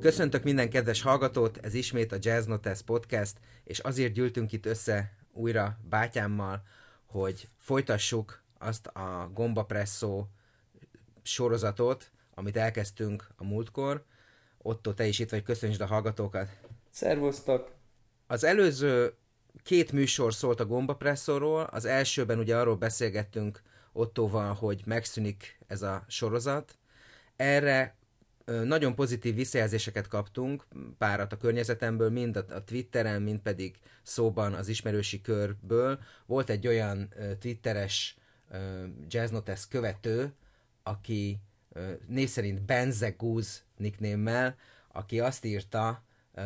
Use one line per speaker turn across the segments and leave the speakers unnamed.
Köszöntök minden kedves hallgatót, ez ismét a Jazz Notes Podcast, és azért gyűltünk itt össze újra bátyámmal, hogy folytassuk azt a gombapresszó sorozatot, amit elkezdtünk a múltkor. Otto, te is itt vagy, köszöntsd a hallgatókat.
Szervusztok!
Az előző két műsor szólt a gombapresszóról, az elsőben ugye arról beszélgettünk Ottóval, hogy megszűnik ez a sorozat. Erre nagyon pozitív visszajelzéseket kaptunk, párat a környezetemből, mind a Twitteren, mind pedig szóban az ismerősi körből. Volt egy olyan twitteres Jazz Notes követő, aki név szerint Benze Goose nicknémmel, aki azt írta,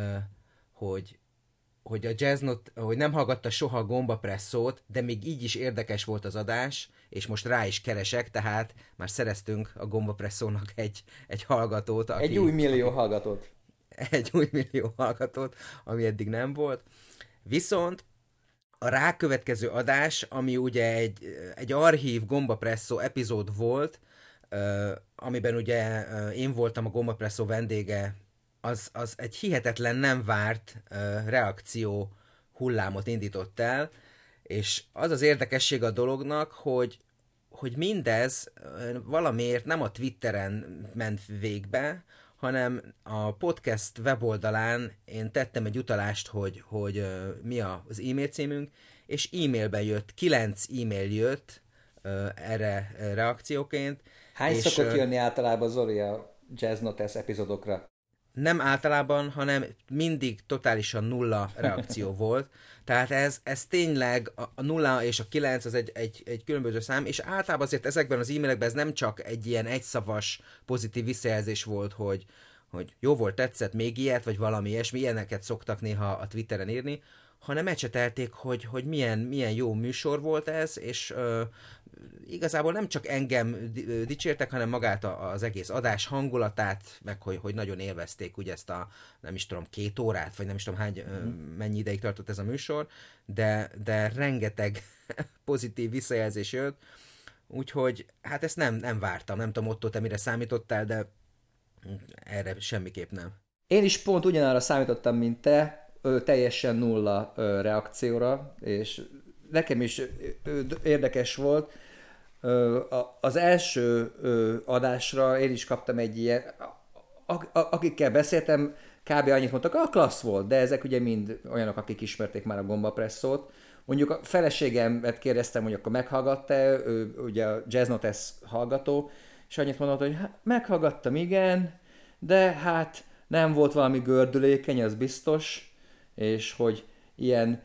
hogy a Jazz Note, hogy nem hallgatta soha a gombapresszót, de még így is érdekes volt az adás, és most rá is keresek, tehát már szereztünk a gombapresszónak egy hallgatót.
Egy új millió hallgatót.
Egy új millió hallgatót, ami eddig nem volt. Viszont a rákövetkező adás, ami ugye egy archív gombapresszó epizód volt, amiben ugye én voltam a gombapresszó vendége, az egy hihetetlen nem várt reakció hullámot indított el, és az az érdekesség a dolognak, hogy mindez valamiért nem a Twitteren ment végbe, hanem a podcast weboldalán én tettem egy utalást, hogy mi az e-mail címünk, és e-mailben jött, 9 e-mail jött erre reakcióként.
Hány szokott jönni általában, Zoli, a Jazz Notes epizódokra?
Nem általában, hanem mindig totálisan nulla reakció volt. Tehát ez tényleg a 0 és a 9 az egy különböző szám, és általában azért ezekben az e-mailekben ez nem csak egy ilyen egyszavas pozitív visszajelzés volt, hogy jó volt, tetszett, még ilyet, vagy valami ilyesmi, ilyeneket szoktak néha a Twitteren írni, hanem ecsetelték, hogy milyen jó műsor volt ez, és igazából nem csak engem dicsértek, hanem magát az egész adás hangulatát, meg hogy nagyon élvezték ugye ezt a, nem is tudom, 2 órát, vagy nem is tudom mennyi ideig tartott ez a műsor, de rengeteg pozitív visszajelzés jött, úgyhogy hát ezt nem vártam, nem tudom, Otto, te mire számítottál, de erre semmiképp nem.
Én is pont ugyanarra számítottam, mint te, teljesen nulla reakcióra, és nekem is érdekes volt. Az első adásra én is kaptam egy ilyen, akikkel beszéltem, kb. Annyit mondtak, klassz volt, de ezek ugye mind olyanok, akik ismerték már a gombapresszót. Mondjuk a feleségemet kérdeztem, hogy akkor meghallgatta-e, ő ugye a Jazz Notes hallgató, és annyit mondott, hogy meghallgattam, igen, de hát nem volt valami gördülékeny, az biztos, és hogy ilyen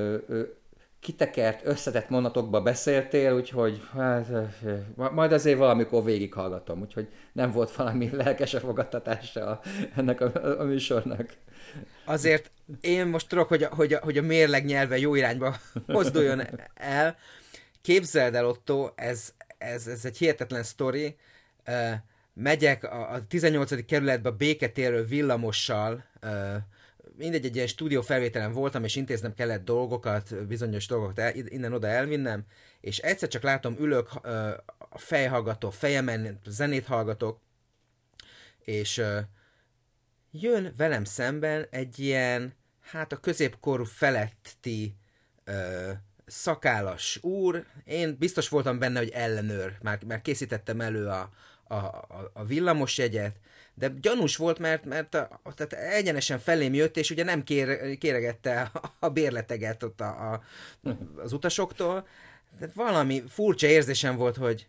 kitekert, összetett mondatokba beszéltél, úgyhogy hát, majd azért valamikor végighallgatom, úgyhogy nem volt valami lelkes fogadtatása ennek a műsornak.
Azért én most tudok, hogy a mérleg nyelve jó irányba mozduljon el. Képzeld el, Otto, ez egy hihetetlen sztori. Megyek a 18. kerületbe a Béketérről villamossal, mindegy, egy ilyen stúdiófelvételen voltam, és intéznem kellett dolgokat, bizonyos dolgokat innen-oda elvinnem, és egyszer csak látom, ülök a fejhallgató fejemen, zenét hallgatok, és jön velem szemben egy ilyen, hát a középkorú feletti szakállas úr. Én biztos voltam benne, hogy ellenőr, már készítettem elő a villamosjegyet, de gyanús volt, mert tehát egyenesen felém jött, és ugye nem kéregette a bérleteget ott az utasoktól. De valami furcsa érzésem volt, hogy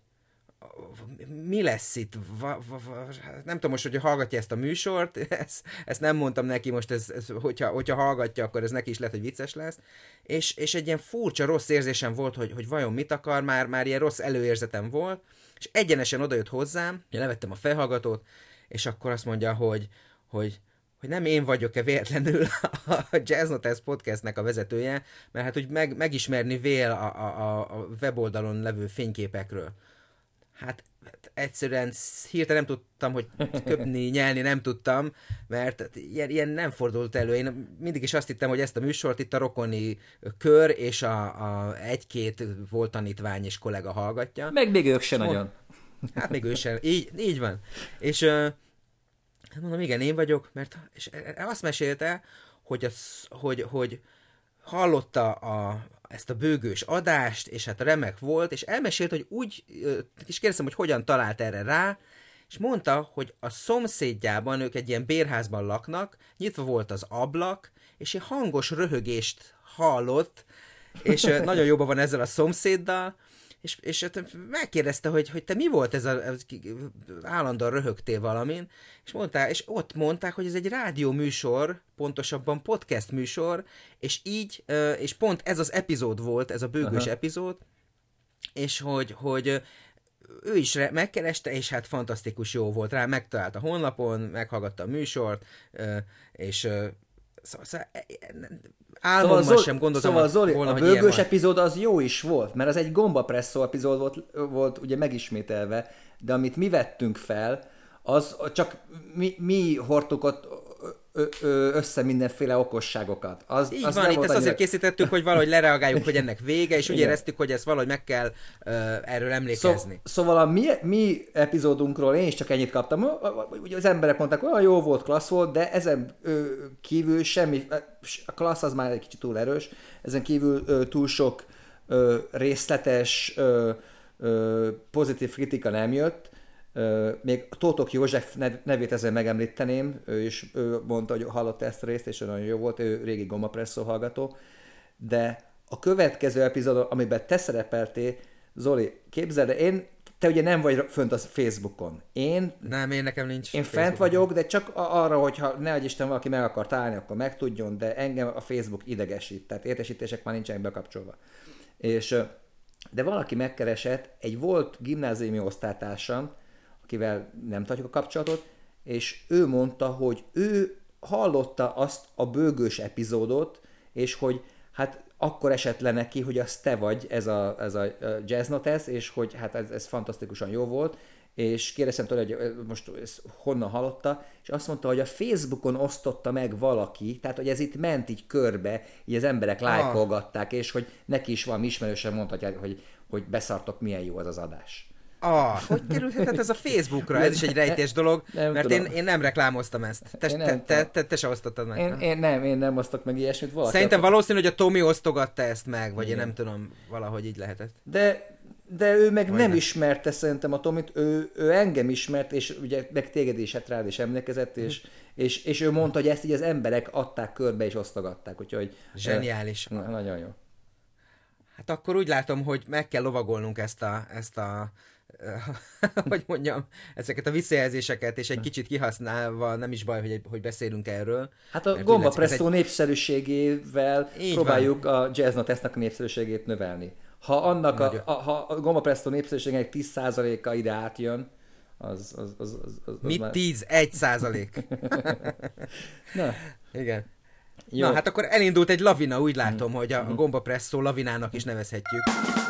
mi lesz itt? Nem tudom most, hogy hallgatja ezt a műsort, ezt nem mondtam neki most, hogyha hallgatja, akkor ez neki is lehet, hogy vicces lesz. És egy ilyen furcsa, rossz érzésem volt, hogy vajon mit akar, már ilyen rossz előérzetem volt, és egyenesen odajött hozzám, levettem a fejhallgatót, és akkor azt mondja, hogy nem én vagyok-e véletlenül a Jazz Notes podcastnek a vezetője, mert hát úgy megismerni vél a weboldalon levő fényképekről. Hát egyszerűen hirtelen nem tudtam, hogy köpni, nyelni nem tudtam, mert ilyen nem fordult elő. Én mindig is azt hittem, hogy ezt a műsort itt a rokoni kör és a egy-két volt tanítvány és kollega hallgatja.
Meg még ők se nagyon.
Hát még ő sem. Így van. És Hát mondom, igen, én vagyok, mert és azt mesélte, hogy hallotta ezt a bőgős adást, és hát remek volt, és elmesélt, hogy úgy, és kérdeztem, hogy hogyan talált erre rá, és mondta, hogy a szomszédjában, ők egy ilyen bérházban laknak, nyitva volt az ablak, és egy hangos röhögést hallott, és nagyon jóban van ezzel a szomszéddal, és megkérdezte, hogy te mi volt ez állandóan röhögtél valamin, és ott mondták, hogy ez egy rádióműsor, pontosabban podcast műsor, és így, és pont ez az epizód volt, ez a bőgős epizód, és hogy ő is megkereste, és hát fantasztikus jó volt rá, megtalált a honlapon, meghallgatta a műsort, és álmomban
Zoli,
sem gondoltam
Zoli,
volna,
a
hogy ilyen
bőgős
van.
epizód az jó is volt, mert az egy gombapresszó epizód volt ugye megismételve, de amit mi vettünk fel, az csak mi hordtuk ott össze mindenféle okosságokat.
Így
Az
van,
nem
itt
volt
ezt azért
annyira...
készítettük, hogy valahogy lereagáljunk, hogy ennek vége, és úgy
Igen.
éreztük, hogy ezt valahogy meg kell erről emlékezni.
Szóval a mi epizódunkról én is csak ennyit kaptam. Ugye az emberek mondták, hogy olyan jó volt, klassz volt, de ezen kívül semmi, a klassz az már egy kicsit túl erős, ezen kívül túl sok részletes, pozitív kritika nem jött. Még Tótok József nevét ezzel megemlíteném, ő mondta, hogy hallotta ezt a részt, és nagyon jó volt, ő régi Gomapresszó hallgató, de a következő epizódon, amiben te szerepeltél, Zoli, képzeld, te ugye nem vagy fönt a Facebookon.
Nem, én nekem nincs.
Én fent vagyok, de csak arra, hogyha ne adj Isten valaki meg akar találni, akkor megtudjon, de engem a Facebook idegesít, tehát értesítések már nincsenek bekapcsolva. De valaki megkeresett, egy volt gimnáziumi osztálytársam, akivel nem tartjuk a kapcsolatot, és ő mondta, hogy ő hallotta azt a bőgős epizódot, és hogy hát akkor esett le neki, hogy az te vagy, ez a Jazz Notes, és hogy hát ez fantasztikusan jó volt, és kérdeztem tőle, hogy most ezt honnan hallotta, és azt mondta, hogy a Facebookon osztotta meg valaki, tehát hogy ez itt ment így körbe, így az emberek lájkolgatták, és hogy neki is valami ismerősen mondhatják, hogy beszartok, milyen jó az az adás.
Hogy kerülhetett ez a Facebookra? Ez is egy rejtés dolog, mert én nem reklámoztam ezt. Te se osztottad meg.
Én nem osztok meg ilyesmit. Valaki
Szerintem valószínű, hogy a Tomi osztogatta ezt meg, vagy én nem tudom, valahogy így lehetett.
De ő meg nem ismerte szerintem a Tomit, ő engem ismert, és ugye meg téged is, hát rád is emlékezett, és ő mondta, hogy ezt így az emberek adták körbe és osztogatták, úgyhogy...
Zseniális.
Nagyon jó.
Hát akkor úgy látom, hogy meg kell lovagolnunk ezt a hogy mondjam, ezeket a visszajelzéseket, és egy kicsit kihasználva, nem is baj, hogy beszélünk erről.
Hát a Gombapresszó népszerűségével próbáljuk van. A Jazz Notes-nak a népszerűségét növelni. Ha ha a Gombapresszó népszerűségének 10%-a ide átjön, az
mit
már...
1%?
Na.
Igen.
Jó.
Na, hát akkor elindult egy lavina, úgy látom, hogy a Gombapresszó lavinának is nevezhetjük.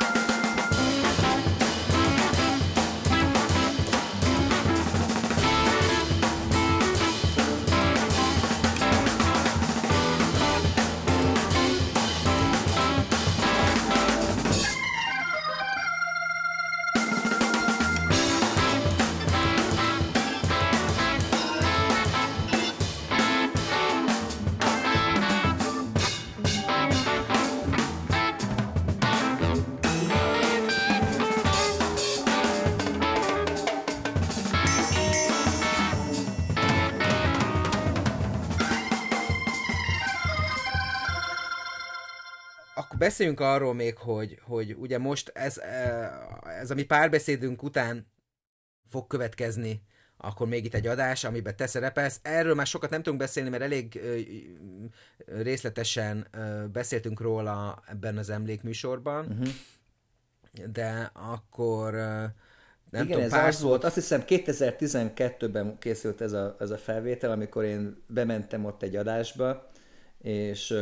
Beszéljünk arról még, hogy ugye most ez a mi párbeszédünk után fog következni akkor még itt egy adás, amiben te szerepelsz. Erről már sokat nem tudunk beszélni, mert elég részletesen beszéltünk róla ebben az emlékműsorban, de akkor nem
igen,
tudom,
ez az volt. Azt hiszem 2012-ben készült ez a felvétel, amikor én bementem ott egy adásba, és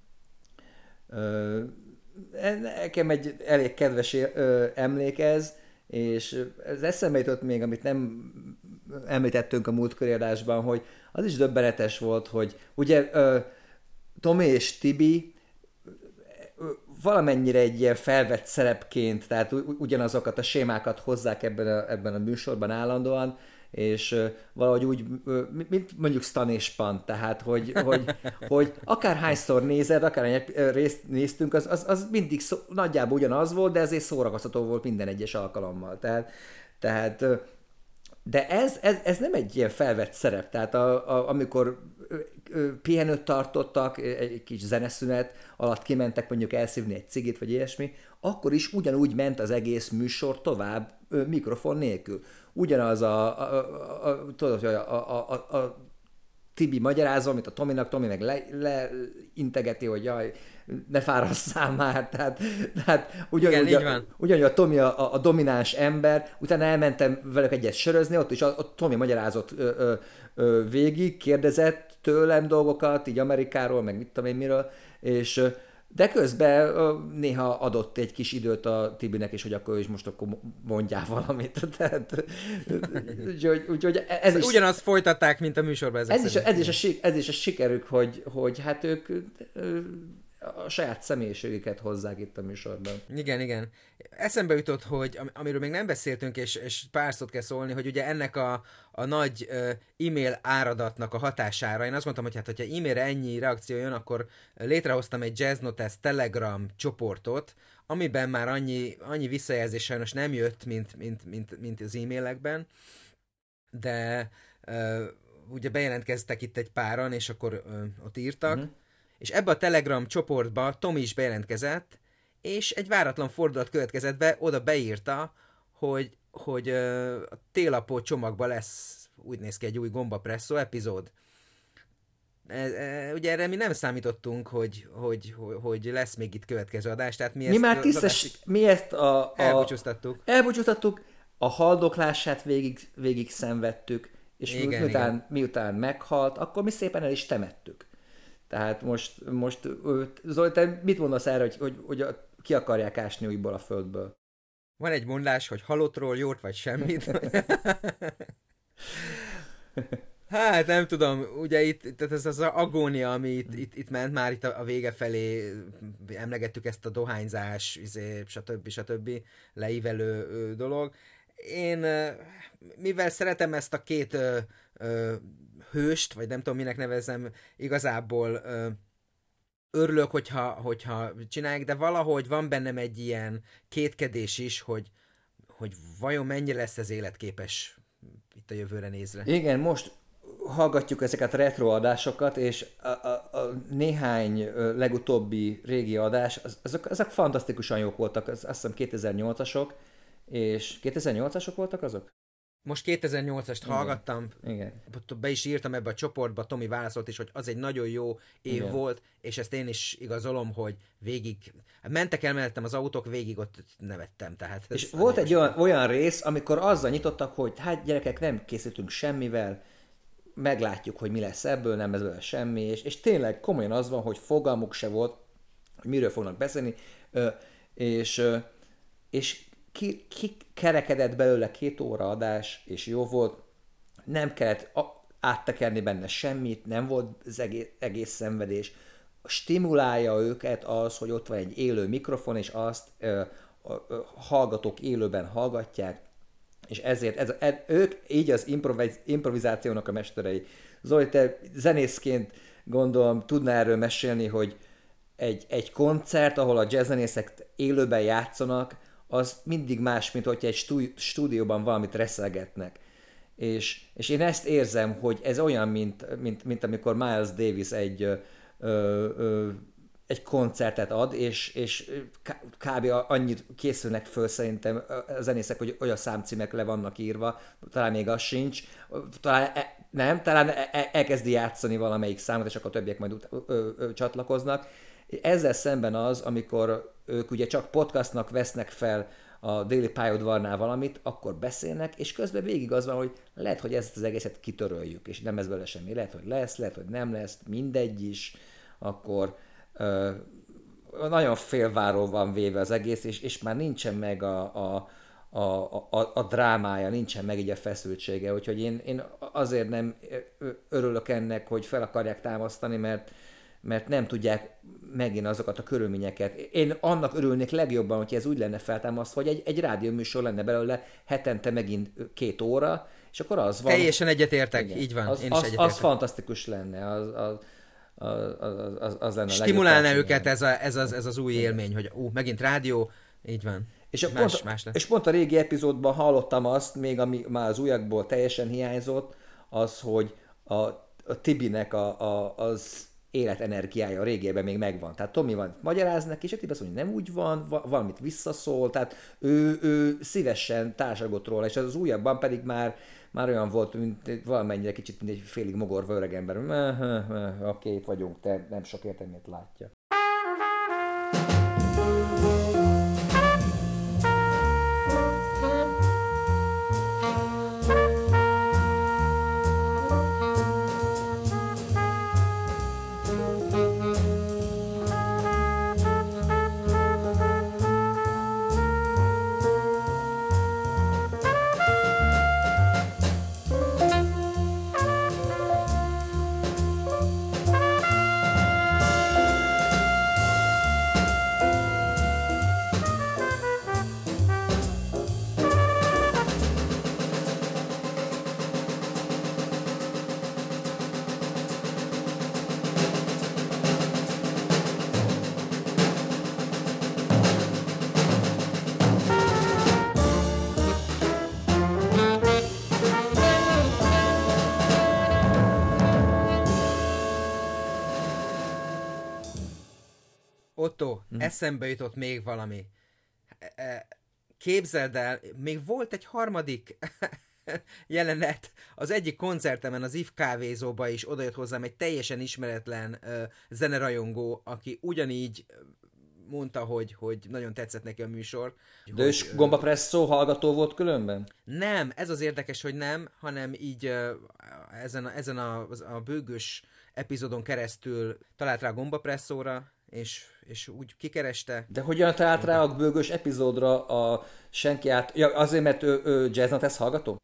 nekem egy elég kedves emlék ez, és ez eszembe jutott még, amit nem említettünk a múltkori adásban, hogy az is döbbenetes volt, hogy ugye Tomi és Tibi valamennyire egy ilyen felvett szerepként, tehát ugyanazokat a sémákat hozzák ebben a műsorban állandóan, és valahogy úgy, mint mondjuk Stan és Pan, tehát hogy akárhányszor nézed, akár részt néztünk, az mindig nagyjából ugyanaz volt, de ezért szórakoztató volt minden egyes alkalommal. Tehát de ez nem egy ilyen felvett szerep, tehát amikor pihenőt tartottak, egy kis zeneszünet alatt kimentek mondjuk elszívni egy cigit, vagy ilyesmi, akkor is ugyanúgy ment az egész műsor tovább mikrofon nélkül. Ugyanaz tudod, hogy a Tibi magyarázva, amit a Tominak, Tomi meg leintegeti, hogy jaj, ne fárasszál már, tehát ugyanúgy a Tomi a domináns ember, utána elmentem velük egyet sörözni, ott is a Tomi magyarázott végig, kérdezett tőlem dolgokat, így Amerikáról, meg mit tudom én miről, és de közben néha adott egy kis időt a Tibinek is, hogy akkor is most akkor mondjál valamit. Tehát, úgyhogy ez is...
Ugyanazt folytatták, mint a műsorban ezek
ez is a sikerük, hogy hát ők a saját személyiségüket hozzák itt a műsorban.
Igen. Eszembe jutott, hogy amiről még nem beszéltünk, és pár szót kell szólni, hogy ugye ennek a nagy e-mail áradatnak a hatására, én azt mondtam, hogy hát, hogyha e-mailre ennyi reakció jön, akkor létrehoztam egy Jazz Notes Telegram csoportot, amiben már annyi visszajelzés sajnos nem jött, mint az e-mailekben, de ugye bejelentkeztek itt egy páran, és akkor ott írtak, és ebbe a Telegram csoportba Tomi is bejelentkezett, és egy váratlan fordulat következett be, oda beírta, hogy a télapó csomagban lesz, úgy néz ki, egy új Gomba Presszó epizód. Ugye erre mi nem számítottunk, hogy lesz még itt következő adás, tehát
mi ezt elbúcsúztattuk, a haldoklását végig szenvedtük, és miután meghalt, akkor mi szépen el is temettük. Tehát most Zoli, te mit mondasz erre, hogy ki akarják ásni újból a földből?
Van egy mondás, hogy halottról jót vagy semmit. Hát nem tudom, ugye itt tehát ez az agónia, ami itt ment már itt a vége felé, emlegettük ezt a dohányzás, stb. Leívelő dolog. Én, mivel szeretem ezt a két hőst, vagy nem tudom minek nevezem, igazából örülök, hogyha csinálják, de valahogy van bennem egy ilyen kétkedés is, hogy vajon mennyire lesz ez életképes itt a jövőre nézve.
Igen, most hallgatjuk ezeket a retro adásokat, és a néhány legutóbbi régi adás, azok fantasztikusan jók voltak, azt hiszem 2008-asok, és 2008-asok voltak azok?
Most 2008-ast hallgattam,
Igen.
Be is írtam ebbe a csoportba, Tomi válaszolt is, hogy az egy nagyon jó év volt, és ezt én is igazolom, hogy végig, mentek el mellettem az autók, végig ott nevettem. Tehát
és volt egy olyan rész, amikor azzal nyitottak, hogy hát gyerekek, nem készítünk semmivel, meglátjuk, hogy mi lesz ebből, nem lesz belőle semmi, és tényleg komolyan az van, hogy fogalmuk se volt, hogy miről fognak beszélni, és kerekedett belőle 2 óra adás, és jó volt, nem kellett áttekerni benne semmit, nem volt az egész szenvedés. Stimulálja őket az, hogy ott van egy élő mikrofon, és azt hallgatók élőben hallgatják, és ezért ők így az improvizációnak a mesterei. Zoli, te zenészként gondolom tudnál erről mesélni, hogy egy koncert, ahol a jazzzenészek élőben játszanak, az mindig más, mint hogyha egy stúdióban valamit reszelgetnek. És én ezt érzem, hogy ez olyan, mint amikor Miles Davis egy koncertet ad, és kb. Annyit készülnek föl szerintem a zenészek, hogy olyan számcímek le vannak írva, talán még az sincs, talán elkezdi játszani valamelyik számot, és akkor a többiek majd csatlakoznak. Ezzel szemben az, amikor ők ugye csak podcastnak vesznek fel a Déli pályaudvarnál valamit, akkor beszélnek, és közben végig az van, hogy lehet, hogy ezt az egészet kitöröljük, és nem lesz belőle semmi. Lehet, hogy lesz, lehet, hogy nem lesz, mindegy is, akkor nagyon félváról van véve az egész, és már nincsen meg a drámája, nincsen meg így a feszültsége, úgyhogy én azért nem örülök ennek, hogy fel akarják támasztani, mert nem tudják megint azokat a körülményeket. Én annak örülnék legjobban, hogyha ez úgy lenne feltámasztva, hogy egy rádióműsor lenne belőle hetente megint 2 óra, és akkor az van.
Teljesen egyetértek, igen. Így van,
én is egyetértek. Az fantasztikus lenne, az lenne
stimulálna őket ez az új élmény, hogy megint rádió, így van.
És pont a régi epizódban hallottam azt, még ami már az újakból teljesen hiányzott, az, hogy a Tibinek az életenergiája a régiében még megvan. Tehát Tomi van magyaráz neki, és a Tibi azt mondja, hogy nem úgy van, valamit visszaszól, tehát ő szívesen társalgott róla, és az újakban pedig már olyan volt, mint valamennyire kicsit, mint egy félig mogorva öreg ember. Oké, itt vagyunk, te nem sok értelmét látja.
Otto, eszembe jutott még valami. Képzeld el, még volt egy harmadik jelenet az egyik koncertemen, az IF kávézóba is odajött hozzám egy teljesen ismeretlen zenerajongó, aki ugyanígy mondta, hogy nagyon tetszett neki a műsor.
De és Gomba Presszó hallgató volt különben?
Nem, ez az érdekes, hogy nem, hanem így ezen a bőgős epizódon keresztül talált rá a Gomba Presszóra, és úgy kikereste.
De hogyan talált rá a bőgős epizódra a senki át... Ja, azért, mert ő Jazz Notes hallgató?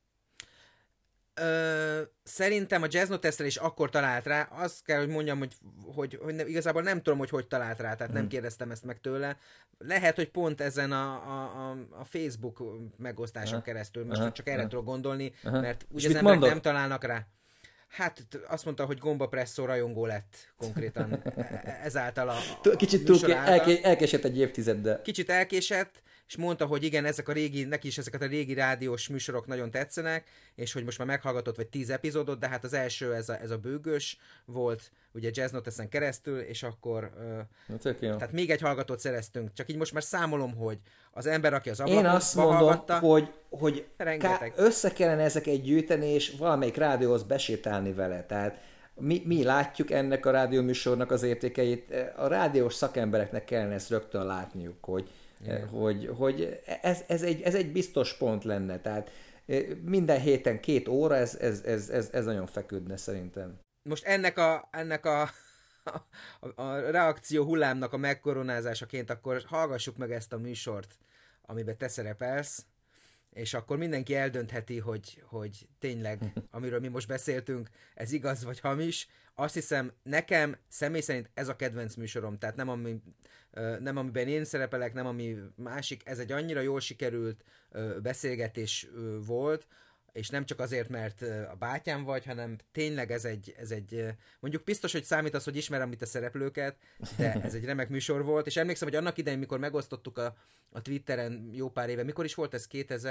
Szerintem a Jazz Notes-re is akkor talált rá. Azt kell, hogy mondjam, hogy igazából nem tudom, hogy talált rá, tehát nem kérdeztem ezt meg tőle. Lehet, hogy pont ezen a Facebook megosztáson keresztül, most csak erre tudok gondolni, mert úgy az emberek nem találnak rá. Hát azt mondta, hogy Gomba Presszó rajongó lett konkrétan ezáltal a
kicsit elkésett egy évtizeddel.
Kicsit elkésett, és mondta, hogy igen, neki is ezeket a régi rádiós műsorok nagyon tetszenek, és hogy most már meghallgatott vagy 10 epizódot, de hát az első ez a bőgős volt, ugye Jazz Notes-en keresztül, és akkor tehát még egy hallgatót szereztünk. Csak így most már számolom, hogy az ember, aki az ablakon
hallgatta, hogy össze kellene ezeket gyűjteni, és valamelyik rádióhoz besétálni vele. Tehát mi látjuk ennek a rádióműsornak az értékeit, a rádiós szakembereknek kellene ezt rögtön látniuk, hogy ez egy biztos pont lenne. Tehát minden héten 2 óra, ez nagyon feküdne szerintem.
Most ennek a reakció hullámnak a megkoronázásaként akkor hallgassuk meg ezt a műsort, amiben te szerepelsz, és akkor mindenki eldöntheti, hogy tényleg, amiről mi most beszéltünk, ez igaz vagy hamis. Azt hiszem, nekem személy szerint ez a kedvenc műsorom, tehát nem amiben én szerepelek, nem ami másik, ez egy annyira jól sikerült beszélgetés volt, és nem csak azért, mert a bátyám vagy, hanem tényleg ez egy mondjuk biztos, hogy számít az, hogy ismerem itt a szereplőket, de ez egy remek műsor volt, és emlékszem, hogy annak idején, mikor megosztottuk a Twitteren jó pár éve, mikor is volt ez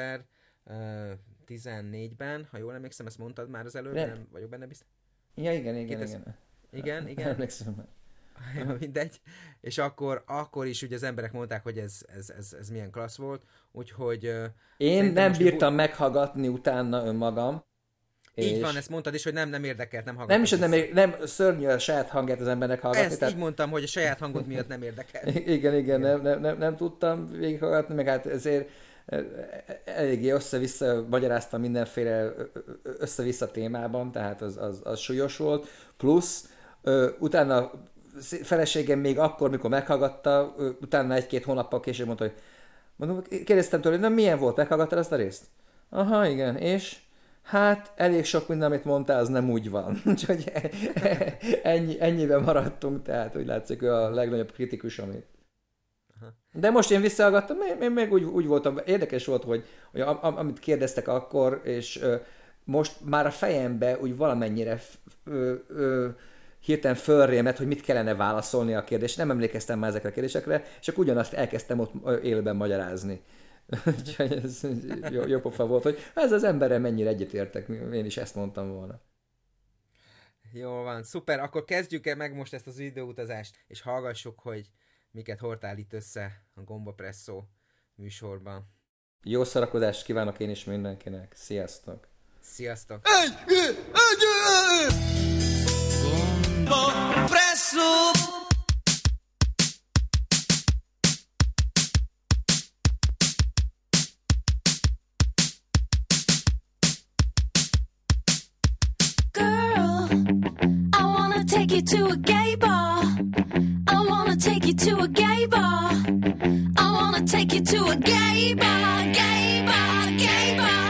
2014-ben, ha jól emlékszem, ezt mondtad már az előbb, nem vagyok benne biztos.
Ja, igen.
Igen.
Emlékszem már.
Mindegy. És akkor is ugye az emberek mondták, hogy ez milyen klassz volt, úgyhogy...
Én nem bírtam meghallgatni utána önmagam.
Így van, ezt mondtad is, hogy nem érdekelt, nem hallgattam.
Nem szörnyű a saját hangját az embernek hallgatni.
Ezt így mondtam, hogy a saját hangod miatt nem érdekelt.
Igen, nem tudtam végighallgatni, meg hát ezért eléggé össze-vissza magyaráztam mindenféle össze-vissza témában, tehát az súlyos volt. Plusz utána feleségem még akkor, mikor meghallgatta, utána 1-2 hónappal később mondta, hogy kérdeztem tőle, hogy milyen volt, meghallgattad azt a részt? Aha, igen, és Hát elég sok minden, amit mondtál, az nem úgy van. Úgyhogy ennyiben maradtunk, tehát úgy látszik, ő a legnagyobb kritikus, amit. De most én visszahallgattam, én még úgy voltam, érdekes volt, hogy amit kérdeztek akkor, és most már a fejembe úgy valamennyire hirtelen fölrémett, hogy mit kellene válaszolni a kérdést. Nem emlékeztem már ezekre a kérdésekre, és akkor ugyanazt elkezdtem ott élőben magyarázni. Úgyhogy ez jó pofa volt, hogy ez az emberrel mennyire egyetértek, én is ezt mondtam volna.
Jól van, szuper, akkor kezdjük el meg most ezt az időutazást, és hallgassuk, hogy miket hordtál itt össze a Gomba Presszó műsorban.
Jó szórakozást kívánok én is mindenkinek. Sziasztok!
Sziasztok!
Gomba Presszó!
Take you to a gay bar. I wanna take you to a gay bar. I wanna take you to a gay bar, gay bar, gay bar.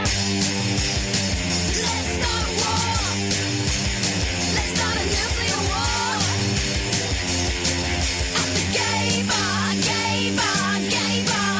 Let's start a war. Let's start a nuclear war. At the gay bar, gay bar, gay bar.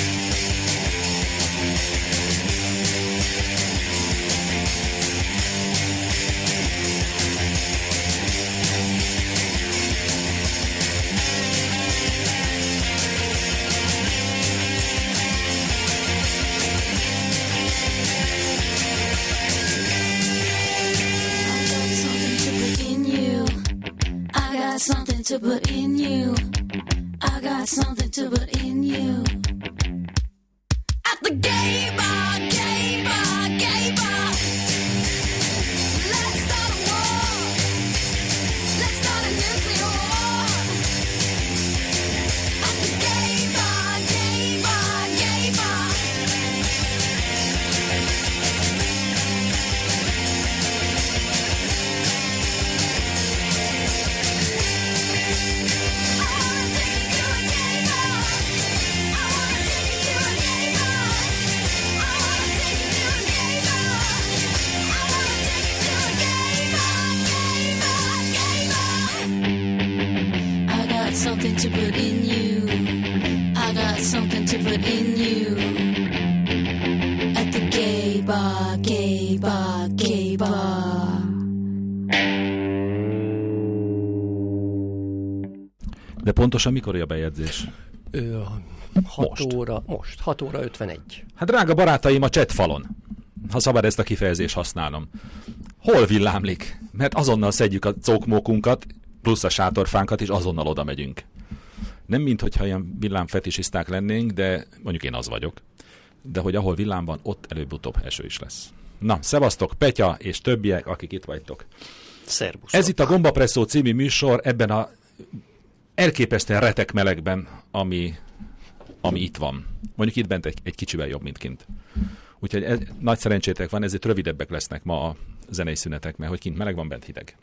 Something to put in you. I got something to put in you. At the gay bar, gay bar, gay bar. Let's start a war. Let's start a nuclear war. At the gay bar, gay bar, gay bar. Something to put in you. I got something to put in you. At the gay bar, gay bar, gay bar.
De pontosan mikor a bejegyzés?
6 óra, most, 6 óra 51.
Hát drága barátaim, a chatfalon, ha szabad ezt a kifejezést használnom, hol villámlik? Mert azonnal szedjük a cókmókunkat, plusz a sátorfánkat, és azonnal oda megyünk. Nem minthogyha ilyen villámfetisiszták lennénk, de mondjuk én az vagyok. De hogy ahol villám van, ott előbb-utóbb eső is lesz. Na, szevasztok, Petya és többiek, akik itt vagytok.
Szerbuszok.
Ez itt a Gomba Presszó című műsor, ebben a elképesztően retek melegben, ami itt van. Mondjuk itt bent egy kicsivel jobb, mint kint. Úgyhogy nagy szerencsétek van, ezért rövidebbek lesznek ma a zenei szünetek, mert hogy kint meleg van, bent hideg.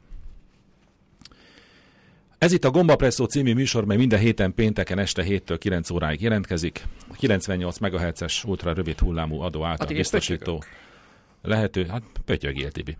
Ez itt a Gomba Presszó című műsor, mely minden héten pénteken este 7-től 9 óráig jelentkezik. 98 MHz-es ultra rövid hullámú adó által biztosító lehető. Hát pötyögél, Tibi.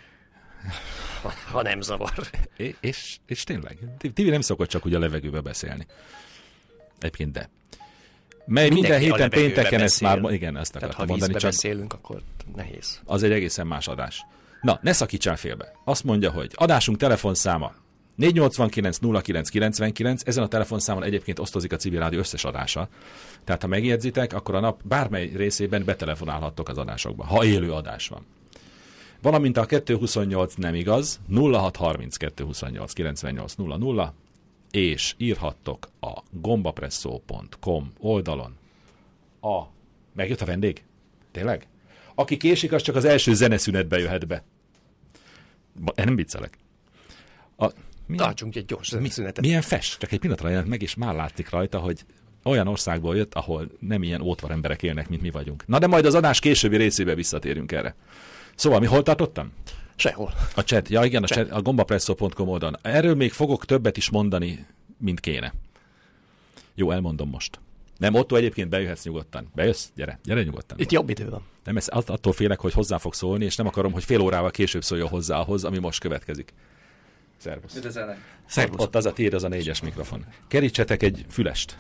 Ha nem zavar.
És tényleg. Tibi nem szokott csak úgy a levegőbe beszélni. Egyébként de. Mely minden héten pénteken ezt már... Igen, ezt akartam mondani.
Ha beszélünk, akkor nehéz.
Az egy egészen más adás. Na, ne szakítsál félbe. Azt mondja, hogy adásunk telefonszáma 489 09 99, ezen a telefonszámon egyébként osztozik a Civil Rádió összes adása. Tehát ha megjegyzitek, akkor a nap bármely részében betelefonálhattok az adásokba, ha élő adás van. Valamint a 228 nem igaz, 0630 228 98 00, és írhattok a gombapresszó.com oldalon. Megjött a vendég? Tényleg? Aki késik, az csak az első zeneszünetbe jöhet be. Nem viccelek.
Tartsunk egy gyors zeneszünetet.
Milyen fes? Csak egy pillanatra jelent meg, és már látszik rajta, hogy olyan országból jött, ahol nem ilyen ótvar emberek élnek, mint mi vagyunk. Na de majd az adás későbbi részébe visszatérünk erre. Szóval, hol tartottam?
Sehol.
A chat. Ja igen, a gombapresszó.com oldalon. Erről még fogok többet is mondani, mint kéne. Jó, elmondom most. Nem, Otto egyébként bejöhetsz nyugodtan. Bejössz? Gyere nyugodtan.
Itt jobb idő van.
Nem, attól félek, hogy hozzá fog szólni, és nem akarom, hogy fél órával később szóljon hozzá ahhoz, ami most következik. Szervusz.
Üdvözellek.
Szervusz.
Ott az a tiéd, az a 4-es mikrofon. Kerítsetek egy fülest.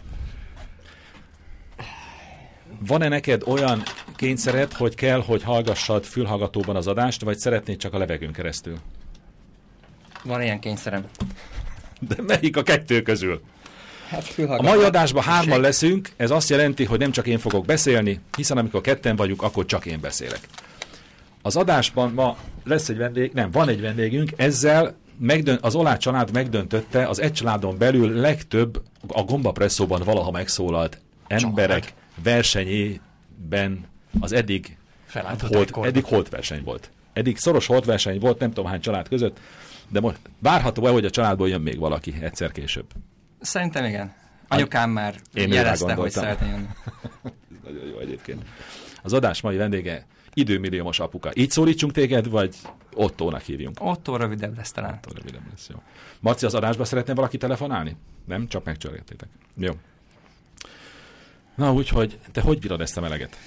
Van-e neked olyan kényszered, hogy kell, hogy hallgassad fülhallgatóban az adást, vagy szeretnéd csak a levegőn keresztül?
Van ilyen kényszerem.
De melyik a kettő közül?
Hát
A mai adásban 3-an leszünk, ez azt jelenti, hogy nem csak én fogok beszélni, hiszen amikor 2-en vagyunk, akkor csak én beszélek. Az adásban ma lesz egy vendég, van egy vendégünk, ezzel az Oláh család megdöntötte az egy családon belül legtöbb a gombapresszóban valaha megszólalt emberek versenyében az eddig holt verseny volt. Eddig szoros holt verseny volt, nem tudom hány család között, de most várható-e, hogy a családból jön még valaki egyszer később?
Szerintem igen. Anyukám már jelezte, hogy szeretne jönni.
Ez nagyon jó egyébként. Az adás mai vendége időmilliómos apuka. Így szólítsunk téged, vagy Ottónak hívjunk?
Ottó rövidebb lesz talán.
Ottó rövidebb lesz, jó. Marci, az adásba szeretne valaki telefonálni? Nem? Csak megcsörgettétek. Jó. Na, úgyhogy te hogy bírod ezt a meleget?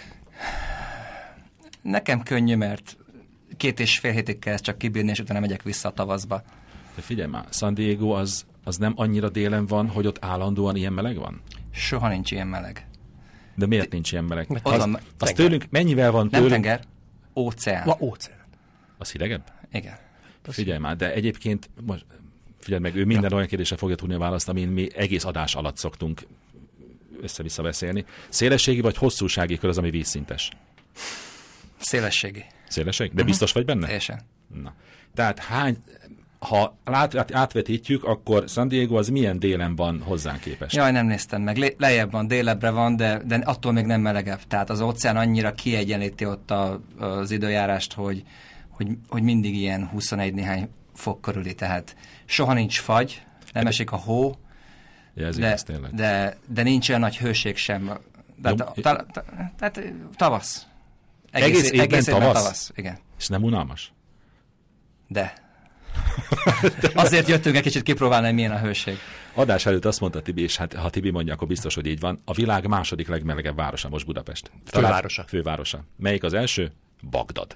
Nekem könnyű, mert 2,5 hétig kell csak kibírni, és utána megyek vissza a tavaszba.
De figyelj már, San Diego az nem annyira délen van, hogy ott állandóan ilyen meleg van?
Soha nincs ilyen meleg.
De miért nincs ilyen meleg?
Az
tőlünk, mennyivel van tőlünk?
Nem tenger, óceán.
Óceán.
Az hidegebb?
Igen.
Figyelj már, de egyébként, most figyelj meg, ő minden olyan kérdésre fogja tudni a választ, amin mi egész adás alatt szoktunk össze-vissza beszélni. Szélességi vagy hosszúsági kör az, ami vízszintes?
Szélességi.
Szélesség? De biztos vagy benne?
Teljesen.
Na. Tehát ha átvetítjük, akkor San Diego az milyen délen van hozzánk képest?
Jaj, nem néztem meg. Lejjebb van, délebbre van, de attól még nem melegebb. Tehát az óceán annyira kiegyenlíti ott az időjárást, hogy mindig ilyen 21 néhány fok körüli. Tehát soha nincs fagy, nem esik a hó,
ja, ez igaz, tényleg.
de nincs olyan nagy hőség sem. Tehát tavasz.
Egész évben
tavasz. Igen.
És nem unalmas?
De. Azért jöttünk egy kicsit kipróbálni, hogy milyen a hőség.
Adás előtt azt mondta Tibi, és hát ha Tibi mondja, akkor biztos, hogy így van. A világ második legmelegebb városa most Budapest. Fővárosa. Melyik az első? Bagdad.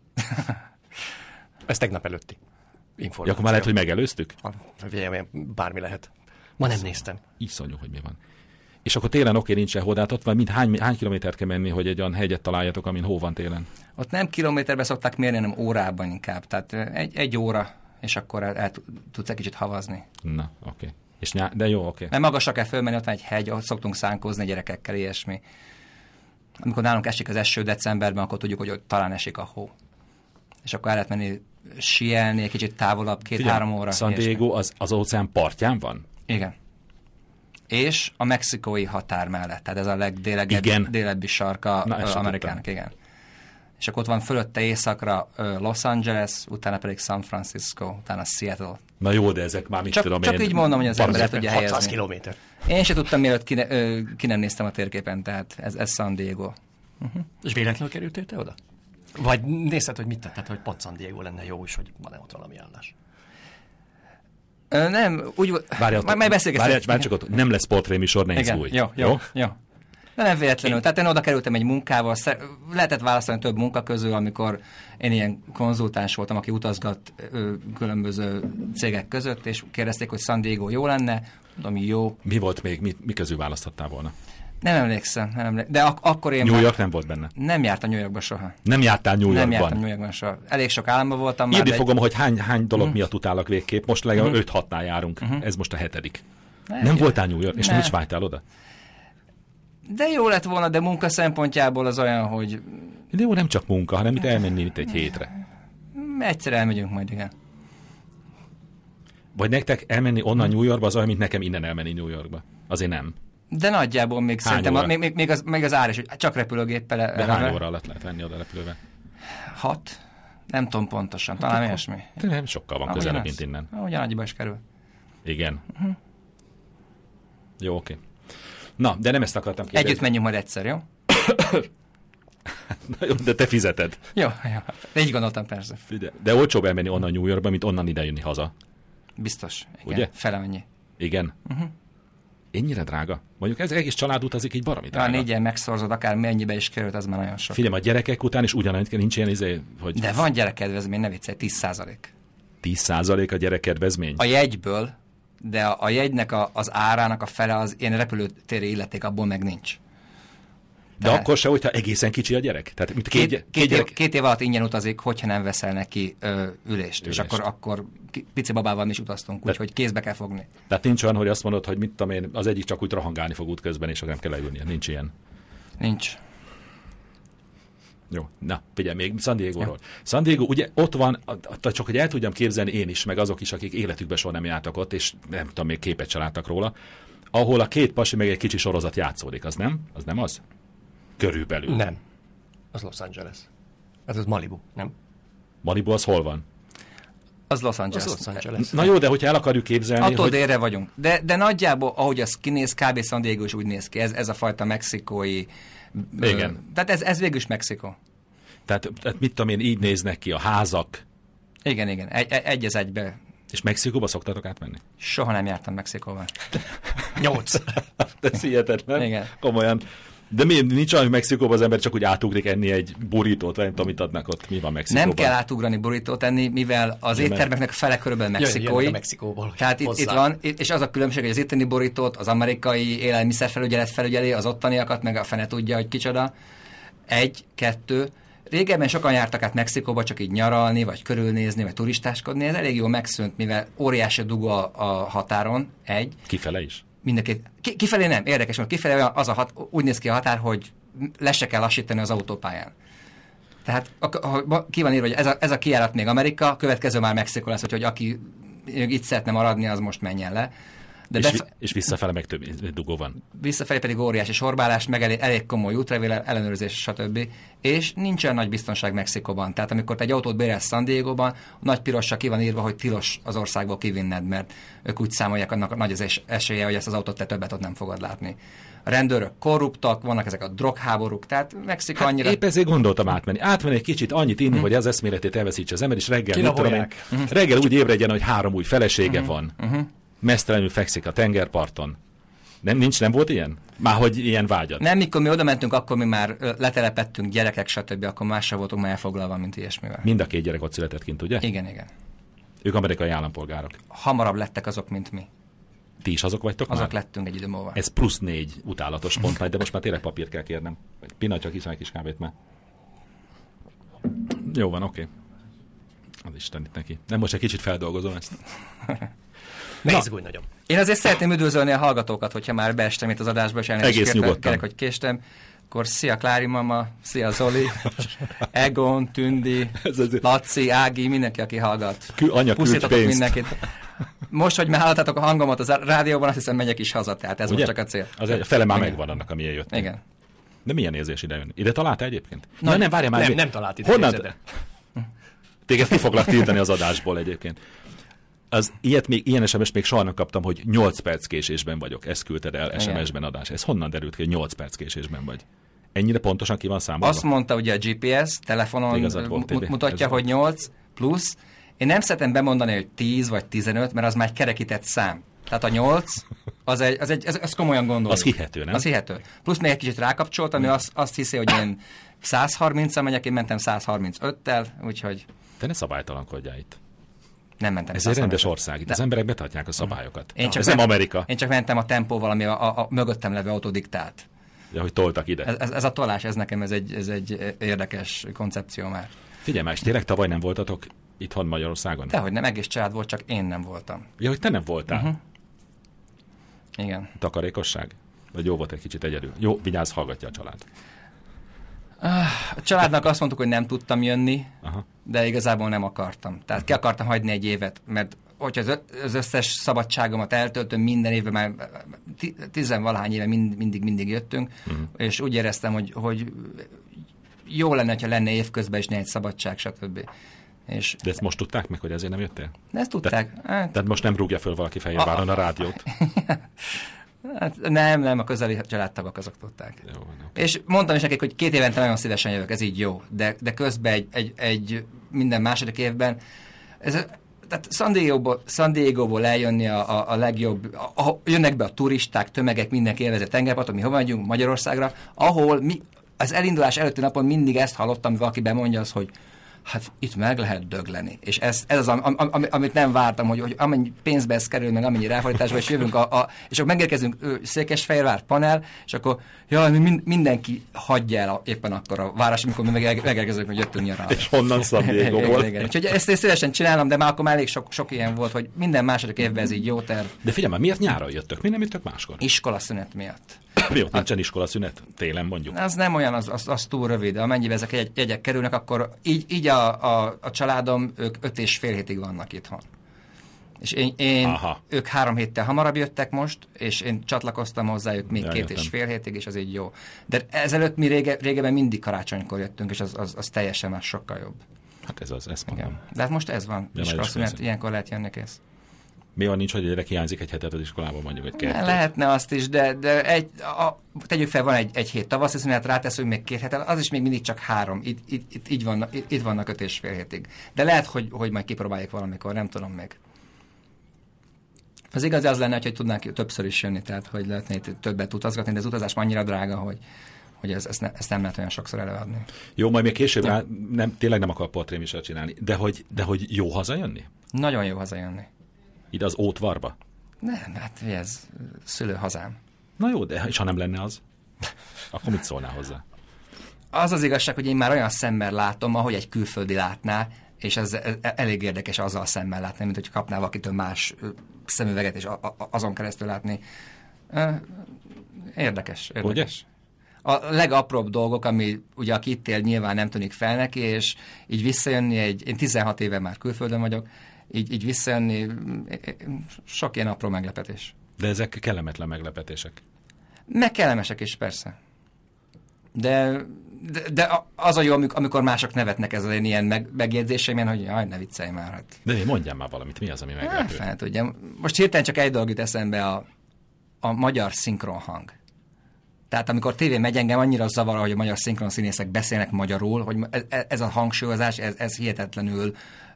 Ez tegnap előtti információ.
Ja, akkor már lehet, hogy megelőztük?
Bármi lehet. Ma nem néztem.
Iszonyú, hogy mi van. És akkor télen oké, nincsen hó, de hát ott van, hány kilométert kell menni, hogy egy olyan hegyet találjatok, amin hó van télen?
Ott nem kilométerben szokták mérni, hanem órában inkább. Tehát egy óra, és akkor el tudsz egy kicsit havazni.
Na, oké. És de jó, oké.
Mert magasra kell fölmenni, ott van egy hegy, ahol szoktunk szánkozni gyerekekkel, ilyesmi. Amikor nálunk esik az eső decemberben, akkor tudjuk, hogy ott talán esik a hó. És akkor el lehet menni síelni, egy kicsit távolabb, 2-3 óra.
San Diego az óceán partján van?
Igen. És a mexikói határ mellett, tehát ez a legdélebbi sarka Amerikának, igen. És akkor ott van fölötte északra Los Angeles, utána pedig San Francisco, utána Seattle.
Na jó, de ezek már mit tudom én.
Csak így mondom, hogy az ember tudja helyezni.
600 kilométer.
Én sem tudtam, mielőtt ki nem néztem a térképen, tehát ez San Diego.
És véletlenül kerültél te oda? Vagy nézted, hogy mit tetted, hogy pont San Diego lenne jó, és hogy van-e ott valami állás?
Nem, úgy... Majd beszélgetünk.
Várj csak ott, nem lesz portréműsor, ne izgulj.
Jó. De nem véletlenül. Tehát én oda kerültem egy munkával, lehetett választani több munka közül, amikor én ilyen konzultáns voltam, aki utazgat különböző cégek között, és kérdezték, hogy San Diego jó lenne. Mondom, jó.
Mi volt még? Mi közül választhattál volna?
Nem emlékszem. De akkor én
New York nem volt benne?
Nem jártam New Yorkba soha.
Nem jártál New Yorkban?
Nem jártam New Yorkban soha. Elég sok államban voltam.
Írni fogom, hogy hány dolog miatt utálak végképp. Most legalább 5-6-nál járunk. Ez most a 7. Nem voltál New York, és nem is vágytál oda?
De jó lett volna, de munka szempontjából az olyan, hogy...
De jó, nem csak munka, hanem itt elmenni itt egy hétre.
Egyszer elmegyünk majd, igen.
Vagy nektek elmenni onnan New Yorkba az olyan, mint nekem innen elmenni New Yorkba. Azért nem.
De nagyjából még szerintem, még az ár is, hogy csak repülőgéppel...
De hány óra alatt lehet venni oda repülővel?
6? Nem tudom pontosan, talán ilyesmi.
Nem, sokkal van közelebb, mint innen.
Ugyanannyiba is kerül.
Igen. Jó, oké. Na, de nem ezt akartam kérdezni.
Együtt menjünk majd egyszer, jó?
Na jó, de te fizeted.
Jó. De így gondoltam, persze.
De olcsóbb elmenni onnan New Yorkba, mint onnan ide jönni haza.
Biztos. Igen.
Ugye?
Fele annyi.
Igen. Ennyire drága? Mondjuk ez egész család utazik, így baromi
Ha
drága.
4-en megszorzod, akár mennyibe is került, az már nagyon sok.
Figyelj, a gyerekek után is ugyanannyit, nincs ilyen hogy
De van gyerekkedvezmény, ne viccelj, 10%.
10% a gyerekkedvezmény.
A jegyből, de a jegynek az árának a fele az ilyen repülőtéri illeték, abból meg nincs.
De akkor se, hogyha egészen kicsi a gyerek? Tehát mint
Két év alatt ingyen utazik, hogyha nem veszel neki ülést. És akkor pici babával is utaztunk, úgyhogy kézbe kell fogni.
Tehát nincs olyan, hogy azt mondod, hogy mit tudom én, az egyik csak úgy rohangálni fog út közben, és akkor nem kell leülnie. Nincs ilyen.
Nincs.
Jó, na, figyelj, még San Diego-ról. San Diego, ugye ott van, csak hogy el tudjam képzelni én is, meg azok is, akik életükben soha nem jártak ott, és nem tudom, még képet se láttak róla, ahol a két pasi meg egy kicsi sorozat játszódik, az nem? Az nem az? Körülbelül.
Nem. Az Los Angeles. Az Malibu, nem?
Malibu az hol van?
Az Los Angeles.
Az Los Angeles.
Na jó, de hogyha el akarjuk képzelni,
Attól
hogy...
délre vagyunk. De nagyjából, ahogy az kinéz, kb. San Diego is úgy néz ki. Ez a fajta mexikói...
Igen.
Tehát ez végül is Mexikó.
Tehát mit tudom én, így néznek ki a házak.
Igen. Egy az egybe.
És Mexikóba szoktatok átmenni?
Soha nem jártam Mexikóban.
8.
Ez hihetetlen.
Igen.
Komolyan. De mi nincs olyan, hogy Mexikóban az ember csak úgy átugrik enni egy burritót, vagy nem tudom, mit adnak ott, mi van Mexikóban.
Nem kell átugrani burritót enni, mivel az éttermeknek a fele körülbelül mexikói.
Jönnek a Mexikóból.
Tehát itt van, és az a különbség, hogy az itteni burritót az amerikai élelmiszerfelügyelet felügyeli, az ottaniakat, meg a fene tudja, hogy kicsoda. 1, 2. Régebben sokan jártak át Mexikóba csak így nyaralni, vagy körülnézni, vagy turistáskodni. Ez elég jól megszűnt, mivel óriási dugó a határon. 1.
Kifele is?
Mindenki. Kifelé nem, érdekes, mert kifelé úgy néz ki a határ, hogy le se kell lassítani az autópályán. Tehát ki van írva, hogy ez a kijárat még Amerika, következő már Mexikó lesz, hogy aki itt szeretne maradni, az most menjen le. De
és visszafele meg több dugó van.
Visszafelé pedig óriási sorbálás, meg elég komoly útlevél, ellenőrzés, stb. És nincs olyan nagy biztonság Mexikóban. Tehát amikor te egy autót bérelsz San Diegóban, nagy pirossal ki van írva, hogy tilos az országból kivinned, mert ők úgy számolják, annak nagy az esélye, hogy ezt az autót te többet ott nem fogod látni. A rendőrök korruptak, vannak ezek a drogháborúk, tehát Mexikó annyira...
Épp ezért gondoltam átmenni egy kicsit, annyit inni, hogy az eszméletét elveszítse az ember, és reggel úgy ébredjen, hogy 3 új felesége van. Mesztelenül fekszik a tengerparton. Nem volt ilyen? Már hogy ilyen vágyad?
Nem, mikor mi oda mentünk, akkor mi már letelepettünk, gyerekek, stb., akkor másra voltunk már elfoglalva, mint ilyesmivel.
Mind a 2 gyerek ott született kint, ugye?
Igen.
Ők amerikai állampolgárok.
Hamarabb lettek azok, mint mi.
Ti is azok vagytok
Azok
már?
lettünk egy idő múlva.
Ez +4 utálatos pont majd, de most már tényleg papírt kell kérnem. Pillanat, csak iszom egy kis kávét már. Jó van, oké. Az Isten itt neki. Nem, most egy kicsit feldolgozom ezt.
Ne izgulj nagyon.
Én azért szeretném üdvözölni a hallgatókat, hogyha már beestem itt az adásba, és
Egész nyugodtan.
kérek, hogy késtem. Akkor szia Klári mama, szia Zoli, Egon, Tündi, Laci, Ági, mindenki, aki hallgat.
Anya,
pusztítatok mindenkit. Most, hogy már hallottátok a hangomat a rádióban, azt hiszem megyek is haza, tehát ez
ugye?
volt csak a cél.
Az a fele már megvan annak, amilyen jött.
Igen.
De milyen érzés ide jön? Ide találta egyébként? Na, nem, várja már.
Nem talált ide.
Honnan? Téged ki foglak tiltani az adásból egyébként. Ilyen SMS még soha nem kaptam, hogy 8 perc késésben vagyok. Ezt küldted el SMS-ben adás. Ez honnan derült ki, hogy 8 perc késésben vagy? Ennyire pontosan ki van számolva?
Azt mondta ugye a GPS, telefonon mutatja, hogy 8 plusz. Én nem szeretem bemondani, hogy 10 vagy 15, mert az már egy kerekített szám. Tehát a 8, az komolyan gondoljuk.
Az hihető, nem?
Az hihető. Plusz még egy kicsit rákapcsolt, ami azt hiszi, hogy én 130-al megyek, én mentem 135-tel, úgyhogy...
Te ne szabálytalankodjál itt.
Nem mentem.
Ez egy rendes ország, itt az emberek betartják a szabályokat. Ez nem Amerika.
Én csak mentem a tempóval, ami a mögöttem levő autó diktált.
Ja, hogy toltak ide.
Ez a tolás, ez nekem ez egy érdekes koncepció már.
Figyelj már, és tényleg tavaly nem voltatok itthon Magyarországon?
Dehogy nem, egész család volt, csak én nem voltam.
Ja, hogy te nem voltál?
Igen.
Takarékosság? Vagy jó volt egy kicsit egyedül? Jó, vigyázz, hallgatja a család.
A családnak azt mondtuk, hogy nem tudtam jönni, de igazából nem akartam. Tehát ki akartam hagyni egy évet, mert hogyha az összes szabadságomat eltöltöm, minden évben már 10-valahány éve mindig jöttünk, és úgy éreztem, hogy jó lenne, ha lenne évközben is egy szabadság, stb. És
de ezt most tudták meg, hogy ezért nem jöttél?
De ezt tudták.
Tehát most nem rúgja föl valaki Fehérváron a rádiót?
Hát nem, a közeli családtagok azok tudták.
Jó, okay.
És mondtam is nekik, hogy 2 évente nagyon szívesen jövök, ez így jó, de közben egy minden második évben tehát San Diego-ból eljönni a legjobb, jönnek be a turisták, tömegek, mindenki élvezi a tengerpartot, mi hova megyünk Magyarországra, ahol az elindulás előtti napon mindig ezt hallottam, valaki bemondja az, hogy hát itt meg lehet dögleni. És ez az, amit nem vártam, hogy amennyi pénzbe ez kerül, meg amennyi ráfordításba, és jövünk, és akkor megérkezünk Székesfehérvár panel, és akkor mindenki hagyja el éppen akkor a város, amikor mi megérkezünk, hogy jöttünk nyaralni.
És honnan San Diego-ból.
Igen. Úgyhogy ezt én szívesen csinálom, de már akkor elég sok ilyen volt, hogy minden második évben ez így jó terv.
De figyelj már, miért nyáron jöttök? Miért nem jöttök máskor?
Iskolaszünet miatt.
Mi ott nincsen iskolaszünet? Télen mondjuk.
Az nem olyan, az túl rövid. Amennyiben ezek jegyek kerülnek, akkor így a családom, ők 5,5 hétig vannak itthon. És ők 3 héttel hamarabb jöttek most, és én csatlakoztam hozzájuk még 2,5 hétig, és az így jó. De ezelőtt mi régebben mindig karácsonykor jöttünk, és az teljesen már sokkal jobb.
Hát ezt mondom.
Igen. De hát most ez van. Iskolaszünet, ilyenkor lehet jönni kész.
Mi van nincs, hogy gyerek hiányzik egy hetet az iskolában, mondjuk egy 2.
Lehetne azt is, de tegyük fel, van egy hét tavaszi szünet, ráteszünk még 2 hetet, az is még mindig csak 3. Itt vannak 5,5 hétig. De lehet, hogy majd kipróbáljuk valamikor, nem tudom még. Az igaz az lenne, hogy tudnánk többször is jönni, tehát hogy lehetne itt többet utazgatni, de az utazás annyira drága, hogy ezt nem lehet olyan sokszor előadni.
Jó, majd még később tényleg nem akar portréműsort csinálni, de hogy jó hazajönni?
Nagyon jó hazajönni.
Ide az Ótvarba?
Nem, hát ez szülőhazám.
Na jó, de és ha nem lenne az, akkor mit szólnál hozzá?
Az az igazság, hogy én már olyan szemmel látom, ahogy egy külföldi látná, és ez elég érdekes azzal szemmel látni, mint hogy kapnál valakitől más szemüveget, és azon keresztül látni. Érdekes.
Ugye?
A legapróbb dolgok, ami ugye aki itt él, nyilván nem tűnik fel neki, és így visszajönni, én 16 éve már külföldön vagyok, így visszajönni, sok ilyen apró meglepetés.
De ezek kellemetlen meglepetések.
Meg kellemesek is, persze. De az a jó, amikor mások nevetnek ezen ilyen megjegyzéseim, hogy jaj, ne viccelj már. Hát.
De mondjál már valamit, mi az, ami meglepő?
Fel tudjam. Most hirtelen csak egy dolog jut eszembe, a magyar szinkronhang. Tehát amikor tévén megy, engem annyira zavar, hogy a magyar szinkronszínészek beszélnek magyarul, hogy ez a hangsúlyozás, ez hihetetlenül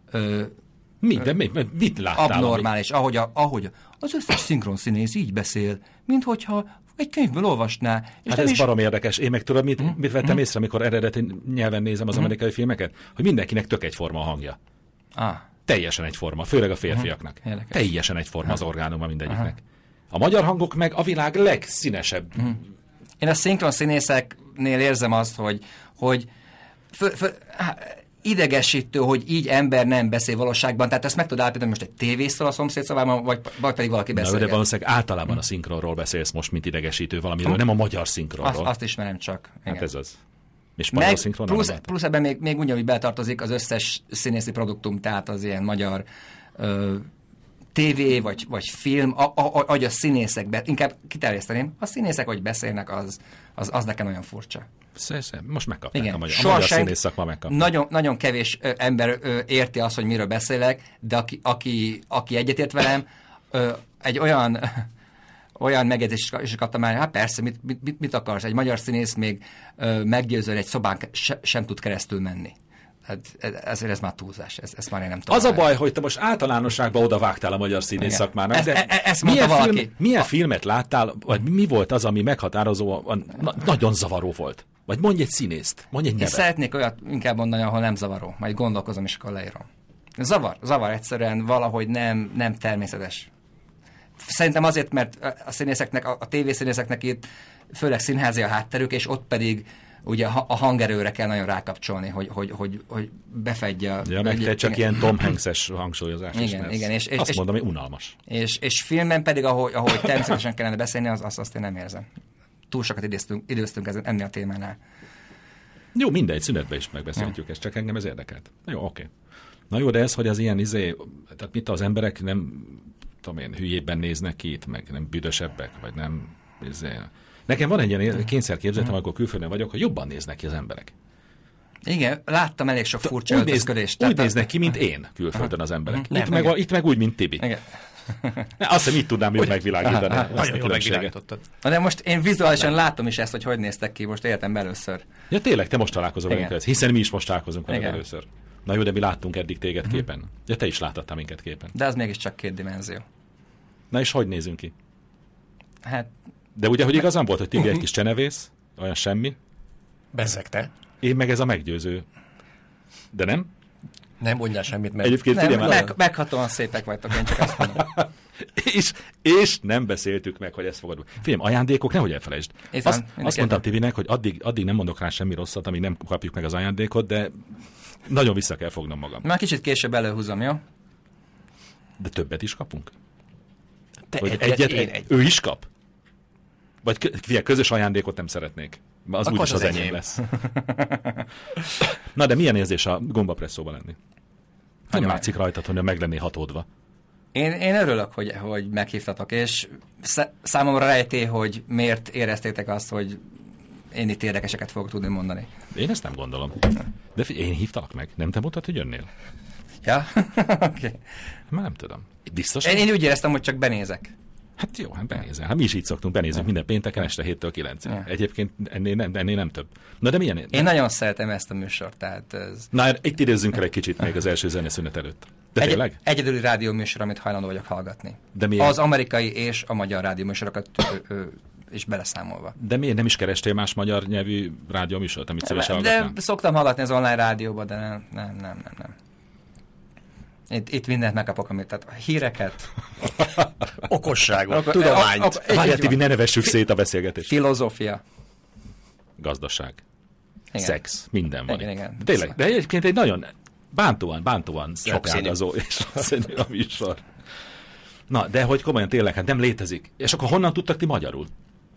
mit láttál?
Abnormális, ahogy az összes szinkronszínész így beszél, mint hogyha egy könyvből olvasná. És
hát ez barom érdekes. Én meg tudod, mit vettem észre, amikor eredeti nyelven nézem az amerikai filmeket? Hogy mindenkinek tök egyforma a hangja. Teljesen egyforma, főleg a férfiaknak. Teljesen egyforma az orgánuma mindegyiknek. A magyar hangok meg a világ legszínesebb.
Én a szinkronszínészeknél érzem azt, hogy idegesítő, hogy így ember nem beszél valóságban, tehát ezt meg tud állítani, most egy tévé szól a szomszéd szobában, vagy pedig valaki beszél.
De valószínűleg általában a szinkronról beszélsz most, mint idegesítő valamiről, nem a magyar szinkronról.
Azt ismerem csak. Igen.
Hát ez az. És magyar szinkron
plusz ebben még ugyanúgy betartozik az összes színészi produktum, tehát az ilyen magyar tévé vagy film, ahogy a színészek, inkább kiterjeszteném, a színészek, hogy beszélnek, az nekem nagyon furcsa.
Most megkapták a magyar színész szakma megkapták.
Nagyon kevés ember érti azt, hogy miről beszélek, de aki egyetért velem, egy olyan megjegyzést is kaptam már, hát persze, mit akarsz? Egy magyar színész még meggyőzően egy szobán sem tud keresztül menni. Ezért ez már túlzás, ezt már én nem tudom.
Az a baj, hogy te most általánosságban odavágtál a magyar színész szakmának, de
ezt mondta valaki.
Milyen filmet láttál, vagy mi volt az, ami meghatározóan nagyon zavaró volt? Vagy mondj egy színészt, mondj egy nevet.
Én szeretnék olyat inkább mondani, ahol nem zavaró, majd gondolkozom, és akkor leírom. Zavar egyszerűen valahogy nem természetes. Szerintem azért, mert a színészeknek, a tévészínészeknek itt főleg színházi a hátterük, és ott pedig ugye a hangerőre kell nagyon rákapcsolni, hogy befedje.
Ja, meg te csak ilyen Tom Hanks-es hangsúlyozás.
Igen. És
azt mondom, hogy unalmas.
És filmben pedig, ahogy természetesen kellene beszélni, azt én nem érzem. Túl sokat időztünk ennél a témánál.
Jó, mindegy, szünetben is megbeszéltjük ezt, csak engem ez érdekelt. Jó, oké. Na jó, de ez, hogy az ilyen tehát mit az emberek nem, tudom én, hülyébben néznek ki itt, meg nem büdösebbek, vagy nem. Nekem van egy ilyen kényszerképzetem, amikor külföldön vagyok, hogy jobban néznek ki az emberek.
Igen, láttam elég sok furcsa öltözködést.
Úgy néznek ki, mint én külföldön az emberek. Itt meg úgy, mint Tibi.
Igen.
Azt hiszem, így tudnám jól megvilágítani.
Nagyon jól megvilágítottad.
De most én vizuálisan látom is ezt, hogy néztek ki, most értem először.
Ja tényleg, te most találkozol velünk, hiszen mi is most találkozunk velünk először. Na jó, de mi láttunk eddig téged képen. Ja, te is láttattál minket képen.
De az mégiscsak 2 dimenzió.
Na és hogy nézünk ki?
Hát
De ugye, hogy igazán volt, hogy Tibi egy kis csenevész, olyan semmi,
Bezzeg te.
én meg ez a meggyőző. De nem?
Nem mondjál semmit, mert
Egyébként
nem,
figyelj már.
meghatóan szépek vagytok, én csak azt mondom.
És nem beszéltük meg, hogy ezt fogadunk. Figyelj, ajándékok, nehogy elfelejtsd. Azt mondtam Tibinek, hogy addig nem mondok rá semmi rosszat, amíg nem kapjuk meg az ajándékot, de nagyon vissza kell fognom magam.
Már kicsit később előhúzom, jó?
De többet is kapunk?
te
Hogy
én egy.
ő is kap? Vagy figyelj, közös ajándékot nem szeretnék. Az
Akkor
úgyis az enyém lesz. Na de milyen érzés a gombapresszóban lenni? Nem
Nagyon
látszik rajtad, hogy meg lenné hatódva.
Én örülök, hogy meghívtatok, és számomra rejtély, hogy miért éreztétek azt, hogy én itt érdekeseket fogok tudni mondani.
Én ezt nem gondolom. De figyelj, én hívtalak meg. Nem te mondtad, hogy jönnél?
Ja? Okay.
Már nem tudom. Biztos?
Én úgy éreztem, hogy csak benézek.
Hát jó, hát benézel. Hát mi is így szoktunk, benézünk minden pénteken este 7-től 9-ig.
Ja.
Egyébként ennél nem több. Na de milyen?
Én nagyon szeretem ezt a műsort, tehát ez...
Na, itt idézzünk el egy kicsit még az első zeneszünet előtt. De tényleg?
Egyedüli rádióműsor, amit hajlandó vagyok hallgatni.
De miért?
Az amerikai és a magyar rádióműsorokat is beleszámolva.
De miért nem is kerestél más magyar nyelvű rádióműsort, amit szívesen
De
hallgatnál?
szoktam hallgatni az online rádióban, de nem. Itt mindent megkapok, amit, tehát híreket,
Okosságot, tudományt.
Várjál, Tibi, ne nevessük szét a beszélgetést.
filozófia.
Gazdaság,
Igen.
szex, minden van.
Igen.
De tényleg, de egyébként egy nagyon bántóan
Sokszínű.
szerteágazó és sokszínű a műsor. Na, de hogy komolyan tényleg, hát nem létezik. És akkor honnan tudtak ti magyarul?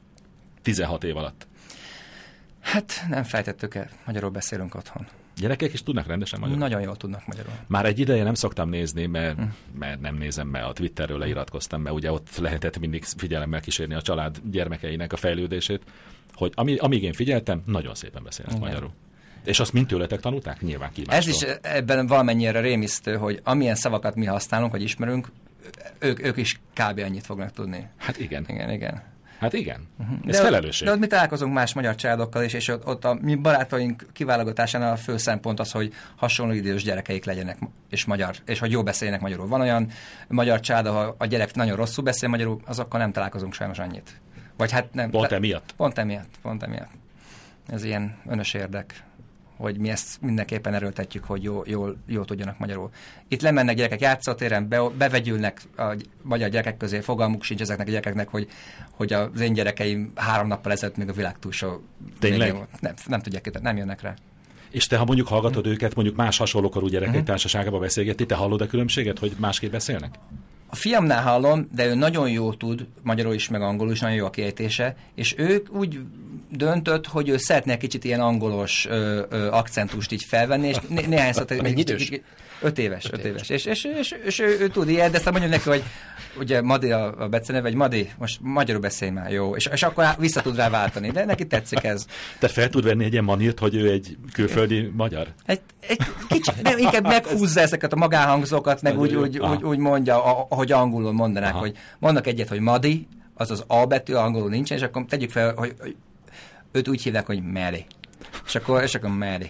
16 év alatt.
Hát nem fejtettük el, magyarul beszélünk otthon.
Gyerekek is tudnak rendesen magyarul?
Nagyon jól tudnak magyarul.
Már egy ideje nem szoktam nézni, mert nem nézem, mert a Twitterről leiratkoztam, mert ugye ott lehetett mindig figyelemmel kísérni a család gyermekeinek a fejlődését, hogy amíg én figyeltem, nagyon szépen beszélnek magyarul. És azt mind tőletek tanulták? Nyilván ki
Ez is ebben valamennyire rémisztő, hogy amilyen szavakat mi használunk, vagy ismerünk, ők is kb. Annyit fognak tudni.
Hát igen.
Igen.
Hát igen. Ez felelősség.
De ott mi találkozunk más magyar családokkal is, és ott a mi barátaink kiválogatásánál a fő szempont az, hogy hasonló idős gyerekeik legyenek, és hogy jól beszéljenek magyarul. Van olyan magyar család, ahol a gyerek nagyon rosszul beszél magyarul, azokkal nem találkozunk sajnos annyit. Vagy hát nem.
Pont emiatt?
Pont emiatt. Ez ilyen önös érdek, hogy mi ezt mindenképpen erőltetjük, hogy jól tudjanak magyarul. Itt lemennek gyerekek játszótéren, bevegyülnek a magyar gyerekek közé, fogalmuk sincs ezeknek a gyerekeknek, hogy az én gyerekeim 3 nappal ezelőtt még a világ túlsó.
Tényleg?
Nem tudják, nem jönnek rá.
És te, ha mondjuk hallgatod őket, mondjuk más hasonlókorú gyerekek társaságában beszélgetni, te hallod a különbséget, hogy másképp beszélnek?
A fiamnál hallom, de ő nagyon jól tud, magyarul is, meg angolul is, nagyon jó a kiejtése, és ő úgy döntött, hogy ő szeretne kicsit ilyen angolos akcentust így felvenni, és néhányszor...
Mennyi idős?
5 éves. És ő tud ilyet, de aztán mondjuk neki, hogy ugye Madi a beceneve, vagy Madi, most magyarul beszélj már, jó, és akkor vissza tud rá váltani, de neki tetszik ez.
Tehát fel tud venni egy ilyen manírt, hogy ő egy külföldi magyar?
Egy kicsit, nem, inkább meghúzza ezeket a magánhangzókat, meg úgy mondja, ahogy angolul mondanák, hogy mondnak egyet, hogy Madi, az az A betű, angolul nincsen, és akkor tegyük fel, hogy őt úgy hívják, hogy Mary. És akkor Mary.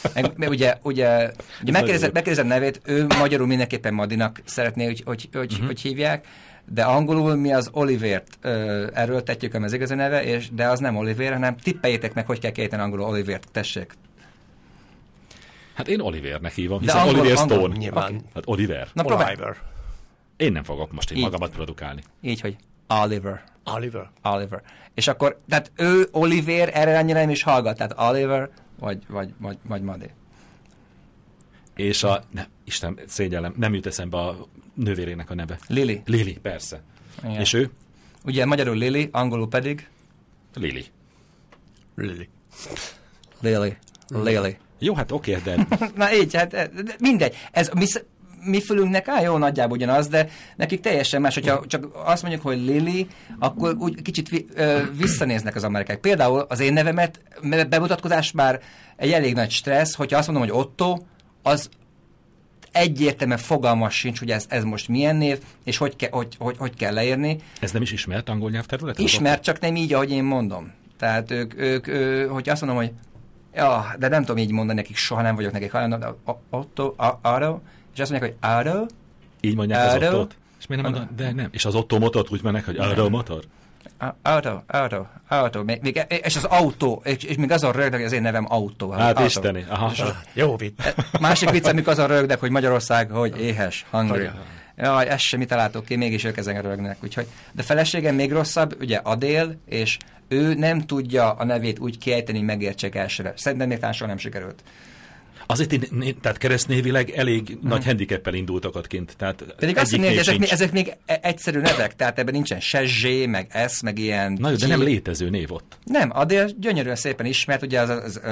Ugye megkérdezed nevét, ő magyarul mindenképpen Madinak szeretné, hogy hívják, de angolul mi az Olivért erőltetjük, ami az igazi neve, de az nem Oliver, hanem tippeljétek meg, hogy kell kiejteni angolul Olivért, tessék.
Hát én Olivernek hívom, hiszen Oliver Stone.
Nyilván.
Okay. Hát Oliver.
Na,
Oliver.
Én nem fogok most
Így.
magamat produkálni.
Így, hogy Oliver. És akkor, tehát ő Oliver, erre annyira nem is hallgat, tehát Oliver, vagy Madi.
És Isten, szégyellem, nem jut eszembe a nővérének a neve.
Lili,
persze.
Igen.
És ő?
Ugye magyarul Lili, angolul pedig
Lili.
Lili.
Jó, hát oké, de...
Na így, hát mindegy. Ez mi fülünknek jó nagyjából ugyanaz, de nekik teljesen más. Hogyha csak azt mondjuk, hogy Lili, akkor úgy kicsit visszanéznek az amerikák. Például az én nevemet, bemutatkozás már egy elég nagy stressz, hogyha azt mondom, hogy Otto, az egyértelműen fogalmas sincs, hogy ez most milyen név, és hogy kell leírni.
Ez nem is ismert angol nyelvterület?
Ismert, csak nem így, ahogy én mondom. Tehát ők hogy azt mondom, hogy Ja, de nem tudom így mondani nekik, soha nem vagyok nekik hajlandó. Auto, és azt mondják, hogy auto.
Így mondják az Ottót? És miért nem mondod? De nem. És az Ottó motort úgy mennek, hogy Auto motor?
Autó. És az autó, és még azon rögnek, hogy az én nevem Autó.
Hát
autó.
isteni. Aha.
Jó vicc.
Másik vicc, amikor azon rögnek, hogy Magyarország, hogy éhes, hungry. Jaj, ezt sem találtok ki, mégis ők ezen rögnek. Úgyhogy, de feleségem még rosszabb, ugye Adél, és ő nem tudja a nevét úgy kiejteni, hogy megértsék elsőre. Szerintem még társadalom nem sikerült.
Azért tehát keresztnévileg elég nagy handicappel indultak ott kint. Tehát
pedig azt mondja, hogy ezek még egyszerű nevek, tehát ebben nincsen se Z, meg S, meg ilyen...
Na jó, de nem létező név ott.
Nem, Adél gyönyörűen szépen ismert, ugye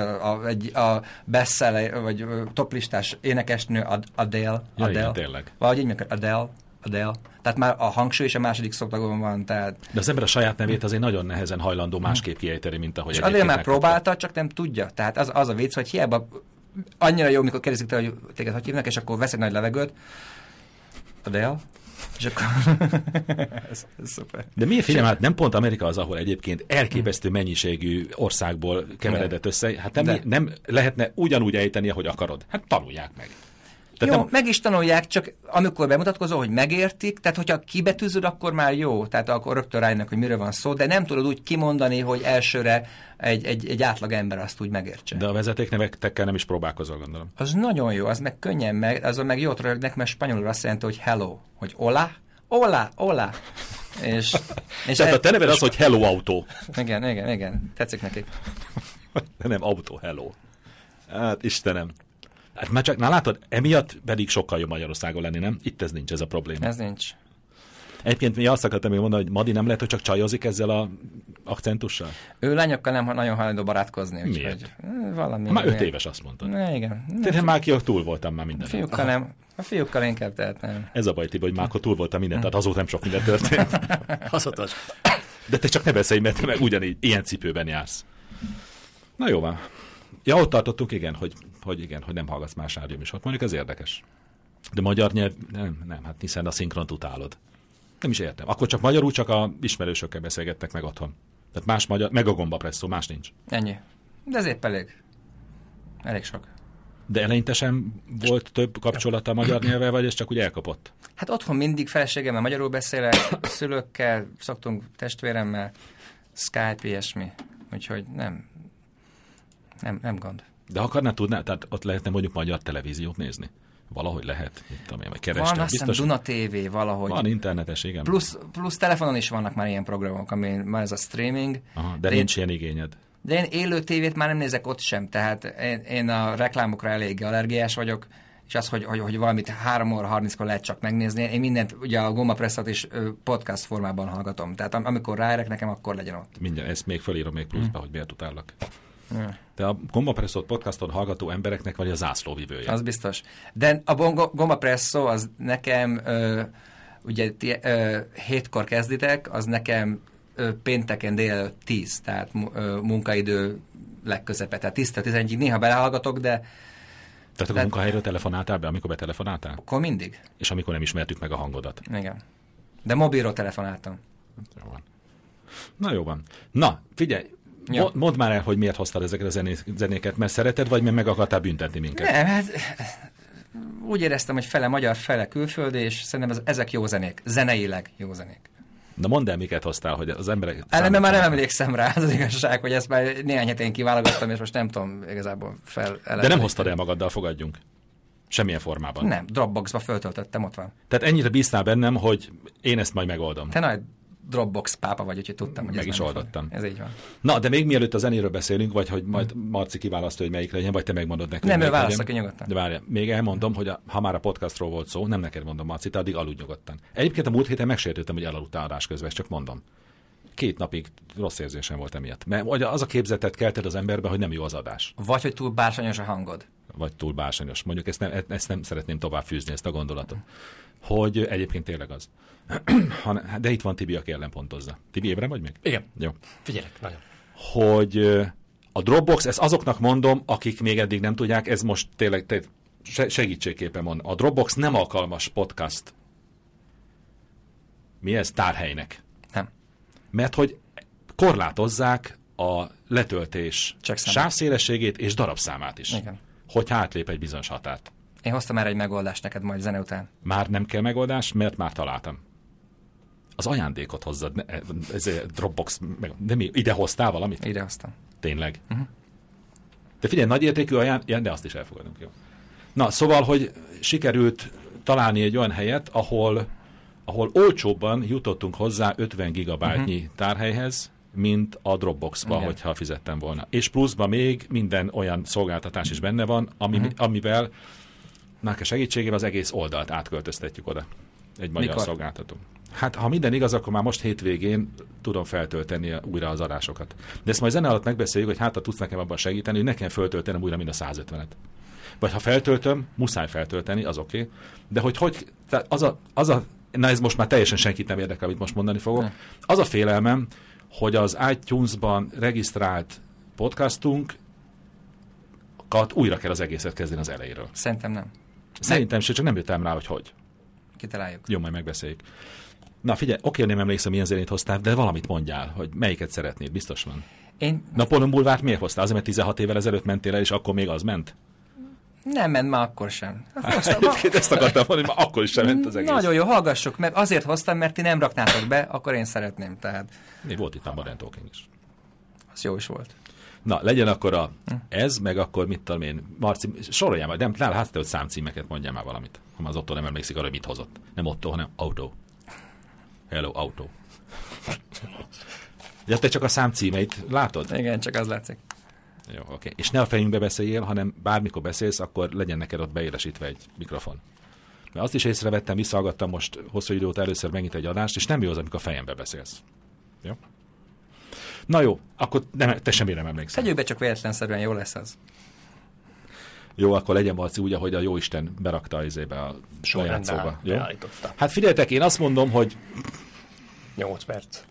a bestseller, vagy toplistás énekesnő Adele.
Ja, tényleg.
Valahogy így meg Adele. Tehát már a hangsúly és a második szoktagon van, tehát...
De az ember a saját nevét azért nagyon nehezen hajlandó másképp kiejteni, mint ahogy
és Adél már próbálta, csak nem tudja. Tehát az a vicc, hogy hiába annyira jó, mikor kérdezik tőle, hogy téged hogy hívnak, és akkor vesz egy nagy levegőt. Adél. És akkor... ez szuper.
De miért figyelj, hát nem pont Amerika az, ahol egyébként elképesztő mennyiségű országból keveredett össze. Hát nem lehetne ugyanúgy ejteni, ahogy akarod. Hát tanulják meg.
Tehát jó, meg is tanulják, csak amikor bemutatkozol, hogy megértik, tehát hogyha kibetűzöd, akkor már jó, tehát akkor rögtön rájönnek, hogy miről van szó, de nem tudod úgy kimondani, hogy elsőre egy átlag ember azt úgy megértse.
De a vezetéknevekkel nem is próbálkozol, gondolom.
Az nagyon jó, az meg könnyen, azon meg jót rögnek, mert spanyolul azt jelenti, hogy hello, hogy hola. És
tehát a te neved az, hogy hello autó.
Igen, tetszik nekik.
Nem autó, hello. Hát Istenem. Hát már csak, látod, emiatt pedig sokkal jobb Magyarországon lenni, nem? Itt ez nincs, ez a probléma.
Ez nincs.
Egyébként mi azt akartam még mondani, hogy Madi nem lehet, hogy csak csajozik ezzel a akcentussal?
Ő lányokkal nem nagyon hajlandó barátkozni.
Miért?
Valami.
Már 5 éves azt mondtad.
Igen.
Tehát már ki túl voltam már minden.
Fiúkkal nem. A fiúkkal inkább, tehát nem.
Ez a baj, Tibi, hogy már akkor túl voltam minden, tehát azóta nem sok minden történt.
Hazatas.
De te csak ne beszélj, mert te meg ugyanígy ilyen cipőben jársz. Na jó van. Ja, ott tartottunk, igen, hogy nem hallgatsz más rádióműsort. Mondjuk ez érdekes. De magyar nyelv, nem, hát hiszen a szinkront utálod. Nem is értem. Akkor csak magyarul, csak a ismerősökkel beszélgettek meg otthon. Tehát más magyar, meg a gombapresszó, más nincs.
Ennyi. De ez épp elég. Elég sok.
De eleinte sem volt több kapcsolata a magyar nyelvvel, vagy ez csak úgy elkapott?
Hát otthon mindig feleségemmel magyarul beszélek, szülőkkel, szoktunk testvéremmel, Skype, ilyesmi. Úgyhogy nem gond.
De akarná tudná, tehát ott lehetne mondjuk magyar televíziót nézni? Valahogy lehet, vagy kerestem.
Van, azt hiszem Duna TV valahogy.
Van internetes, igen.
Plusz telefonon is vannak már ilyen programok, ami már ez a streaming.
Aha, de nincs ilyen igényed.
De én élő tévét már nem nézek ott sem, tehát én a reklámokra elég allergiás vagyok, és az, hogy valamit 3 óra 30-kor lehet csak megnézni, én mindent, ugye a Gombapresszót is podcast formában hallgatom, tehát amikor ráérek nekem, akkor legyen ott.
Mindjárt, ezt még fölírom még pluszba, hogy miért utállak. De a Gombapresszót podcaston hallgató embereknek vagy a zászlóvivője.
Az biztos. De a Gombapresszó az nekem, ugye 7-kor kezditek, az nekem pénteken délelőtt 10, tehát munkaidő legközepe, tehát 10-11-ig néha belehallgatok, de...
Tehát a munkahelyről telefonáltál be, amikor betelefonáltál?
Akkor mindig.
És amikor nem ismertük meg a hangodat?
Igen. De mobilról telefonáltam.
Jó van. Na jó van. Na, figyelj, ja. Mondd már el, hogy miért hoztad ezeket a zenéket, mert szereted, vagy mert meg akartál büntetni minket?
Nem, hát úgy éreztem, hogy fele magyar, fele külföldi, és szerintem ezek jó zenék, zeneileg jó zenék.
Na mondd el, miket hoztál, hogy az emberek...
Ellenben már nem emlékszem rá, az igazság, hogy ezt már néhány hetén kiválogattam, és most nem tudom igazából
De nem hoztad el magaddal, fogadjunk. Semmilyen formában.
Nem, Dropboxba föltöltöttem, ott van.
Tehát ennyire bíztál bennem, hogy én ezt majd megoldom.
Te nagy Dropbox pápa vagy, úgyhogy tudtam, hogy
meg is oldottam.
Ez így van.
Na, de még mielőtt a zenéről beszélünk, vagy hogy majd Marci kiválasztja, hogy melyik legyen, vagy te megmondod nekünk.
Nem, ő válaszol ki nyugodtan.
De várjál, még elmondom, hogy ha már a podcastról volt szó, nem neked mondom, Marci, te addig aludj nyugodtan. Egyébként a múlt héten megsértődtem, hogy elaludtál adás közben, csak mondom. 2 napig rossz érzésem volt emiatt. Mert az a képzetet kelted az emberbe, hogy nem jó az adás.
Vagy hogy túl bársonyos a hangod.
Vagy túl bársonyos. Mondjuk ezt nem szeretném tovább fűzni, ezt a gondolatot. Hogy egyébként tényleg az. De itt van Tibi, aki ellenpontozza. Tibi, ébren vagy még?
Igen.
Jó.
Figyelek, nagyon.
Hogy a Dropbox, ezt azoknak mondom, akik még eddig nem tudják, ez most tényleg segítségképpen mondom. A Dropbox nem alkalmas podcast. Mi ez? Tárhelynek.
Nem.
Mert hogy korlátozzák a letöltés sávszélességét és darabszámát is.
Igen.
Hogyha átlép egy bizonyos határt.
Én hoztam már egy megoldást neked majd zene után.
Már nem kell megoldás, mert már találtam. Az ajándékot hozzad, ez Dropbox, de mi, ide hoztál valamit?
Ide hoztam.
Tényleg? De figyelj, nagy értékű de azt is elfogadunk, jó. Na, szóval, hogy sikerült találni egy olyan helyet, ahol olcsóbban jutottunk hozzá 50 gigabájtnyi tárhelyhez, mint a Dropbox-ba, hogyha fizettem volna. És pluszban még minden olyan szolgáltatás is benne van, amivel a segítségével az egész oldalt átköltöztetjük oda. Egy magyar szolgáltató. Hát, ha minden igaz, akkor már most hétvégén tudom feltölteni újra az adásokat. De ezt majd zene alatt megbeszéljük, hogy hát, tudsz nekem abban segíteni, hogy nekem föltöltenem újra mind a 150-et. Vagy ha feltöltöm, muszáj feltölteni, az oké. De tehát na ez most már teljesen senkit nem érdekel, amit most mondani fogok. Az a félelmem, hogy az iTunes-ban regisztrált podcastunkat újra kell az egészet kezdeni az elejéről.
Szerintem nem.
Szerintem se, csak nem jöttem rá, hogy hogy.
Kitaláljuk.
Jó, majd megbeszéljük. Na figyelj, oké, nem emlékszem, milyen zenét hoztál, de valamit mondjál, hogy melyiket szeretnéd, biztos van. Napoleon Bulvárt miért hoztál? Azért, mert 16 évvel ezelőtt mentél el, és akkor még az ment?
Nem ment már akkor sem.
Egyébként ezt akartam mondani, már akkor is sem ment az egész.
Nagyon jó, hallgassuk, mert azért hoztam, mert ti nem raknátok be, akkor én szeretném. Tehát...
Még volt itt a Modern Talking is.
Az jó is volt.
Na, legyen akkor ez, meg akkor mit tudom én, Marci, soroljál majd, nem, hát te ott számcímeket mondjál már valamit. Ha már az Otto nem emlékszik arra, hogy mit hozott. Nem Otto, hanem Auto. Hello, Auto. Ja, te csak a számcímeit látod?
Igen, csak az látszik.
Jó, oké. És ne a fejünkbe beszéljél, hanem bármikor beszélsz, akkor legyen neked ott beélesítve egy mikrofon. Mert azt is észrevettem, visszahallgattam most hosszú idő óta először megint egy adást, és nem jó az, amikor a fejembe beszélsz. Jó? Na jó, akkor te semmire nem emlékszel.
Tegyük be, csak véletlenszerűen jó lesz az.
Jó, akkor legyen Marci úgy, ahogy a Jóisten berakta a lejátszóba. Jó? Hát figyeljetek, én azt mondom, hogy
8 perc.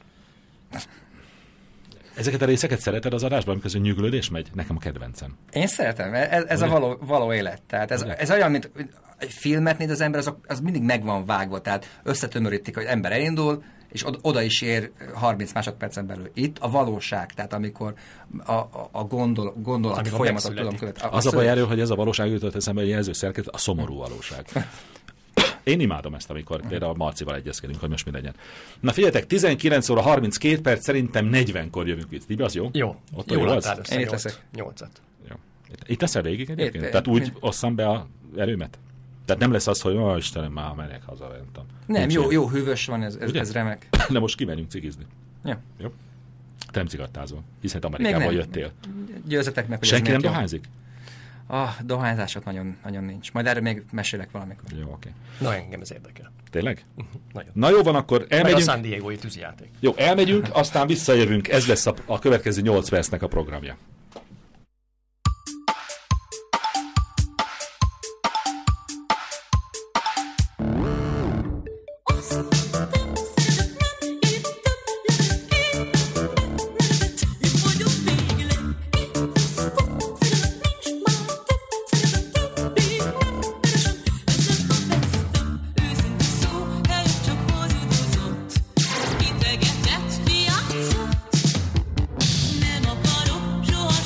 Ezeket a részeket szereted az adásban, amikor nyűgölődés megy? Nekem a kedvencem.
Én szeretem, ez a való élet. Tehát ez olyan, mint egy filmet néz az ember, az mindig meg van vágva, tehát összetömörítik, hogy ember elindul, és oda is ér 30 másodpercen belül. Itt a valóság, tehát amikor a gondolat folyamatot tudom követni.
Az a baj erről, hogy ez a valóság jutott eszembe, hogy jelzőszerkezet, a szomorú valóság. Én imádom ezt, amikor például Marcival egyezkedünk, hogy most mi legyen. Na figyeljetek, 19 óra 32 perc, szerintem 40-kor jövünk itt. Tibi, az jó?
Jó.
Ott jó az?
Én itt leszek.
8-at.
Jó. Itt teszel végig egyébként? Tehát úgy osszam be a erőmet? Tehát nem lesz az, hogy Istenem, már megyek haza, nem tudom.
Nem, jó hűvös van, ez remek.
De most kimegyünk cigizni.
Ja.
Jó? Te nem cigattázol, hiszen Amerikából jöttél.
Győzzetek meg, hogy
senki nem dohányzik?
Dohányzások nagyon nincs. Majd erről még mesélek valamikor.
Jó, oké.
Na, engem ez érdekel.
Tényleg?
Nagyon.
Na jó van, akkor elmegyünk.
Meg a San Diego-i tűzijáték.
Jó, elmegyünk, aztán visszajövünk. Ez lesz a következő 8 percnek a programja.
Nem akarok soha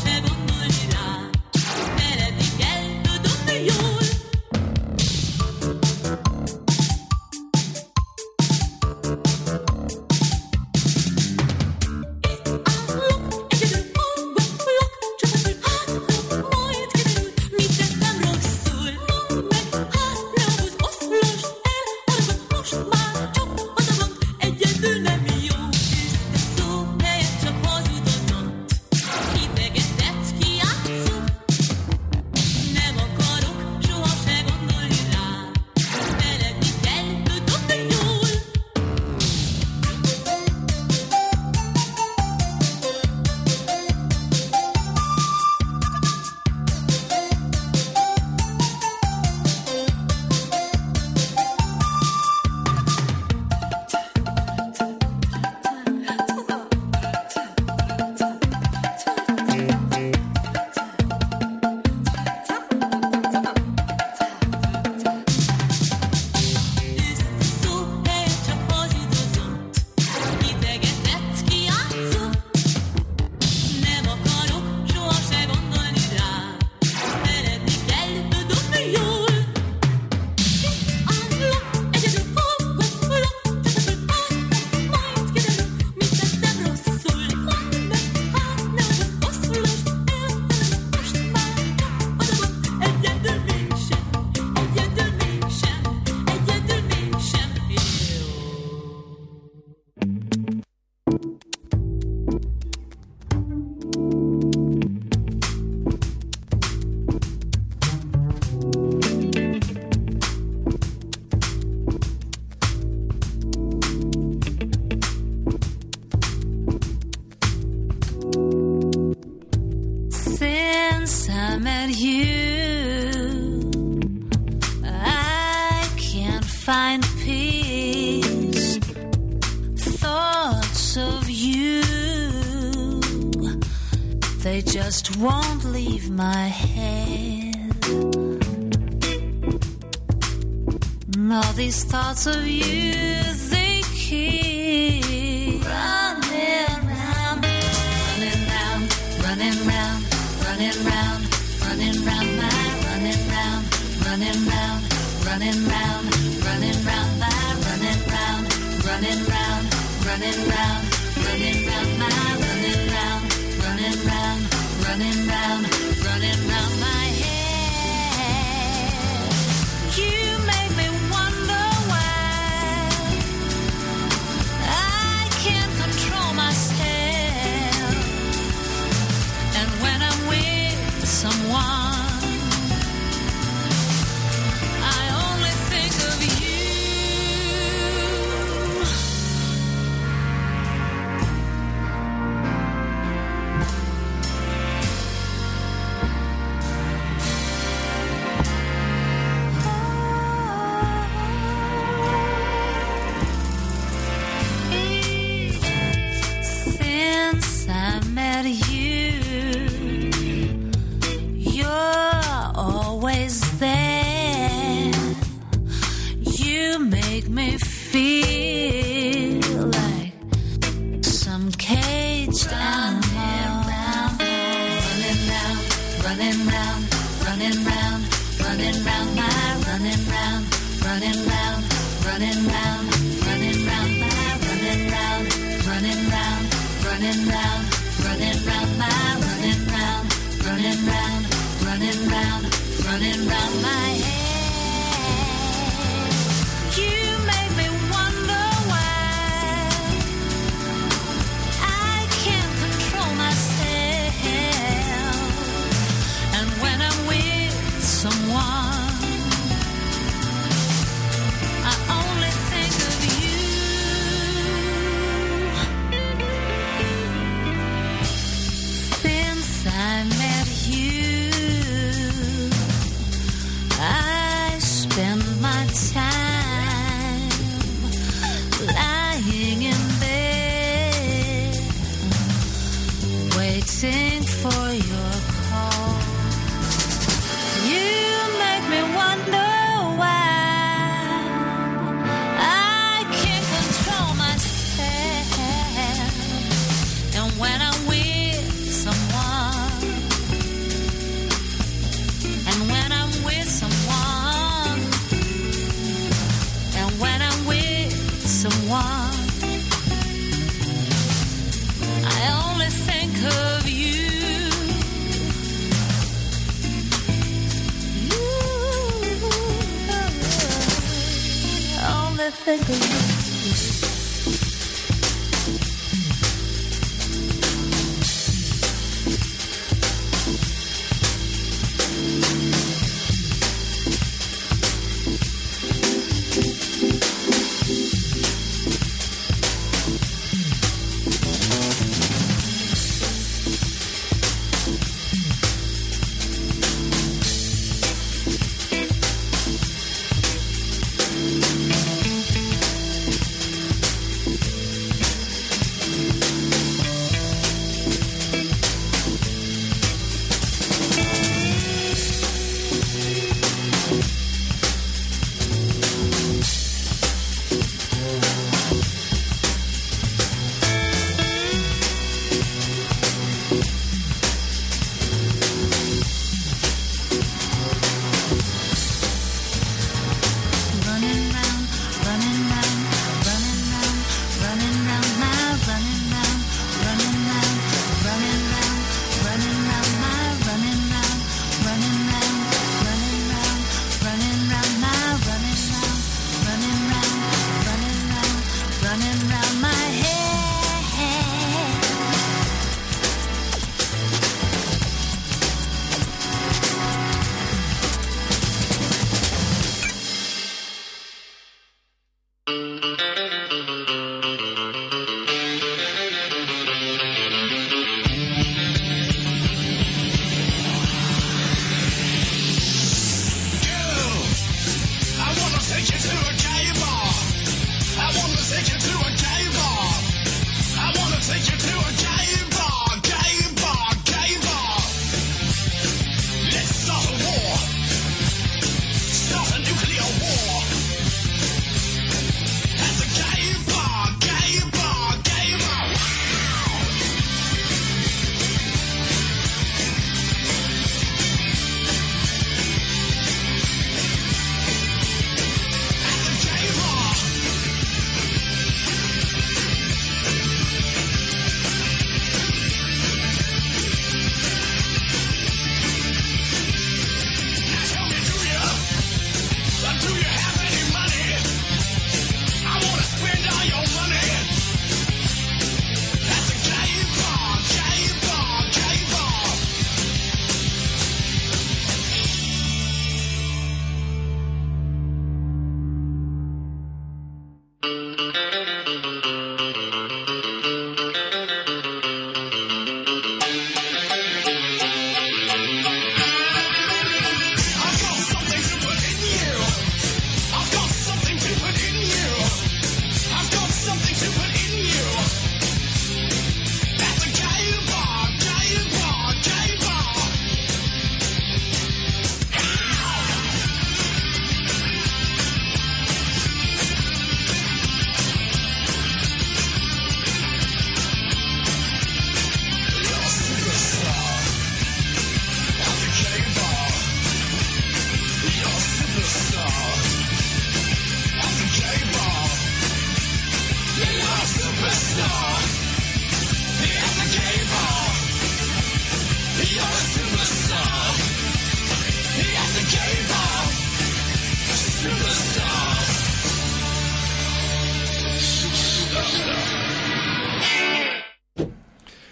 just won't leave my head. And all these thoughts of you, they keep running round, running round, running round, running round, running round, my running round, running round, running round, running round, my running round, running round, running round, running round, my running round, running round, running round, running round my head. You make me wonder why I can't control myself. And when I'm with someone, I only think of you. Since I met you, you're always there. You make me feel like some caged animal. Running round, running round, running round, running round, my running round, running round, running round, running round, my running round, running round, running round, running round, my running round, running round, running round, running round my head. You make me wonder why I can't control myself. And when I'm with someone, I only think of you. Since I met you, I spend my time lying in bed, waiting for your call. You make me wonder why I can't control myself. And when I'm with someone, and when I'm with someone, and when I'm with someone, I only think of you. You, I only think of you.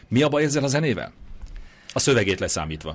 Mi a baj ezzel a zenével? A szövegét leszámítva.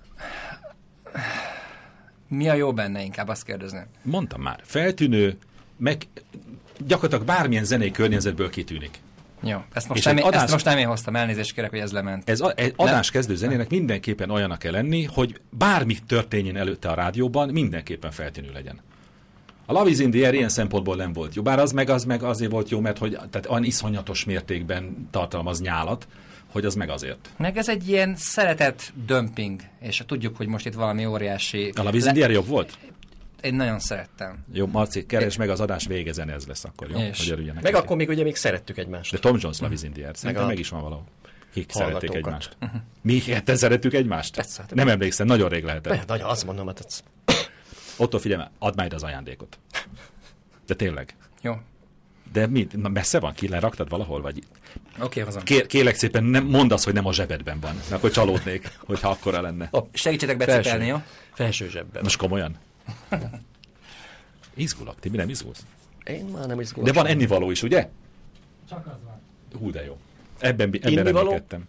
Mi a jó benne, inkább azt kérdezném.
Mondtam már, feltűnő, meg gyakorlatilag bármilyen zenei környezetből kitűnik.
Jó, ezt
És
most nem én hoztam, elnézést kérek, hogy ez lement.
Egy adáskezdő zenének mindenképpen olyanak kell lenni, hogy bármi történjen előtte a rádióban, mindenképpen feltűnő legyen. A Love is in the Air ilyen szempontból nem volt jó, bár az meg azért volt jó, mert hogy, tehát olyan iszonyatos mértékben tartalmaz nyálat, hogy az meg azért.
Meg ez egy ilyen szeretett dömping, és tudjuk, hogy most itt valami óriási...
A Love is in the Air jobb volt?
Én nagyon szerettem.
Jó, Marci, keresd meg az adás vége zene, ez lesz akkor, jó? Hogy örüljenek.
Meg akkor még szerettük egymást.
De Tom Jones Love is in the Air, szerintem meg is van valahol. Kik szerették
hallgatókat.
egymást? Mi ketten szerettük egymást?
Persze.
Nem emlékszem, nagyon rég lehetett.
Nagyon, azt mondom, hát ez...
Ottól figyelj, add majd az ajándékot. De tényleg.
Jó.
De mi? Messze van? Ki leraktad valahol? Vagy...
Oké, hozom.
Kérlek szépen, nem, mondd azt, hogy nem a zsebedben van. Mert akkor csalódnék, hogyha akkora lenne.
Segítsetek becipelni, jó?
Felső zsebben.
Most komolyan? Izgulok, ti mi nem izgulsz?
Én már nem izgulok.
De van ennivaló is, ugye? Csak az van. Hú, de jó. Ebben reménykedtem.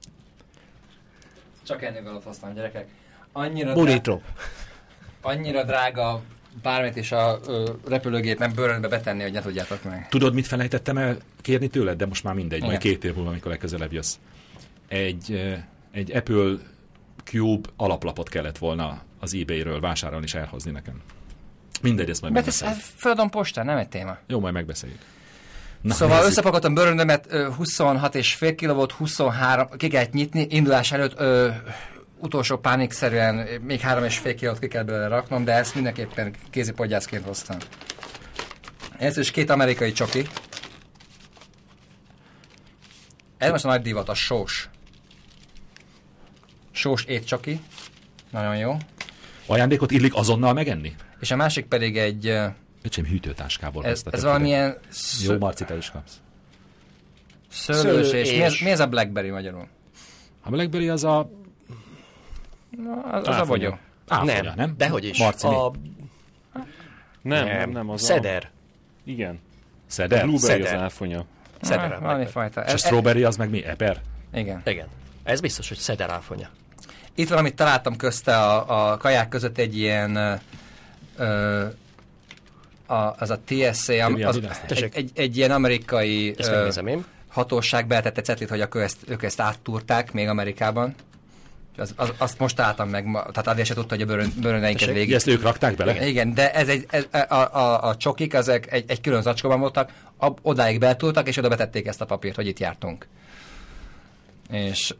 Csak ennivalót hoztam, gyerekek. Annyira
Burrito.
Annyira drága bármit is a repülőgépen bőrönbe betenni, hogy ne tudjátok meg.
Tudod, mit felejtettem el kérni tőled? De most már mindegy, majd
Igen.
2 év múlva, amikor legközelebb jössz. Egy Apple Cube alaplapot kellett volna az eBay-ről vásárolni és elhozni nekem. Mindegy, ezt majd
Mert ez
megbeszéljük.
földön postán, nem egy téma.
Jó, majd megbeszéljük. Na,
Szóval
nézzük.
összepakoltam bőröndömet, 26,5 kg volt, 23, ki kellett nyitni, indulás előtt utolsó pánikszerűen még 3,5 kilót ki kell belőle raknom, de ezt mindenképpen kézipodgyászként hoztam. Ez is 2 amerikai csoki. Ez most a nagy divat, a sós. Sós étcsoki. Nagyon jó.
Ajándékot illik azonnal megenni?
És a másik pedig egy...
Öcsém, hűtőtáskából
Ez valamilyen
Jó, Marci, te is kapsz.
szőlős és... Mi ez a Blackberry magyarul?
A Blackberry az a...
Az a bogyó.
Áfonya, nem?
Dehogy is.
Marci, mi?
Nem, az
Szeder.
Igen.
Szeder?
A blueberry
Szeder.
az áfonya.
Szeder.
Valami
Blackberry.
fajta.
És a strawberry az meg mi? Eper?
Igen.
Igen. Ez biztos, hogy szeder áfonya.
Itt valamit találtam közte a kaják között egy ilyen az a TSA, egy ilyen amerikai
Ezt megnézem én.
hatóság beletette cetlit, hogy ők ezt áttúrták még Amerikában. Azt most találtam meg, tehát azért se tudta, hogy a bőröndeinket végig.
Ezt ők rakták bele?
Igen, de a csokik azok egy külön zacskóban voltak, odáig betúltak, és oda betették ezt a papírt, hogy itt jártunk. És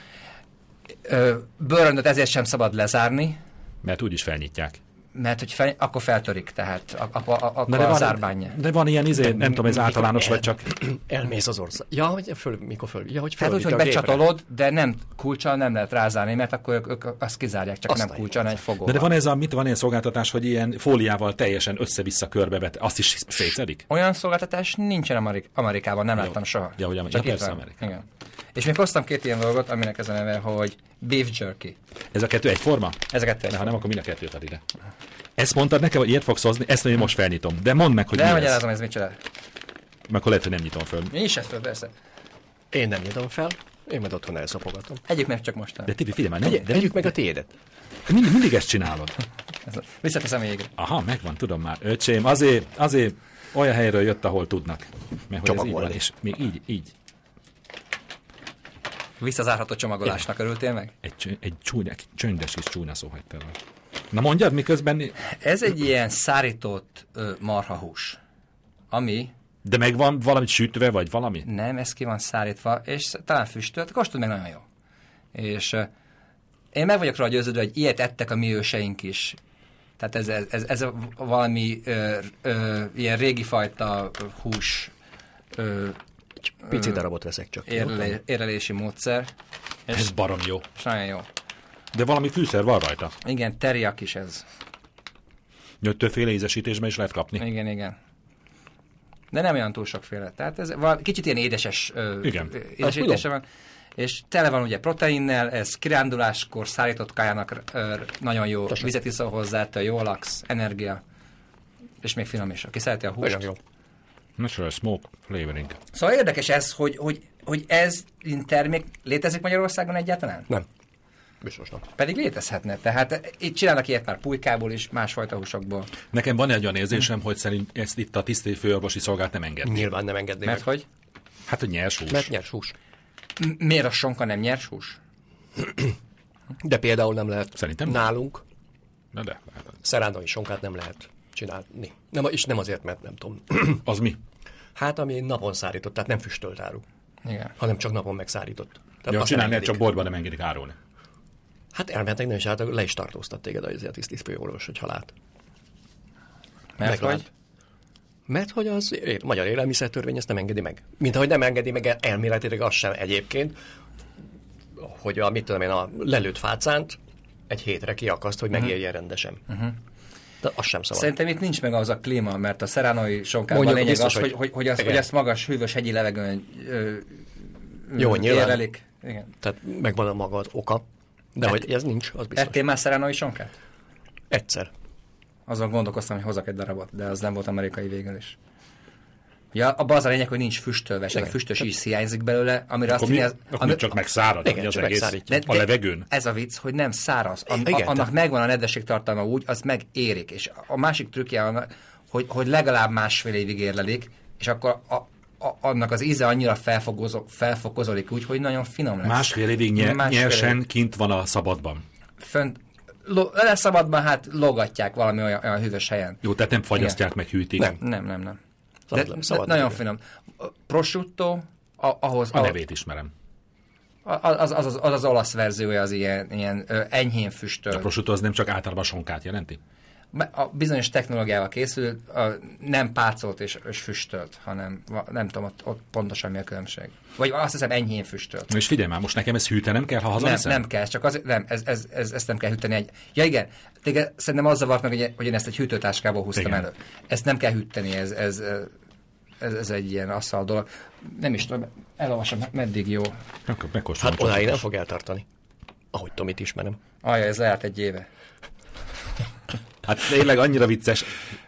bőröndöt ezért sem szabad lezárni,
Mert úgyis felnyitják.
mert hogy akkor feltörik, tehát akkor a zárbánja.
De van ilyen nem tudom, ez általános, vagy csak...
Elmész az ország. Ja, hogy mikor föl? Ja, hogy
Tehát úgy, hogy becsatolod, de nem kulccsal nem lehet rázárni, mert akkor ők azt kizárják, csak nem kulccsal, hanem egy fogóval.
De van ez van ilyen szolgáltatás, hogy ilyen fóliával teljesen össze-vissza körbe azt is szétszedik?
Olyan szolgáltatás nincsen Amerikában, nem láttam soha.
Ja, hogy
Csak itt
persze
van.
Amerikában.
Igen. És még hoztam 2 ilyen dolgot, aminek ez a neve, hogy beef jerky.
Ez a 2 egyforma?
Ez a 2
Ha
egyforma.
nem, akkor mind a 2-t ad ide. Ezt mondtad nekem, hogy ilyet fogsz hozni? Ezt én most felnyitom. De mondd meg, hogy
De
mi ez.
elmagyarázom, ez micsoda.
Mert akkor lehet, hogy nem nyitom föl.
Mi is ezt föl, persze.
Én nem nyitom fel, én majd otthon elszapogatom.
Együk meg csak most.
De Tibi, figyelj már, nem,
Vegyük meg a tiédet.
mindig ezt csinálod.
Visszateszem végre.
Aha, megvan, tudom már. Öcsém, azért olyan helyről jött, ahol tudnak. Mert hogy ez így van, és még így.
Visszazárható csomagolásnak örültél meg?
Egy csöndes kis csúnya szó hagytál. Na mondjad, miközben...
Ez egy ilyen szárított marhahús, ami
De megvan valamit sütve, vagy valami?
nem, ez ki van szárítva, és talán füstölt, kóstold meg, nagyon jó. És én meg vagyok róla győződve, hogy ilyet ettek a mi őseink is. Tehát ez valami ilyen régi fajta hús
Egy pici darabot veszek csak.
érelési módszer.
Ez barom jó.
És nagyon jó.
De valami fűszer van rajta.
Igen, teriak is ez.
Többféle ízesítésben is lehet kapni.
Igen. De nem olyan túl sokféle. Tehát ez kicsit ilyen édeses
Igen.
édesítése van. És tele van ugye proteinnel, ez kiránduláskor szállított kajának nagyon jó. Vizet iszol hozzá, jó lax, energia, és még finom is. Aki szereti a húst.
Nagyon jó.
Natural smoke flavoring.
Szóval érdekes ez, hogy ez termék létezik Magyarországon egyáltalán?
Nem. Biztos nem.
Pedig létezhetne. Tehát itt csinálnak ilyet már pulykából is, másfajta húsokból.
Nekem van egy olyan érzésem, hogy szerint ezt itt a tiszti főorvosi szolgálat nem engedni.
Nyilván nem engedné
Mert
meg.
hogy?
Hát, hogy nyers hús.
Mert nyers hús.
Miért a sonka nem nyers hús?
De például nem lehet
Szerintem
nálunk
de.
szeránai sonkát nem lehet csinálni. És nem azért, mert nem tudom.
Az mi?
Hát, ami napon szárított, tehát nem füstölt áru,
Igen.
hanem csak napon megszárított. Tehát
Ja,
azt
csinálni,
nem
csak
engedik.
boltban nem engedik árulni.
Hát elmentek, nem is által, le is tartóztat téged a tisztifőorvos, hogyha lát.
Mert
Meglát.
hogy?
Mert hogy az magyar élelmiszertörvény ezt nem engedi meg. Mint ahogy nem engedi meg elméletileg az sem egyébként, hogy mit tudom én, a lelőtt fácánt egy hétre kiakaszt, hogy megérjen rendesen. De az sem szabad.
Szerintem itt nincs meg az a klíma, mert a szeránoi sonkában
Mondjuk
lényeg
biztos,
az, hogy
igen.
ezt magas, hűvös hegyi levegőn
Jó, nyilván.
érelik. Igen.
Tehát megvan a maga az oka, de hogy ez nincs, az biztos.
Ettél már szeránoi sonkát?
Egyszer.
Azon gondolkoztam, hogy hozok egy darabot, de az nem volt amerikai végül is. Ja, abban az a lényeg, hogy nincs füstölve, és a
Igen.
füstös is hiányzik belőle, amire azt
Akkor, mi,
hinni,
akkor csak megszárad,
Igen,
az
csak
egész
megszárítja.
a levegőn.
Ez a vicc, hogy nem száraz.
Igen,
Annak
tehát-
megvan a nedvességtartalma úgy, az megérik. És a másik trükkje annak, hogy legalább másfél évig érlelik, és akkor annak az íze annyira felfokozolik úgy, hogy nagyon finom lesz.
Másfél évig
Másfél
nyersen
évig.
kint van a szabadban.
Fönt, szabadban hát logatják valami olyan hűvös helyen.
Jó, tehát nem fagyasztják meg, hűtik.
Nem.
Nem.
Szabad
Nagyon
levegő.
finom. Prosciutto, ahhoz...
A nevét ismerem.
Az olasz verziója az ilyen enyhén
A
füstöl.
prosciutto az nem csak általában sonkát jelenti?
A bizonyos technológiával készül, nem pácolt és füstölt, hanem nem tudom, ott pontosan mi a különbség. Vagy azt hiszem enyhén füstölt.
És figyelj már, most nekem ez hűtenem kell, ha hazaviszem?
Nem kell, csak azért, nem, ezt nem kell hűteni Ja igen, téged szerintem az zavart meg, hogy én ezt egy hűtőtáskából húztam
Igen.
elő. Ezt nem kell hűteni, ez egy ilyen asszal dolog. Nem is tudom, elolvasom, meddig jó.
Akkor megkóstolom.
Hát odáig nem fog eltartani. Ahogy Tomit ismerem.
Ajja, ez lejárt egy éve.
Hát tényleg annyira vicces.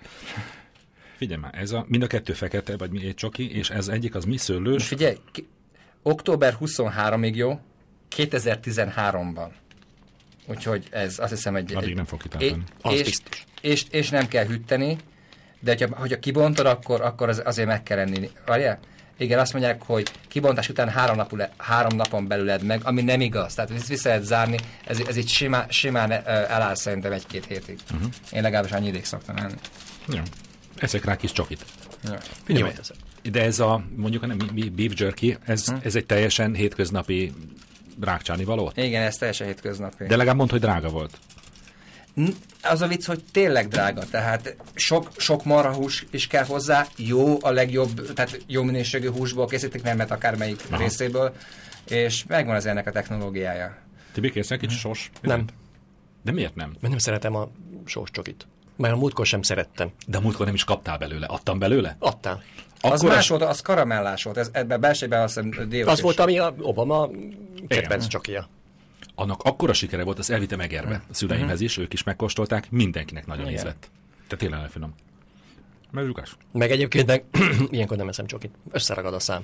Figyelj már, ez mind a kettő fekete, vagy mi egy csoki, és ez egyik az mi szőlős.
Figyelj, október 23-ig jó, 2013-ban. Úgyhogy ez azt hiszem egy...
Addig nem fog kitartani.
Az biztos.
És nem kell hűteni, de hogyha kibontod, akkor azért meg kell enni. Várjál? Igen, azt mondják, hogy kibontás után 3 napon belül edd meg, ami nem igaz. Tehát vissza lehet zárni, ez így simán eláll szerintem 1-2 hétig. Én legalábbis annyi ideig szoktam enni.
Jó. Eszek rá kis csokit.
Ja.
Figyelj,
Jó, ez.
de ez a, mondjuk nem beef jerky, ez egy teljesen hétköznapi rákcsálni való?
Igen, ez teljesen hétköznapi.
De legalább mondd, hogy drága volt.
Az a vicc, hogy tényleg drága, tehát sok marhahús is kell hozzá, jó, a legjobb, tehát jó minőségű húsból készítik, nem mert akármelyik részéből, és megvan az ennek a technológiája.
Tibi, kérsz egy kicsi sós?
Nem.
De miért nem?
Mert nem szeretem a sós csokit. Már a múltkor sem szerettem.
De a múltkor nem is kaptál belőle. Adtam belőle?
Adtál.
Az
Akkor
más volt, az karamellás volt, ebben belsejében azt hiszem diós
Az
is.
volt, ami a Obama kedvenc csokija.
Annak akkora sikere volt, az elvitte Egerbe a szüleimhez is, ők is megkóstolták, mindenkinek nagyon
Igen.
ízlett. Tehát tényleg finom. Meg Lukás?
Meg egyébként meg ilyenkor nem eszem csokit. Összeragad a szám.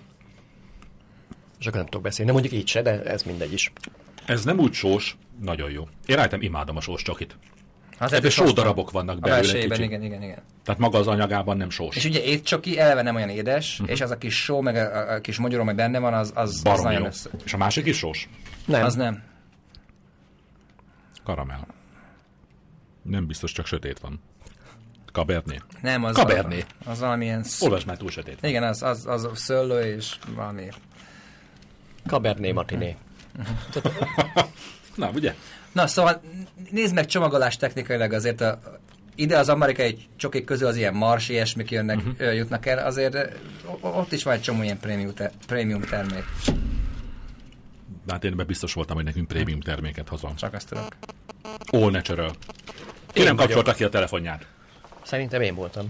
És akkor nem tudok beszélni. Nem mondjuk így se, de ez mindegy is.
Ez nem úgy sós, nagyon jó. Én rájöttem, imádom a sós csokit.
Azért
Ebben
is hoztam.
sódarabok vannak
A
belőle egy
belsejében,
kicsit.
igen.
Tehát maga az anyagában nem sós.
És ugye étcsoki eleve nem olyan édes, és az a kis só, meg a kis mogyoró, meg benne van, az
Baromi
nagyon
jó.
össze.
És a másik is sós?
Nem.
Az nem.
Karamell. Nem biztos, csak sötét van. Cabernet.
Nem, az
Cabernet.
az valamilyen...
Olvasd már, túl sötét.
Igen, az szőlő és valami...
Cabernet Martinet.
Na, ugye?
Na, szóval nézd meg csomagolás technikailag azért ide az amerikai csokik közül az ilyen mars, ilyesmik jutnak el, azért ott is van egy csomó ilyen prémium termék.
Hát én ebben biztos voltam, hogy nekünk prémium terméket hozom.
Csak azt tudok.
All natural. Ki nem kapcsolta ki a telefonját.
Szerintem én voltam.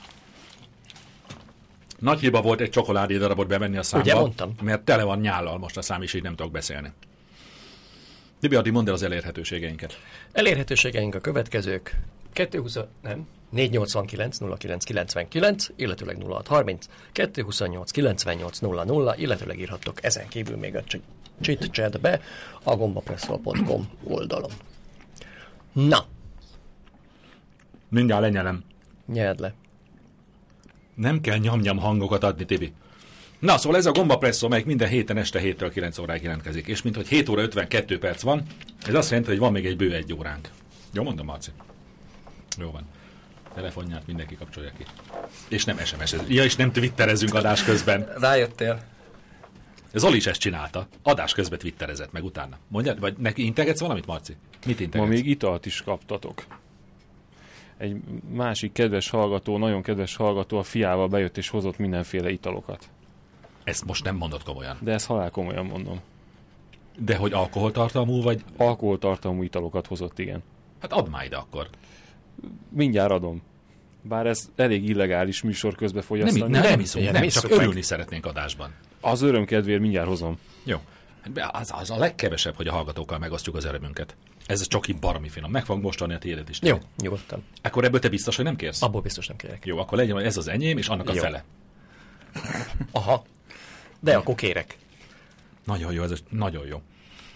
Nagy hiba volt egy csokoládé darabot bevenni a számba.
Ugye, mondtam?
Mert tele van nyállal most a szám, és így nem tudok beszélni. Tibi, addig mondd el az elérhetőségeinket.
Elérhetőségeink a következők. 220, nem, 489 09 99, illetőleg 0630 228 98 00, illetőleg írhattok ezen kívül még a chit-chatbe a gombapresszol.com oldalon. Na,
Mindjárt lenyelem.
nyerd le.
Nem kell nyam-nyam hangokat adni, Tibi. Na, szóval ez a gombapresszó, melyik minden héten este 7-től 9 óráig jelentkezik. És mint hogy 7 óra 52 perc van, ez azt jelenti, hogy van még egy bő 1 óránk. Jó mondom, Marci? Jó van. Telefonját mindenki kapcsolja ki. És nem SMS-ez. Ja, és nem twitterezünk adás közben.
Rájöttél?
Zoli is ezt csinálta. Adás közben twitterezett meg utána. Mondjad, vagy neki integetsz valamit, Marci? Mit
Ma
integetsz?
még italt is kaptatok. Egy másik kedves hallgató, nagyon kedves hallgató a fiával bejött és hozott mindenféle italokat.
Ezt most nem mondod komolyan.
De ezt halál komolyan mondom.
De hogy alkoholtartalmú, vagy...
Alkoholtartalmú italokat hozott, igen.
Hát add már ide akkor.
Mindjárt adom. Bár ez elég illegális műsor közben fogyasztani.
Nem iszunk,
Igen,
nem,
nem
csak
iszok meg.
örülni szeretnénk adásban.
Az öröm kedvéért mindjárt hozom.
Jó. Az a legkevesebb, hogy a hallgatókkal megosztjuk az örömünket. Ez csoki baromi finom. Meg fogom mostani a tiédet is.
Jó, nyugodtan.
Akkor ebből te biztos, hogy nem kérsz?
Abból biztos nem kérek.
Jó, akkor legyen, hogy ez az enyém, és annak a
Jó.
fele.
Aha. De akkor kérek.
Nagyon jó, ez nagyon jó.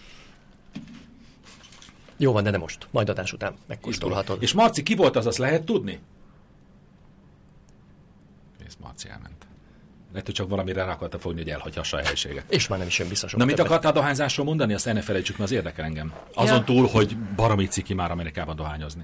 Jó van, de nem most. Majd adás után megkóstolhatod.
És Marci, ki volt az, azt lehet tudni? És Marci elment. Lehet, hogy csak valamire rá akarta fogni, hogy elhagyhassa a helységet.
És már nem is jön vissza sok
Na, mit
többet.
akartál a dohányzásról mondani? Azt ne felejtsük, mert az érdekel engem. Azon túl, hogy baromi ciki már Amerikában dohányozni.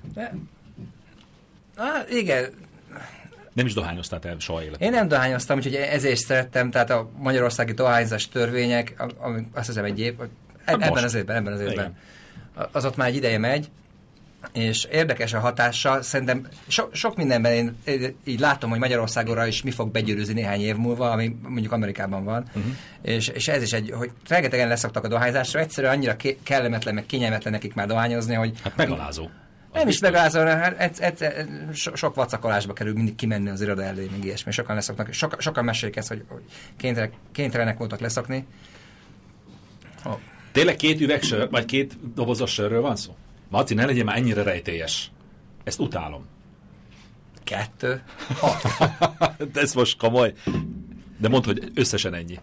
Igen,
Nem is dohányoztál te soha életben.
én nem dohányoztam, úgyhogy ezért is szerettem, tehát a magyarországi dohányzás törvények, azt hiszem egy év, ebben
most.
az évben,
Igen.
az ott már egy ideje megy, és érdekes a hatása, szerintem sok mindenben én így látom, hogy Magyarországonra is mi fog begyűrűzni néhány év múlva, ami mondjuk Amerikában van, és ez is egy, hogy rengetegen leszoktak a dohányzásra, egyszerűen annyira kellemetlen, meg kényelmetlen nekik már dohányozni, hogy
Hát megalázó.
nem is megalázó, sok vacakolásba kerül mindig kimenni az iroda elé, még ilyesmi. Sokan leszoknak, sokan mesélik ezt, hogy kénytelenek voltak leszokni.
Tényleg 2 üveg sör, vagy 2 dobozos sörről van szó? Marci, ne legyen már ennyire rejtélyes. Ezt utálom.
2.
De ez most komoly. De mondd, hogy összesen ennyi.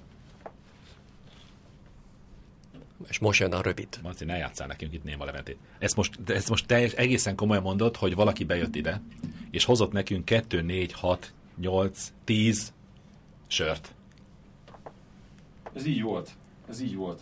És most jön a rövid.
Marci, ne játsszál nekünk itt Néma Leventét. Ezt most egészen komolyan mondod, hogy valaki bejött ide, és hozott nekünk 2, 4, 6, 8, 10 sört.
Ez így volt. Ez így volt.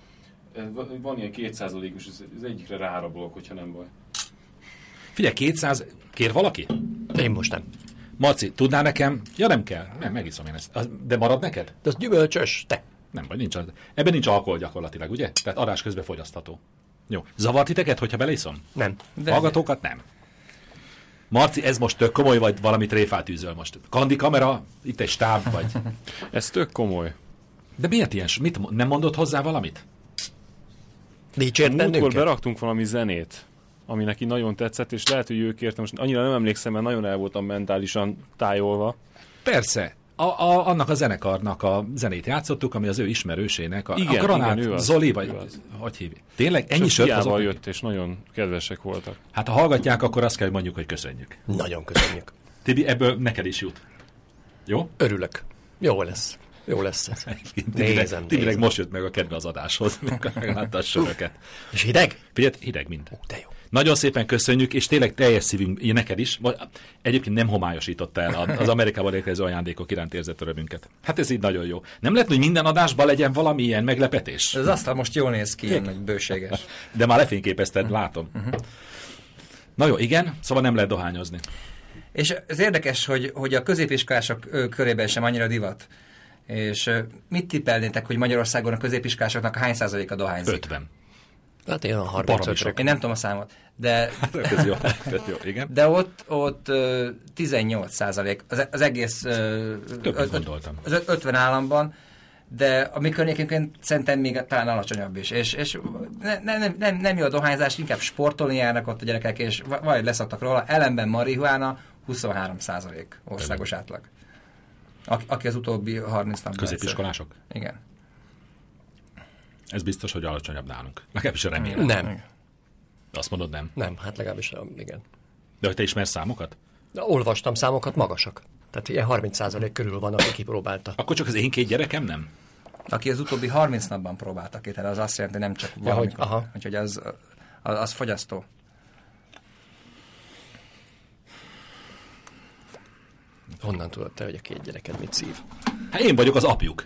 Van ilyen 2%-os, az egyikre rárabolok, hogyha nem baj.
Figyelj, 200... Kér valaki?
Én most nem.
Marci, tudnál nekem? Ja, nem kell. Nem, megiszom én ezt. De marad neked?
De az gyümölcsös, te.
Nem, vagy nincs. Ebben nincs alkohol gyakorlatilag, ugye? Tehát adás közben fogyasztható. Jó. Zavart titeket, hogyha beleiszom?
Nem.
Hallgatókat nem. Marci, ez most tök komoly, vagy valamit tréfát űzöl most? Kandi kamera, itt egy stáb, vagy...
Ez tök komoly.
De miért ilyen? Nem mondott hozzá valamit?
Dicsért
Múltkor
bennünket?
beraktunk valami zenét, ami neki nagyon tetszett, és lehet, hogy ő kérte, most annyira nem emlékszem, mert nagyon el voltam mentálisan tájolva.
Persze. Annak a zenekarnak a zenét játszottuk, ami az ő ismerősének. A Granát,
igen, ő az.
Zoli, vagy
Ő az.
hogy hívja? Tényleg? Ennyi
És a
sört
fiával
hozott?
jött, és nagyon kedvesek voltak.
Hát ha hallgatják, akkor azt kell, hogy mondjuk, hogy köszönjük.
Nagyon köszönjük.
Tibi, ebből neked is jut. Jó?
Örülök. Jó lesz. Jó lesz ez. Nézem.
Tibileg most jött meg a kedve az adáshoz, meglátta a söröket.
És hideg?
Figyelj, hideg mind.
De jó.
Nagyon szépen köszönjük, és tényleg teljes szívünk, neked is, egyébként nem homályosította el az Amerikában érkező ajándékok iránt érzett örömünket. Hát ez így nagyon jó. Nem lehet, hogy minden adásban legyen valami ilyen meglepetés?
Az asztal most jól néz ki, ilyen nagy bőséges.
De már lefényképezted, látom. Na jó, igen, szóval nem lehet dohányozni.
És ez érdekes, hogy a középiskolások körében sem annyira divat. És mit tippelnétek, hogy Magyarországon a középiskolásoknak hány százaléka dohányzik?
50.
Hát én a
Baromi
35
sok.
Én nem tudom a számot, de
Ez jó, ez jó, igen.
de ott 18%, az egész
Többet gondoltam.
az 50 államban, de a mi környékünkön szerintem még talán alacsonyabb is. És nem jó a dohányzás, inkább sportolni járnak ott a gyerekek, és vagy leszoktak róla. Ellenben marihuána 23% országos átlag. Aki az utóbbi 30 napban.
Középiskolások?
Igen.
Ez biztos, hogy alacsonyabb nálunk. Legalábbis remélem.
Nem.
Azt mondod nem?
Nem, hát legalábbis igen.
De hogy te ismersz számokat?
Olvastam számokat, magasak. Tehát ilyen 30% körül van, aki kipróbálta.
Akkor csak az én 2 gyerekem nem?
Aki az utóbbi 30 napban próbálta ki, tehát az azt jelenti, nem csak valamikor. Úgyhogy az fogyasztó.
Honnan tudod te, hogy a 2 gyereked mit szív?
Hát én vagyok az apjuk.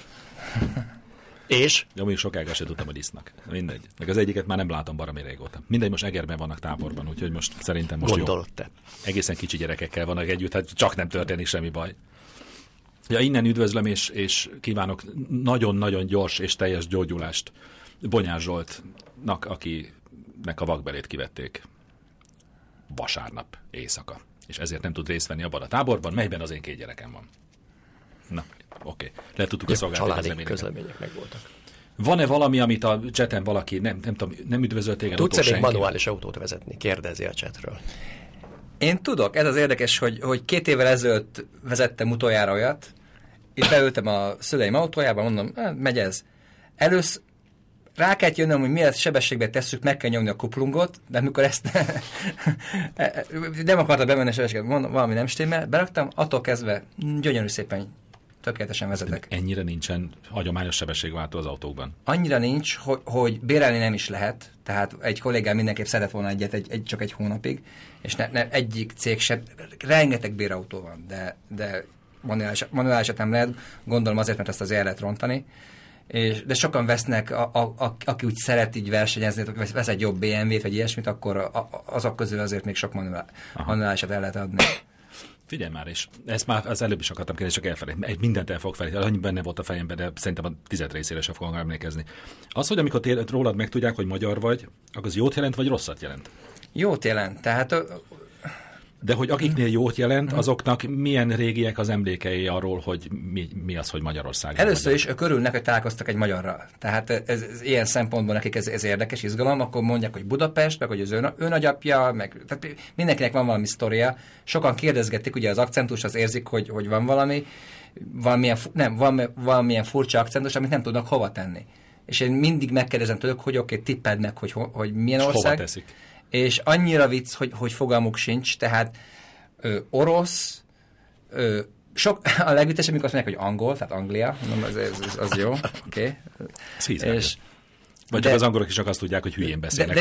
És?
Ja, még sokáig sem tudtam, hogy isznak. Mindegy. Meg az egyiket már nem látom baromi régóta. Mindegy, most Egerben vannak táborban, úgyhogy most szerintem most
gondolod
jó.
Te.
Egészen kicsi gyerekekkel vannak együtt, hát csak nem történik semmi baj. Ja, innen üdvözlöm, és kívánok nagyon-nagyon gyors és teljes gyógyulást Bonyás Zsoltnak, akinek a vakbelét kivették vasárnap éjszaka. És ezért nem tud részt venni abban a táborban, melyben az én 2 gyerekem van. Na, oké. Le tudtuk a szolgálati
közlemények meg voltak.
Van-e valami, amit a chaten valaki nem tudom, nem üdvözölt téged?
Tudsz-e még manuális autót vezetni? Kérdezi a chatről.
Én tudok, ez az érdekes, hogy 2 évvel ezelőtt vezettem utoljára olyat, és beültem a szüleim autójába, mondom, megy ez. Először rá kellett jönnöm, hogy miért sebességben tesszük, meg kell nyomni a kuplungot, de amikor ezt nem akartam bemenni a sebességben, mondom, valami nem stimmel, beraktam, attól kezdve gyönyörű szépen, tökéletesen vezetek.
Ennyire nincsen hagyományos sebességváltó az autókban?
Annyira nincs, hogy bérelni nem is lehet, tehát egy kollégám mindenképp szeret volna egyet csak egy hónapig, és egyik cég sem, rengeteg bérautó van, de manuálisat nem lehet, gondolom azért, mert ezt azért lehet rontani, de sokan vesznek, aki úgy szeret így versenyezni, vagy vesz egy jobb BMW-t, vagy ilyesmit, akkor azok közül azért még sok manuálisat el lehet adni.
Figyelj már, és ezt már az előbb is akartam kérdezni, csak elfelejtem. Mindent el fog felejteni, annyi benne volt a fejemben, de szerintem a 10 részére sem fogom emlékezni. Az, hogy amikor rólad megtudják, hogy magyar vagy, akkor az jót jelent, vagy rosszat jelent?
Jót jelent, tehát...
De hogy akiknél jót jelent, azoknak milyen régiek az emlékei arról, hogy mi az, hogy Magyarország?
Először is körülnek, hogy találkoztak egy magyarral. Tehát ez ilyen szempontból nekik ez érdekes, izgalom, akkor mondják, hogy Budapest, meg hogy az ő nagyapja, meg tehát mindenkinek van valami sztoria. Sokan kérdezgették, ugye az akcentus, az érzik, hogy van valamilyen furcsa akcentus, amit nem tudnak hova tenni. És én mindig megkérdezem tőlük, hogy oké, tippeld meg, hogy milyen ország.
Hova teszik? És
annyira vicc, hogy fogalmuk sincs, tehát orosz, a legviccesebb, amikor azt mondják, hogy angol, tehát Anglia, mondom, az jó, oké.
Vagy csak az angolok is csak azt tudják, hogy hülyén beszélnek.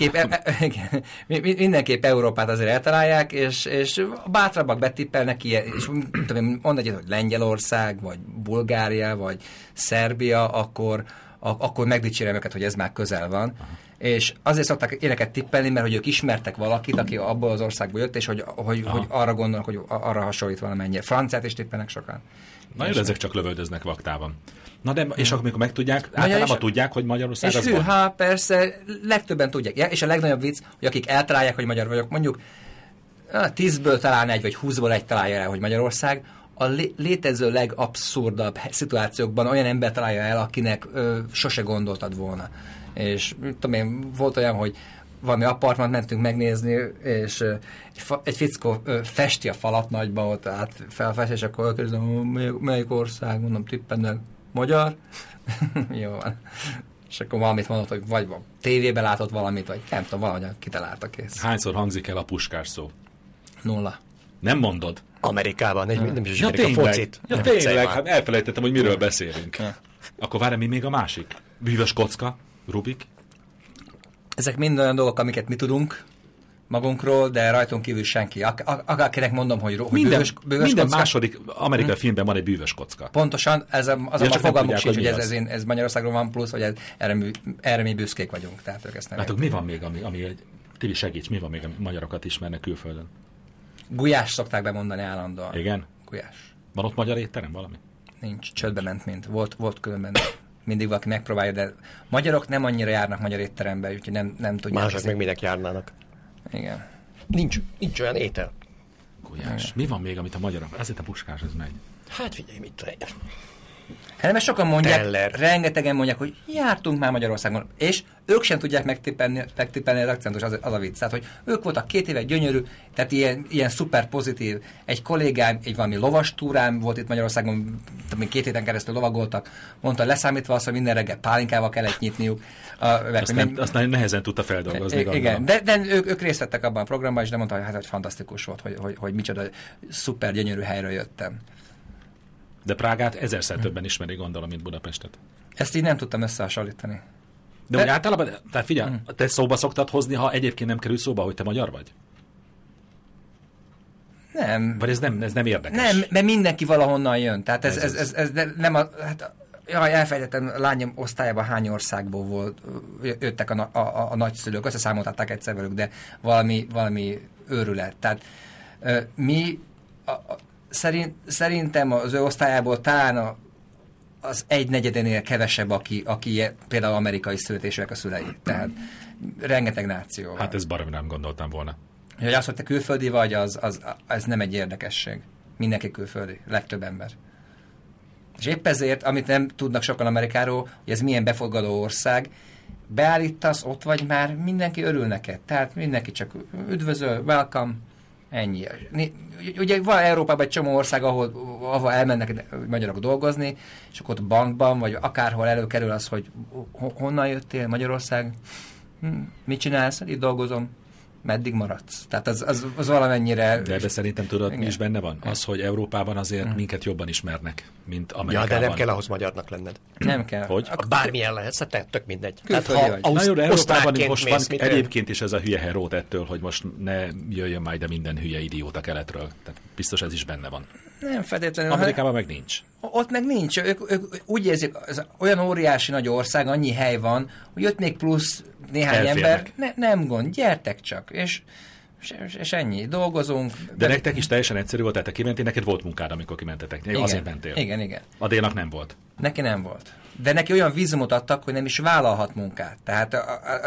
De mindenképp Európát azért eltalálják, és bátrabbak betippelnek ilyen, és mondd egyet, hogy Lengyelország, vagy Bulgária, vagy Szerbia, akkor megdicsérem őket, hogy ez már közel van. Aha. És azért szokták éneket tippelni, mert hogy ők ismertek valakit, aki abból az országból jött, és hogy arra gondolnak, hogy arra hasonlít valamennyire. Franciát is tippelnek sokan.
Na jó, ezek csak lövöldöznek vaktában. Na de, és amikor megtudják, általában tudják, hogy Magyarország
és
az van.
Persze, legtöbben tudják. Ja, és a legnagyobb vicc, hogy akik eltalálják, hogy magyar vagyok, mondjuk 10-ből talán 1, vagy 20-ból 1 találja el, hogy Magyarország, a létező legabszurdabb szituációkban olyan ember találja el, akinek sose gondoltad volna. És tudom én, volt olyan, hogy valami apartmant mentünk megnézni, és egy fickó festi a falat nagyba, ott felfest, és akkor kérdezem, melyik ország, mondom, tippennek, magyar? Jó van. És akkor valamit mondott, hogy vagy tévében látott valamit, vagy nem tudom, valahogyan kitalálta kész.
Hányszor hangzik el a Puskás szó?
0.
Nem mondod?
Amerikában, nem is ismerik
tényleg,
a focit.
Ja tényleg, hát elfelejtettem, hogy miről beszélünk. Akkor várj, mi még a másik? Bűvös kocka, Rubik?
Ezek mind olyan dolgok, amiket mi tudunk magunkról, de rajtunk kívül senki. Akinek mondom, hogy bűvös
minden második amerikai filmben van egy bűvös kocka.
Pontosan, az a fogalmuk sincs, hogy ez Magyarországról van plusz, vagy erre mi büszkék vagyunk. Tehát ők ezt nem
látok, mi van még, ami Tibi segíts, mi van még, ami magyarokat ismernek külföldön?
Gulyás szokták bemondani állandóan.
Igen?
Gulyás.
Van ott magyar étterem valami?
Nincs, csődbe ment mind. Volt különben. Mindig valaki megpróbálja, de magyarok nem annyira járnak magyar étterembe, úgyhogy nem tudják.
Mások meg minek járnának.
Igen.
Nincs olyan étel.
Gulyás. Mi van még, amit a magyarok? Ezért a Puskás ez megy.
Hát figyelj, mit
Mert sokan mondják,
Teller.
rengetegen mondják, hogy jártunk már Magyarországon, és ők sem tudják megtippelni az akcentus, az a vicc. Tehát, hogy ők voltak 2 éve gyönyörű, tehát ilyen szuper pozitív. Egy kollégám, egy valami lovas túrán volt itt Magyarországon, 2 héten keresztül lovagoltak, mondta, leszámítva azt, hogy minden reggel pálinkával kellett nyitniuk.
Azt nehezen tudta feldolgozni.
Igen, de ők részt vettek abban a programban, és de mondta, hogy hát, hogy fantasztikus volt, hogy micsoda szuper gyönyörű helyről jöttem.
De Prágát 1000-szer többen ismerik, gondolom, mint Budapestet.
Ezt így nem tudtam összehasonlítani.
De úgy általában, tehát figyelj, te szóba szoktad hozni, ha egyébként nem kerül szóba, hogy te magyar vagy?
Nem.
Vagy ez nem érdekes?
Nem, mert mindenki valahonnan jön. Tehát ez nem a... Hát, elfejtettem, lányom osztályában hány országból jöttek a nagyszülők, összeszámoltatták egyszer velük, de valami őrület. Tehát mi... Szerintem az ő osztályából talán az 1/4 kevesebb, aki például amerikai születésűek a szülei. Tehát rengeteg náció van.
Hát ez baromi nem gondoltam volna.
Hogy az, hogy te külföldi vagy, az nem egy érdekesség. Mindenki külföldi, legtöbb ember. És épp ezért, amit nem tudnak sokan Amerikáról, hogy ez milyen befogadó ország, beállítasz, ott vagy már, mindenki örül neked. Tehát mindenki csak üdvözöl, welcome, ennyi. Ugye van Európában egy csomó ország, ahol elmennek magyarok dolgozni, és akkor ott bankban, vagy akárhol előkerül az, hogy honnan jöttél, Magyarország, mit csinálsz, itt dolgozom, meddig maradsz. Tehát az valamennyire...
De szerintem tudod, mi is benne van? Az, hogy Európában azért minket jobban ismernek, mint Amerikában.
Ja, de nem kell ahhoz magyarnak lenned.
Nem kell.
Hogy?
Bármilyen lehetsz, hát tök mindegy.
Külföldi vagy.
Na jó, de Európában most van
mész,
egyébként is ez a hülye herót ettől, hogy most ne jöjjön majd ide minden hülye idióta keletről. Tehát biztos ez is benne van.
Nem feltétlenül.
Amerikában meg nincs.
Ott meg nincs. Ők úgy érzik, olyan óriási nagy ország, annyi hely van, hogy jött még plusz néhány
Elférnek.
ember. Nem gond, gyertek csak. És ennyi. Dolgozunk.
De nektek is teljesen egyszerű volt, tehát te kimentél, neked volt munkád, amikor kimentetek.
Igen,
azért mentél.
Igen.
A Délnak nem volt.
Neki nem volt. De neki olyan vízumot adtak, hogy nem is vállalhat munkát. Tehát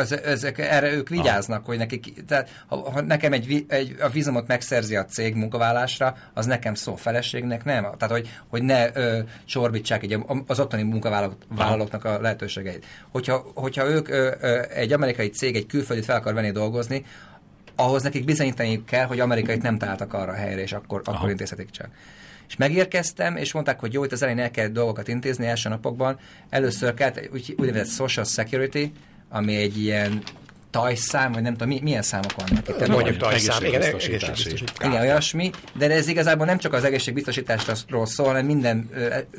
erre ők vigyáznak, hogy nekik, tehát ha nekem a vízumot megszerzi a cég munkavállásra, az nekem szó, feleségnek nem. Tehát, hogy ne csorbítsák így az ottani munkavállalóknak a lehetőségeit. Hogyha ők egy amerikai cég egy külföldit fel akar venni dolgozni, ahhoz nekik bizonyítani kell, hogy amerikait nem találtak arra a helyre, és akkor intézhetik csak. És megérkeztem, és mondták, hogy jó, itt az elején el kell dolgokat intézni első napokban. Először kellett úgynevezett Social Security, ami egy ilyen tajszám, vagy nem tudom, milyen számok vannak itt.
Mondjuk tajszám,
igen, olyasmi, de ez igazából nem csak az egészségbiztosításról szól, hanem minden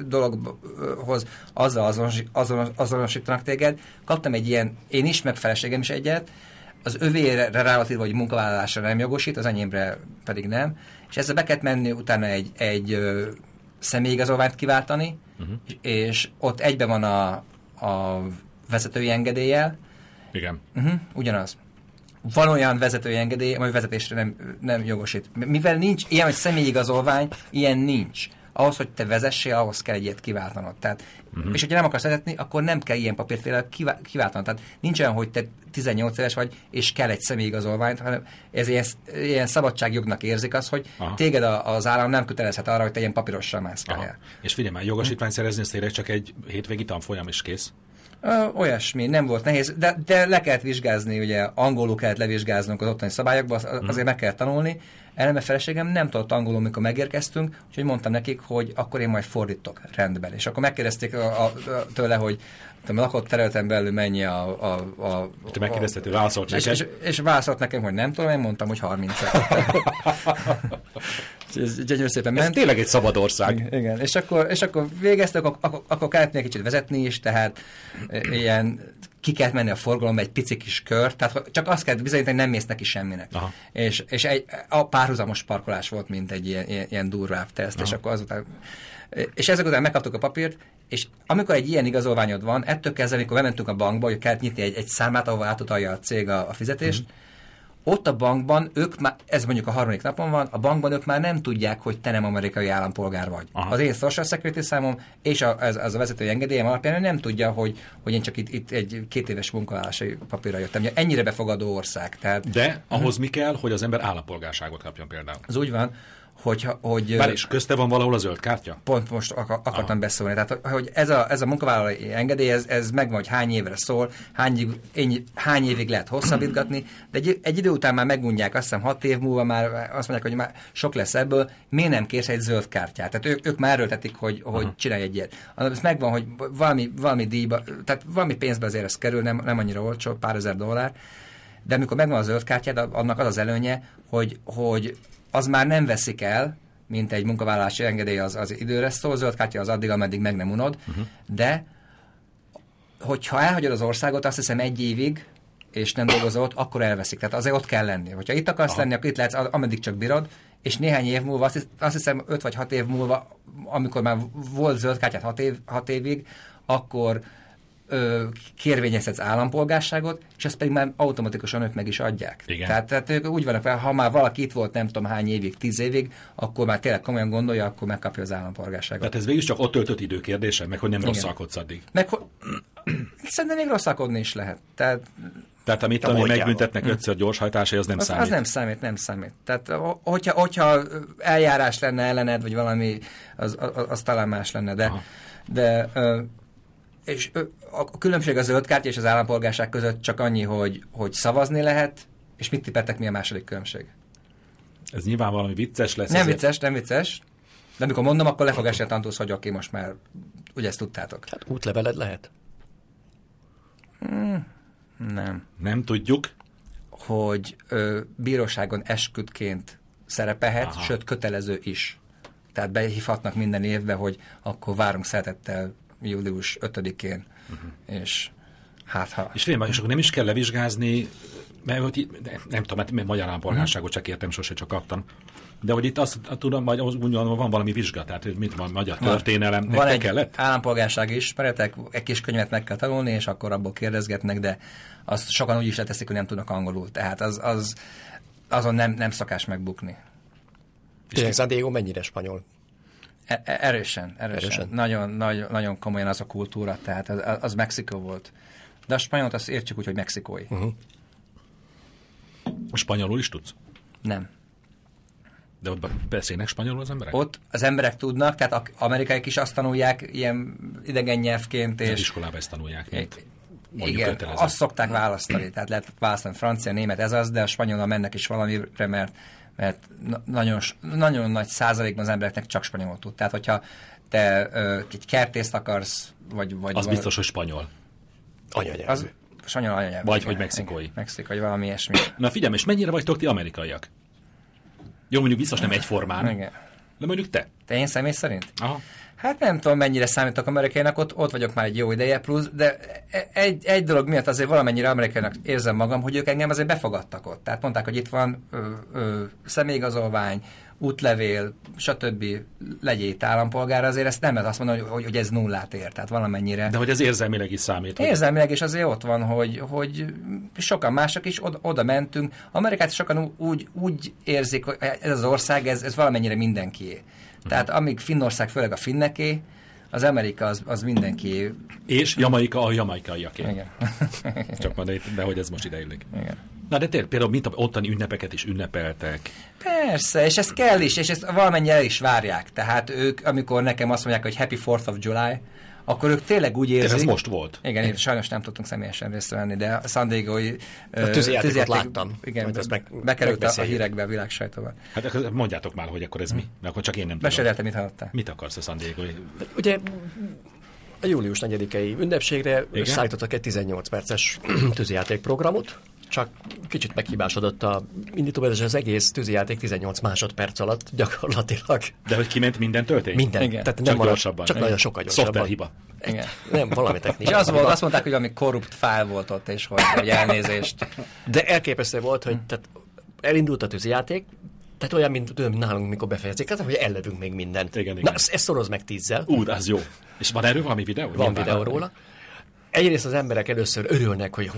dologhoz azzal azonosítanak téged. Kaptam egy ilyen, én is, meg feleségem is egyet, az övére relatív, hogy munkavállalásra nem jogosít, az enyémre pedig nem, és ezzel be kellett menni utána egy személyigazolványt kiváltani, és ott egyben van a vezetői engedéllyel.
Igen.
Ugyanaz. Van olyan vezetői engedély, amely vezetésre nem jogosít. Mivel nincs ilyen, hogy személyigazolvány, ilyen nincs. Ahhoz, hogy te vezessél, ahhoz kell egy ilyet kiváltanod. Tehát, és hogyha nem akarsz vezetni, akkor nem kell ilyen papírt kiváltanod. Tehát nincs olyan, hogy te 18 éves vagy, és kell egy személyigazolványt, hanem ez ilyen szabadságjognak érzik az, hogy téged az állam nem kötelezhet arra, hogy te ilyen papírossal mászkáljál.
És figyelj már, jogosítványt szerezni, ez tényleg csak egy hétvégi tanfolyam és kész?
Olyasmi, nem volt nehéz, de le kellett vizsgázni, ugye angolul kellett levizsgáznunk az ottani szabályokba, azért meg kellett tanulni. Ellenben feleségem nem tudott angolul, mikor megérkeztünk, úgyhogy mondtam nekik, hogy akkor én majd fordítok rendben. És akkor megkérdezték tőle, hogy a lakott területen belül mennyi
Te megkérdezted, hogy válaszolt neked?
És válaszolt nekem, hogy nem tudom, én mondtam, hogy 30. Ez gyönyörű szépen ment.
Ez tényleg egy szabad ország.
Igen, és akkor végeztek, akkor kellett még kicsit vezetni is, tehát ilyen ki kellett menni a forgalomba egy pici kis kör, tehát csak azt kellett bizonyítani, hogy nem mész neki semminek. És a párhuzamos parkolás volt, mint egy ilyen durvább teszt, és akkor azután... És ezek után megkaptuk a papírt, és amikor egy ilyen igazolványod van, ettől kezdve, amikor bementünk a bankba, hogy kellett nyitni egy számlát, ahol átutalja a cég a fizetést, ott a bankban ők már, ez mondjuk a 3. napon van, a bankban ők már nem tudják, hogy te nem amerikai állampolgár vagy. Az én Social Security számom és az a vezetői engedélyem alapján ő nem tudja, hogy én csak itt egy 2 éves munkavállalási papírra jöttem. Ennyire befogadó ország. Tehát,
de ahhoz mi kell, hogy az ember állampolgárságot kapjon például?
Az úgy van,
hogy
Bár is közte van valahol a zöld kártya?
pont most akartam beszélni. Tehát, hogy ez a munkavállalói engedély, ez megvan, hogy hány évre szól, hány évig lehet hosszabbítgatni, de egy idő után már megmondják, azt hiszem 6 év múlva már azt mondják, hogy már sok lesz ebből, miért nem kérsz egy zöld kártyát? Tehát ők már erőltetik, hogy csinálj egy ilyet. Ez megvan, hogy valami díjba, tehát valami pénzbe azért ez kerül, nem annyira olcsó, pár ezer dollár, de amikor megvan a zöld kártyád, annak az az előnye, hogy az már nem veszik el, mint egy munkavállalási engedély az időre szól, zöld kártya az addig, ameddig meg nem unod, de hogyha elhagyod az országot, azt hiszem 1 évig, és nem dolgozol ott, akkor elveszik. Tehát azért ott kell lenni. Hogyha itt akarsz lenni, akkor itt lehetsz, ameddig csak bírod, és néhány év múlva, azt hiszem 5 vagy 6 év múlva, amikor már volt zöld kártyát 6 évig, akkor kérvényezhetsz állampolgárságot, és ezt pedig már automatikusan ők meg is adják. Tehát ők úgy vannak fel, ha már valaki itt volt nem tudom hány évig, 10 évig, akkor már tényleg komolyan gondolja, akkor megkapja az állampolgárságot.
Tehát ez végül csak ott töltött idő kérdése, meg hogy nem rosszalkodsz addig.
Szerintem még rosszalkodni is lehet.
Tehát amit megbüntetnek 5-ször gyorshajtásai, az nem számít.
Az nem számít. Tehát hogyha eljárás lenne ellened, vagy valami, az talán más lenne, de és a különbség a zöld kártya és az állampolgárság között csak annyi, hogy szavazni lehet, és mit tippeltek, mi a második különbség?
Ez nyilván valami vicces lesz.
Nem vicces. De amikor mondom, akkor le fog esni a tantusz, hogy oké, most már ugye ezt tudtátok.
Hát útleveled lehet?
Nem.
Nem tudjuk.
Hogy bíróságon esküdtként szerepelhet, sőt kötelező is. Tehát behívhatnak minden évbe, hogy akkor várunk szeretettel július 5-én, és és
és akkor nem is kell levizsgázni, mert nem tudom, mert magyar állampolgárságot csak értem, sose csak kaptam. De hogy itt azt tudom, vagy van valami vizsga, tehát mint van magyar történelem.
Van egy állampolgársági ismeretek, egy kis könyvet meg kell tanulni, és akkor abból kérdezgetnek, de azt sokan úgy is leteszik, hogy nem tudnak angolul. Tehát azon nem szokás megbukni.
És San Diego mennyire spanyol?
Erősen. Nagyon komolyan az a kultúra, tehát az Mexikó volt. De a spanyolt azt értjük úgy, hogy mexikói.
Spanyolul is tudsz?
Nem.
De ott beszélnek spanyolul az emberek?
Ott az emberek tudnak, tehát amerikaiak is azt tanulják ilyen idegen nyelvként. És
iskolában ezt tanulják, mint
igen, kötelező. Azt szokták választani, tehát lehet választani francia, német, ez az, de a spanyolra mennek is valamire, mert nagyon nagy százalékban az embereknek csak spanyolul tud. Tehát, hogyha te egy kertészt akarsz, vagy
az biztos, hogy spanyol.
Anyanyelvű.
Az spanyol anyanyelvű.
Vagy hogy mexikói.
Vagy valami ilyesmi.
Na figyelj, és mennyire vagytok ti amerikaiak? Jó, mondjuk biztos nem egyformán.
Igen.
De mondjuk te.
Te én személy szerint?
Aha.
Hát nem tudom, mennyire számítok amerikainak, ott vagyok már egy jó ideje, plusz, de egy dolog miatt azért valamennyire amerikainak érzem magam, hogy ők engem azért befogadtak ott. Tehát mondták, hogy itt van személyigazolvány, útlevél, stb. Legyél itt állampolgár, azért ezt nem lehet azt mondani, hogy ez nullát ér, tehát valamennyire.
De hogy ez érzelmileg is számít.
Érzelmileg is azért ott van, hogy sokan mások is oda mentünk. Amerikát sokan úgy érzik, hogy ez az ország, ez valamennyire mindenkié. Tehát amíg Finnország főleg a finneké, az Amerika az mindenki.
És Jamaika a jamaikaiaké.
Igen.
Csak majd, de hogy ez most ideillik.
Igen.
Na de tényleg, például mint ottani ünnepeket is ünnepeltek.
Persze, és ez kell is, és ezt valamennyire el is várják. Tehát ők, amikor nekem azt mondják, hogy Happy 4th of July, akkor ők tényleg úgy érzik.
Ez most volt.
Igen, sajnos nem tudtunk személyesen részt venni, de a San Diego-i
tűzijátékot láttam.
Igen, bekerült a hírekbe, a világ sajtóban.
Hát mondjátok már, hogy akkor ez mi? Mert akkor csak én nem tudom.
Besélete, mit hallottál?
Mit akarsz a San Diego-i?
Ugye a július 4-i ünnepségre szállítottak egy 18 perces tűzijátékprogramot, csak kicsit meghibásodott a indítóban, és az egész tűzijáték 18 másodperc alatt gyakorlatilag.
De hogy kiment minden töltény?
Minden.
Igen.
Tehát
csak gyorsabban.
Csak nagyon sokkal gyorsabban.
Szoftverhiba.
Igen.
Nem, valami technikai.
És azt mondták, hogy valami korrupt fájl volt ott, és hogy elnézést.
De elképesztő volt, hogy tehát elindult a tűzijáték, tehát olyan, mint nálunk, mikor befejezik, tehát, hogy ellövünk még mindent.
Igen.
Na, ezt szoroz meg 10-zel.
Az jó. És van erről valami videó?
Van videó róla. Egyrészt az emberek először örülnek, hogy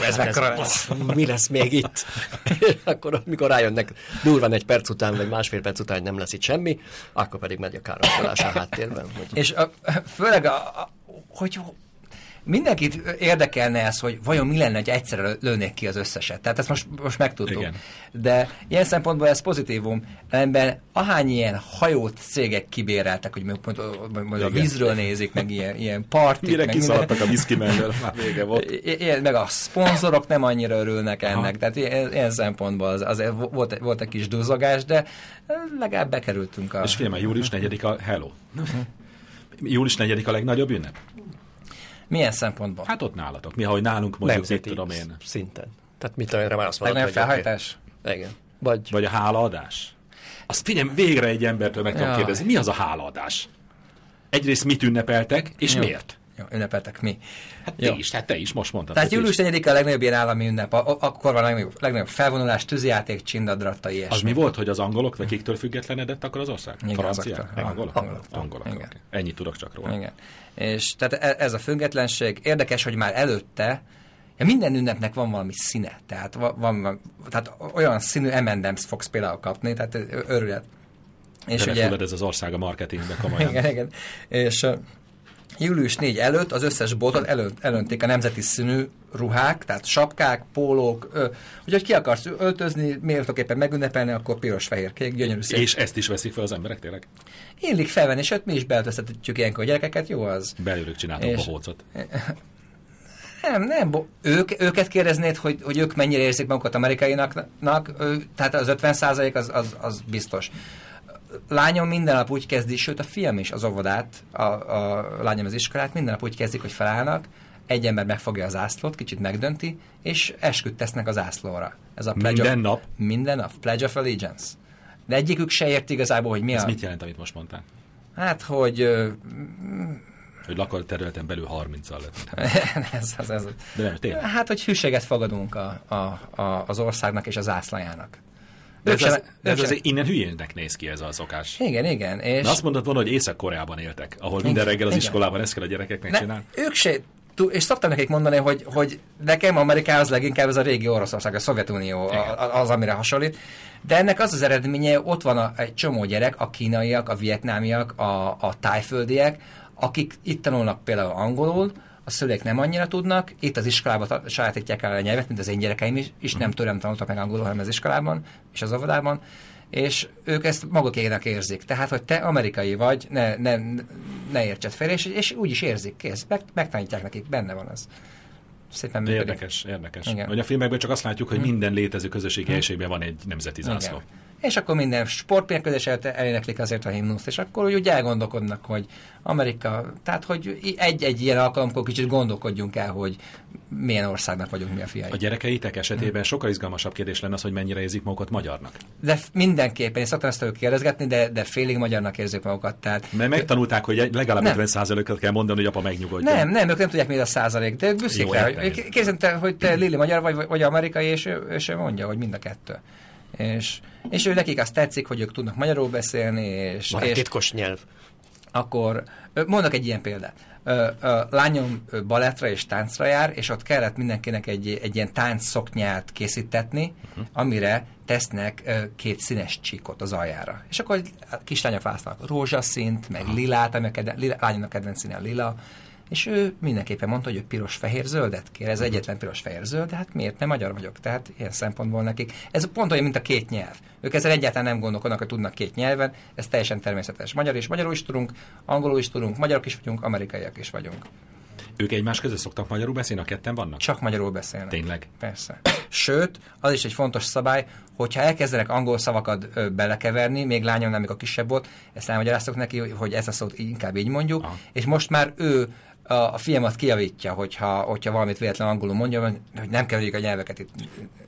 mi lesz még itt. Akkor, amikor rájönnek durván egy perc után, vagy másfél perc után nem lesz itt semmi, akkor pedig megy a káromkodás a háttérben. Hogy...
És főleg, hogy
mindenkit érdekelne ez, hogy vajon mi lenne, hogy egyszerre lőnék ki az összeset. Tehát ezt most megtudtuk.
Igen.
De ilyen szempontból ez pozitívum. Ellenben ahány ilyen hajót cégek kibéreltek, hogy majd a vízről nézik, meg ilyen partik.
Mire
meg
kiszaladtak a viszki mellől, már vége volt.
Meg a szponzorok nem annyira örülnek ennek. Tehát ilyen szempontból azért volt egy kis duzzogás, de legalább bekerültünk a...
És figyelj, már július 4 a hello. Július 4 a legnagyobb ünnep?
Milyen szempontból?
Hát ott nálatok. Mi, ahogy nálunk mondjuk, mit
Nemzeti
tudom én.
szinten. Tehát mit tudom, erre már azt mondod,
Legnagyobb felhajtás?
Igen.
Vagy a hálaadás? Azt figyelj, végre egy embertől meg tudom kérdezni, mi az a hálaadás? Egyrészt mit ünnepeltek, és miért?
Jó, ünnepeltek mi?
Hát
Jó.
te is most mondtad.
Tehát július 4 a legnagyobb ilyen állami ünnep. Akkor van a legnagyobb felvonulás, tűzijáték, csindadratta, ilyesmi.
Az mi volt, hogy az angolok, vagy kiktől függetlenedett akkor az ország?
Igen,
Franciák?
azoktól.
Angolok.
Igen.
Okay. Ennyit tudok csak róla.
Igen. És tehát ez a függetlenség. Érdekes, hogy már előtte minden ünnepnek van valami színe. Tehát, tehát olyan színű M&M's fogsz például kapni, tehát örület.
És ugye... ez az ország a marketingben komolyan.
Igen. És július 4 előtt az összes boltot elönték a nemzeti színű ruhák, tehát sapkák, pólók, hogy ki akarsz öltözni, méltóképpen megünnepelni, akkor piros, fehér, kék, gyönyörű szép.
És ezt is veszik fel az emberek tényleg?
Illik felvenni, sőt, mi is beöltöztetjük ilyenkor a gyerekeket, jó az?
Belőlük csináltunk bohócot.
Nem, őket kérdeznéd, hogy ők mennyire érzik magukat amerikainak, tehát az 50% az biztos. Lányom minden nap úgy kezdi, sőt a fiam is az óvodát, a lányom az iskolát, minden nap úgy kezdik, hogy felállnak, egy ember megfogja az zászlót, kicsit megdönti, és esküt tesznek az zászlóra. Ez a
nap?
Minden nap. Pledge of Allegiance. De egyikük se ért igazából, hogy mi
Ez mit jelent, amit most mondtál?
Hát, hogy
lakóterületen belül 30-al lett.
ez.
De nem, tényleg.
Hát, hogy hűséget fogadunk az országnak és az zászlajának.
Ez azért innen hülyének néz ki ez a szokás.
Igen. És...
De azt mondtad volna, hogy Észak-Koreában éltek, ahol minden reggel az iskolában ezt kell a gyerekeknek csinálni.
Ők se, és szoktam nekik mondani, hogy nekem Amerikához leginkább ez a régi Oroszország, a Szovjetunió az, amire hasonlít. De ennek az eredménye, ott van egy csomó gyerek, a kínaiak, a vietnámiak, a tájföldiek, akik itt tanulnak például angolul, a szülők nem annyira tudnak, itt az iskolában sajátítják el a nyelvet, mint az én gyerekeim is nem tőlem tanultak meg angolul, hanem az iskolában és az óvodában, és ők ezt magukének érzik. Tehát, hogy te amerikai vagy, ne értsed fel, és úgy is érzik, kész. Megtanítják nekik, benne van az. Szépen működik.
Érdekes. Hogy a filmekben csak azt látjuk, hogy minden létező közösségi helységben van egy nemzeti zászló.
Igen. És akkor minden sportmérkőzés eléneklik azért a himnuszt, és akkor úgy elgondolkodnak, hogy Amerika, tehát hogy egy ilyen alkalomkor kicsit gondolkodjunk el, hogy milyen országnak vagyunk mi a fiai.
A gyerekeitek esetében sokkal izgalmasabb kérdés lenne az, hogy mennyire érzik magukat magyarnak.
De mindenképpen, én szoktam ezt kérdezgetni, de félig magyarnak érzik magukat. Tehát,
mert megtanulták, hogy legalább 50%-ot kell mondani, hogy apa megnyugodjon.
Nem, ők nem tudják, mi a százalék, de büszkék rá. Képzeld, hogy te Lili magyar vagy amerikai, és ő mondja, hogy mind a kettő. És ő nekik azt tetszik, hogy ők tudnak magyarul beszélni, és
titkos nyelv.
Akkor mondok egy ilyen példát. Lányom balettra és táncra jár, és ott kellett mindenkinek egy ilyen táncszoknyát készítetni, amire tesznek 2 színes csíkot az aljára. És akkor a kislányok választanak rózsaszínt, meg lilát, ami lányomnak kedvenc színe a lila, és ő mindenképpen mondta, hogy ő piros-fehér-zöldet kér. Ez egyetlen piros-fehér-zöld, de hát miért nem magyar vagyok? Tehát ilyen szempontból nekik. Ez pont olyan, mint a 2 nyelv. Ők ezzel egyáltalán nem gondolkodnak, hogy tudnak 2 nyelven, ez teljesen természetes. Magyarul is tudunk, angolul is tudunk, magyarok is vagyunk, amerikaiak is vagyunk.
Ők egymás között szoktak magyarul beszélni, a ketten vannak?
Csak magyarul beszélnek.
Tényleg?
Persze. Sőt, az is egy fontos szabály, hogyha elkezdenek angol szavakat belekeverni, még lányom, amikor kisebb volt, ezt elmagyaráztok neki, hogy ezt a szót inkább így mondjuk, és most már ő a fiamat kijavítja, hogyha valamit véletlenül angolul mondja, hogy nem keverjük a nyelveket itt.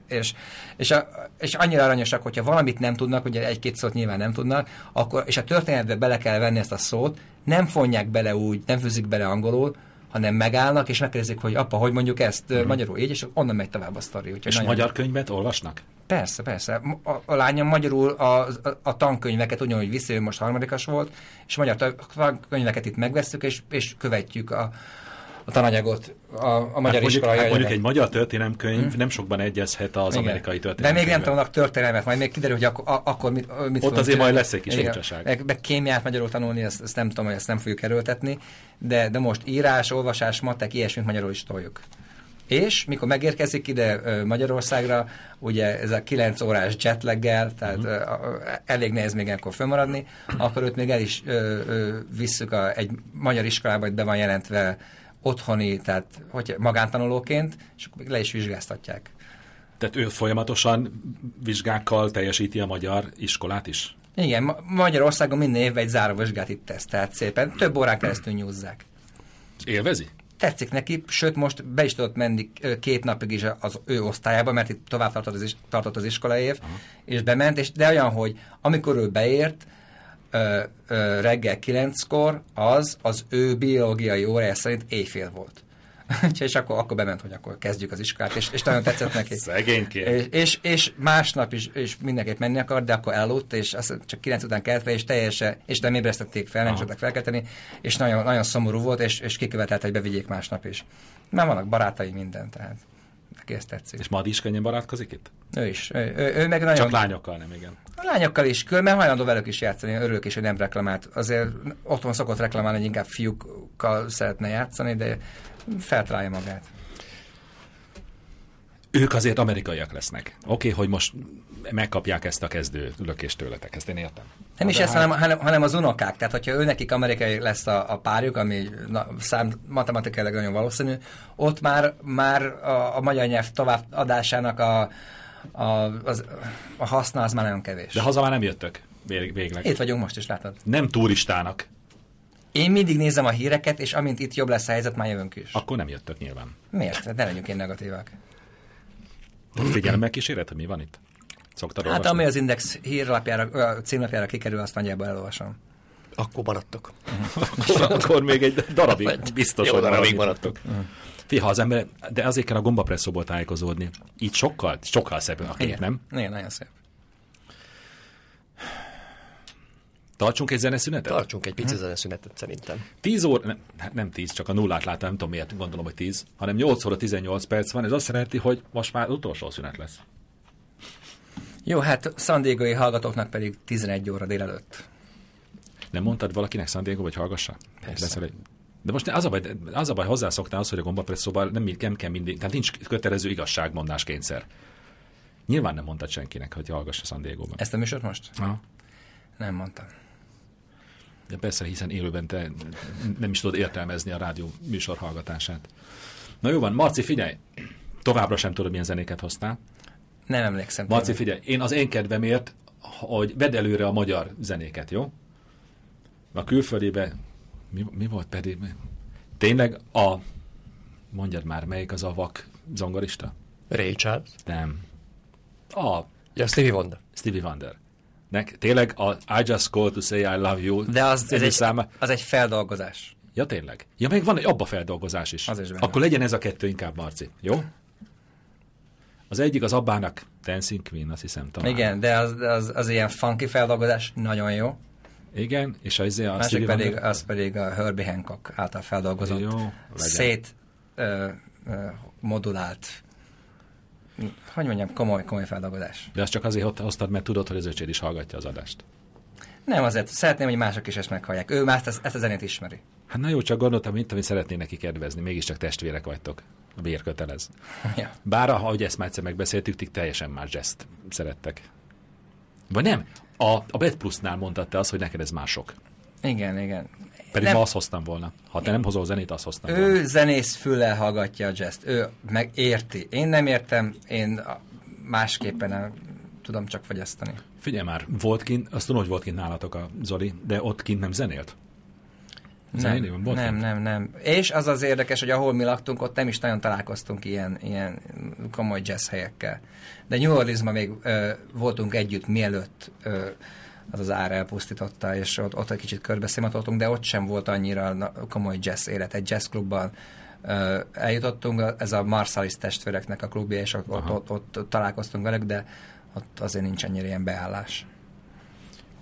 És annyira aranyosak, hogyha valamit nem tudnak, ugye 1-2 szót nyilván nem tudnak, akkor, és a történetbe bele kell venni ezt a szót, nem fonják bele úgy, nem fűzik bele angolul, hanem megállnak, és megkérdezik, hogy apa, hogy mondjuk ezt magyarul így, és onnan megy tovább a sztori.
És magyar könyvet olvasnak?
Persze. A lányom magyarul a tankönyveket ugyanúgy viszi, ő most 3. volt, és magyar tankönyveket itt megvesszük, és követjük a tananyagot a magyar iskola.
Mondjuk egy magyar történelemkönyv nem sokban egyezhet az amerikai
De
történelemkönyvvel.
még nem tanulnak történelmet, majd még kiderül, hogy akkor mit
ott azért majd lesz egy kis furcsaság.
Meg kémiát magyarul tanulni, ezt nem tudom, hogy ezt nem fogjuk erőltetni, de most írás, olvasás, matek, ilyesmit magyarul is toljuk. És mikor megérkezik ide Magyarországra, ugye ez a 9 órás jetlaggel, tehát elég nehéz még ilyenkor fölmaradni, akkor őt még el is visszük egy magyar iskolába, hogy be van jelentve otthoni, tehát magántanulóként, és akkor még le is vizsgáztatják.
Tehát ő folyamatosan vizsgákkal teljesíti a magyar iskolát is?
Igen, Magyarországon minden évben egy záróvizsgát itt tesz, tehát szépen több órán keresztül nyúzzák.
Élvezi?
Tetszik neki, sőt most be is tudott menni 2 napig is az ő osztályába, mert itt tovább tartott az iskolaév, és bement, de olyan, hogy amikor ő beért, reggel 9-kor, az ő biológiai órája szerint éjfél volt. És akkor bement, hogy akkor kezdjük az iskolát, és nagyon tetszett neki.
Szegényként.
És másnap is mindenképp menni akart, de akkor elaludt, és csak 9 után kelt fel, és teljesen, és nem ébresztették fel, nem is tudtak felkelteni, és nagyon, nagyon szomorú volt, és kikövetelt, hogy bevigyék másnap is. Már vannak barátai, minden, tehát neki ezt tetszik.
És Madi is könnyen barátkozik itt?
Ő is. Ő meg nagyon...
Csak lányokkal, nem igen.
A lányokkal is, mert hajlandó velük is játszani, örülök is, hogy nem reklamált. Azért otthon szokott reklamálni, hogy inkább fiúkkal szeretne játszani, de feltalálja magát.
Ők azért amerikaiak lesznek. Oké, hogy most megkapják ezt a kezdő lökést tőletek, ezt én értem.
Nem is ez, hanem az unokák. Tehát, hogyha ő nekik amerikai lesz a párjuk, ami matematikailag nagyon valószínű, ott már a magyar nyelv továbbadásának a haszna az már nagyon kevés.
De haza már nem jöttök végleg.
Itt vagyunk most is, látod.
Nem turistának.
Én mindig nézem a híreket, és amint itt jobb lesz a helyzet, már jövünk is.
Akkor nem jöttök nyilván.
Miért? Ne legyünk én negatívak.
Figyelemmel kíséret, hogy mi van itt? Szoktad olvasni?
Hát ami az Index hírlapjára, címlapjára kikerül, azt nagyjából elolvasom.
Akkor maradtok.
Akkor még egy darabig biztos,
jó
hogy
darabig maradtok.
Fiha, az ember, de azért kell a gombapresszóból tájékozódni. Így sokkal szebb a kép, nem?
Igen, nagyon szép.
Tartsunk egy zeneszünetet?
Tartsunk egy pici zeneszünetet szerintem.
10 óra, nem 10, csak a nullát láttam, nem tudom miért gondolom, hogy 10, hanem 8 óra 18 perc van, ez azt jelenti, hogy most már utolsó szünet lesz.
Jó, hát San Diego-i hallgatóknak pedig 11 óra délelőtt.
Nem mondtad valakinek San Diego, vagy hallgassa?
Persze.
De most az a baj, hozzászoktál az, hogy a gombapresszóval nem kell mindig, tehát nincs kötelező igazságmondás kényszer. Nyilván nem mondtad senkinek, hogy hallgassa San Diego-ban.
Ezt a műsort most?
Aha.
Nem mondtam.
De persze, hiszen élőben te nem is tudod értelmezni a rádió műsor hallgatását. Na jó van, Marci, figyelj! Továbbra sem tudod, milyen zenéket hoztál.
Nem emlékszem.
Marci, figyelj, én az én kedvemért, hogy vedd előre a magyar zenéket, jó? A külföldébe mi volt pedig? Tényleg mondjad már, melyik az a vak zongorista?
Ray Charles?
Nem.
Ja, Stevie Wonder.
Stevie Wonder. Tényleg I just called to say I love you.
De az egy feldolgozás.
Ja, tényleg. Ja, még van egy abba feldolgozás is. Akkor legyen ez a kettő inkább, Marci. Jó? Az egyik az Abbának Dancing Queen, azt hiszem talán.
Igen, de az ilyen funky feldolgozás nagyon jó.
Igen, és
másik pedig a Herbie Hancock által feldolgozott,
jó,
modulált, hogy mondjam, komoly feldolgozás.
De azt csak azért hoztad, mert tudod, hogy az öcséd is hallgatja az adást.
Nem, azért szeretném, hogy mások is ezt meghallják. Ő már ezt a zenét ismeri.
Hát na jó, csak gondoltam, mint amit szeretné neki kedvezni. Mégiscsak testvérek vagytok. A bér kötelez.
Ja.
Bár, ahogy ezt már egyszer megbeszéltük, ti teljesen más jazzt szerettek. Vagy nem? A Bet Plusnál mondtad te azt, hogy neked ez mások.
Igen.
Pedig ma azt hoztam volna. Ha te nem hozol zenét, azt hoztam volna.
Ő zenész füllel hallgatja a jazzt. Ő meg érti. Én nem értem, én másképpen nem tudom csak fogyasztani.
Figyelj már, volt kint, azt tudom, hogy volt kint nálatok a Zoli, de ott kint nem zenélt?
Nem. És az érdekes, hogy ahol mi laktunk, ott nem is nagyon találkoztunk ilyen komoly jazz helyekkel. De New Orleansban még voltunk együtt, mielőtt az az ár elpusztította, és ott egy kicsit körbeszimatoltunk, de ott sem volt annyira komoly jazz élet. Egy jazzklubban eljutottunk, ez a Marsalis testvéreknek a klubja, és ott találkoztunk velük, de ott azért nincs annyira ilyen beállás.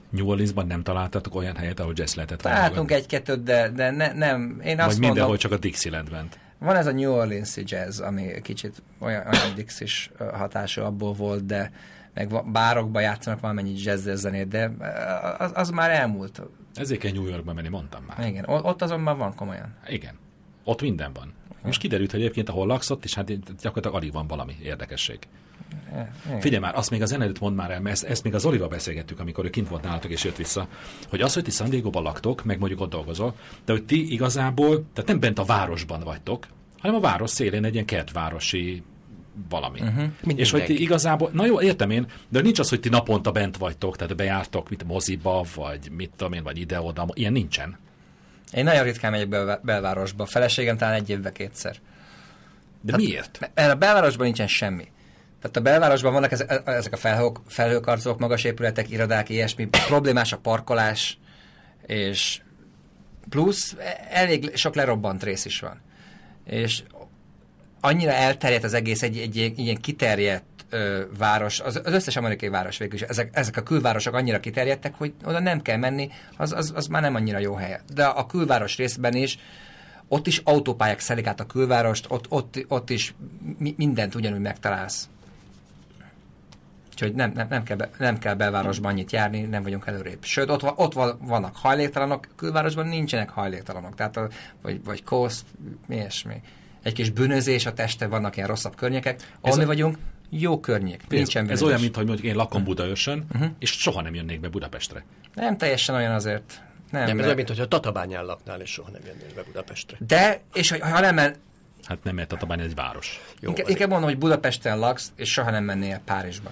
New Orleansban nem találtatok olyan helyet, ahol jazz lehetett
Találtunk egy-kettőt, de nem. Én azt
vagy mindenhol mondom, csak a Dixieland ment.
Van ez a New Orleans-i jazz, ami kicsit olyan Dixis hatású abból volt, de meg bárokba játszanak valamennyi jazz zenét, de az már elmúlt.
Ezért kell New Yorkba menni, mondtam már.
Igen, ott azonban van komolyan.
Igen, ott minden van. Most kiderült, hogy egyébként ahol laksz ott, és hát gyakorlatilag alig van valami érdekesség. Figyelj már, azt még a zene előtt mondd már el, mert ezt még az Olival beszélgettük, amikor ő kint volt nálatok és jött vissza, hogy az, hogy ti San Diego-ban laktok, meg mondjuk ott dolgozol, de hogy ti igazából, tehát nem bent a városban vagytok, hanem a város szélén egy ilyen kertvárosi valami. És hogy ti igazából, na jó, értem én, de nincs az, hogy ti naponta bent vagytok, tehát bejártok mit moziba, vagy mit tudom én, vagy ide-oda, ilyen nincsen.
Én nagyon ritkán megyek belvárosba, a feleségem talán egy évben 2-szer.
De miért?
A belvárosban nincsen semmi. Tehát a belvárosban vannak ezek a felhőkarcolók, magas épületek, irodák, ilyesmi, problémás a parkolás, és plusz elég sok lerobbant rész is van. És annyira elterjedt az egész, egy ilyen kiterjedt város, az összes amerikai város végül is, ezek a külvárosok annyira kiterjedtek, hogy oda nem kell menni, az már nem annyira jó hely. De a külváros részben is, ott is autópályák szelik át a külvárost, ott is mindent ugyanúgy megtalálsz. Úgyhogy nem kell belvárosban annyit járni, nem vagyunk előrébb. Sőt, ott vannak hajléktalanok, külvárosban nincsenek hajléktalanok. Tehát vagy kósz, ilyesmi. Egy kis bűnözés a teste, vannak ilyen rosszabb környékek. Ahol mi vagyunk, jó környék. Nincsen bűnözés.
Ez olyan, mint hogy mondjuk én lakom Budaörsön, és soha nem jönnék be Budapestre.
Nem teljesen olyan azért.
Nem, ez olyan, mint hogyha Tatabányán laknál, és soha nem jönnél be Budapestre.
De, és ha nem
hát nem, mert Tatabány egy város.
Inkább mondom, hogy Budapesten laksz, és soha nem mennél Párizsba.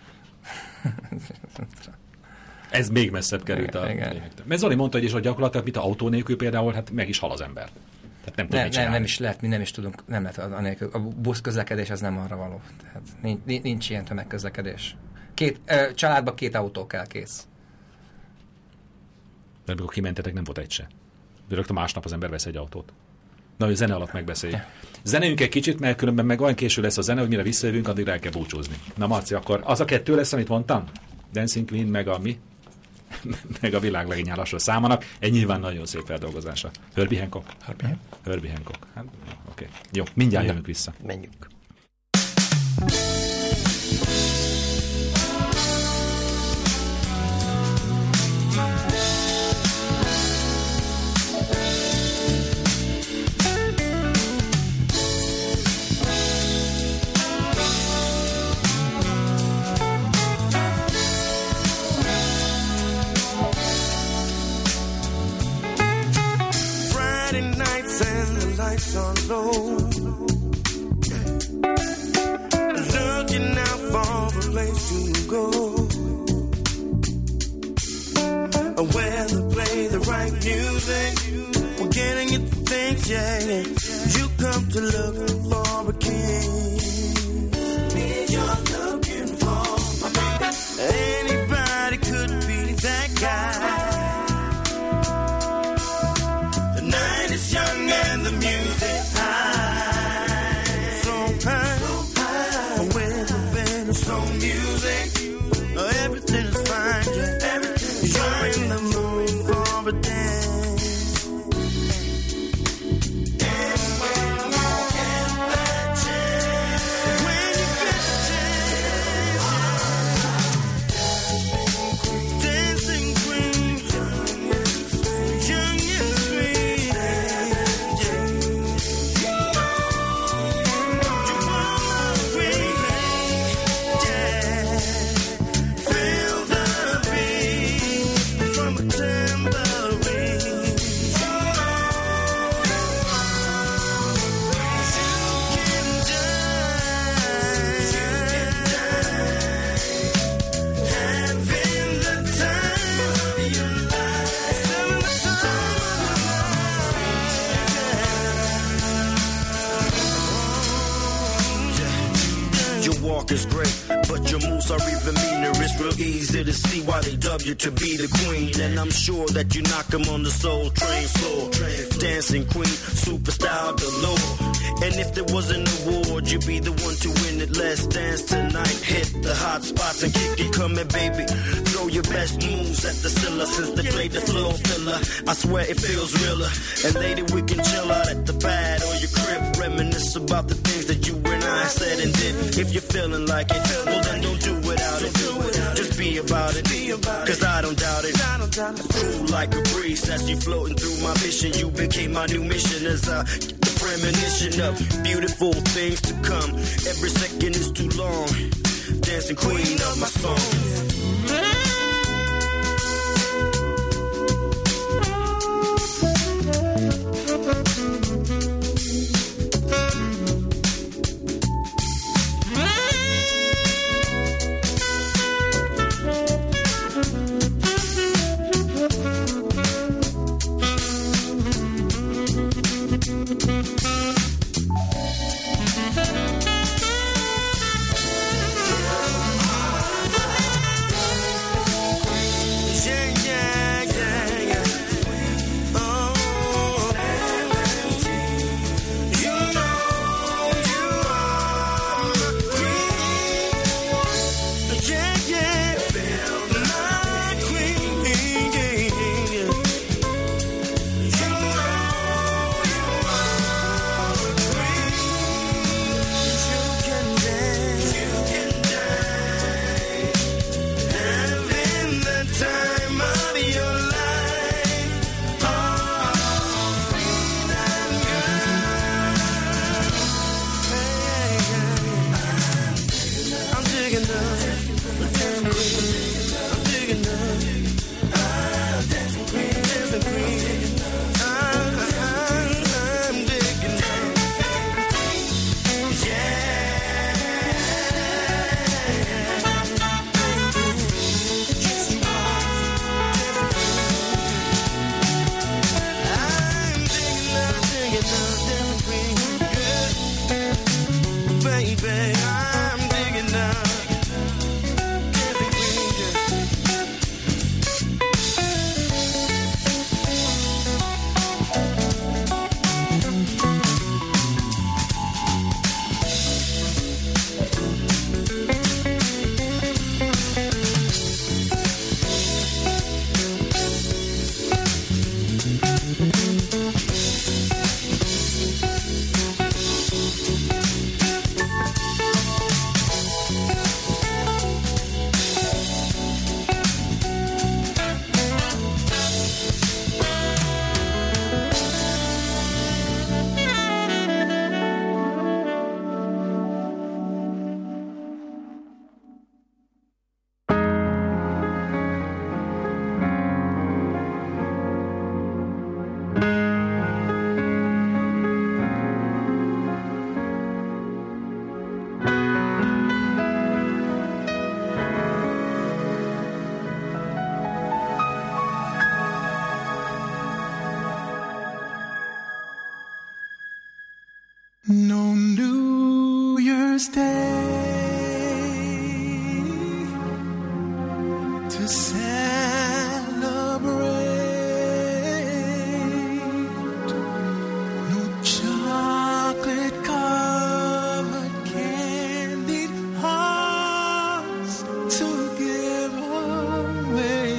Ez még messzebb került a lényegtől. Mert Zoli mondta, hogy gyakorlatilag mint a autó nélkül például, hát meg is hal az ember. Tehát
nem is lehet, mi nem is tudunk, nem lehet anélkül. A buszközlekedés az nem arra való. Tehát nincs ilyen tömegközlekedés. Családban 2 autó kell, kész.
De amikor kimentetek, nem volt egy se. De rögtön másnap az ember vesz egy autót. Na, hogy zene alatt megbeszéljük. Zenéljünk egy kicsit, mert különben meg olyan késő lesz a zene, hogy mire visszajövünk, addigra el kell búcsúzni. Na Marci, akkor az a 2 lesz, amit mondtam? Dancing Queen, meg a mi? Meg a világ legény lassul számának. Egy nyilván nagyon szép feldolgozása. Herbie Hancock? Herbie Hancock. Hát, oké. Jó, mindjárt jövünk vissza.
Menjünk.
Is great, but your moves are even meaner. It's real easy to see why they dub you to be the queen. And I'm sure that you knock them on the Soul Train floor. Dancing queen, superstar galore. And if there was an award, you'd be the one to win it. Let's dance tonight. Hit the hot spots and kick it. Come here, baby. Throw your best moves at the Scylla since they played the flow filler. I swear it feels realer. And later we can chill out at the pad or your crib, reminisce about the things that you and I said and did. If you're feeling like it, well then don't do without it. Just be about it, cause I don't doubt it. Cool like a breeze as you floating through my vision. You became my new mission as a premonition of beautiful things to come. Every second is too long. Dancing queen of my song.
No New Year's Day to celebrate, no chocolate covered candied hearts to give away,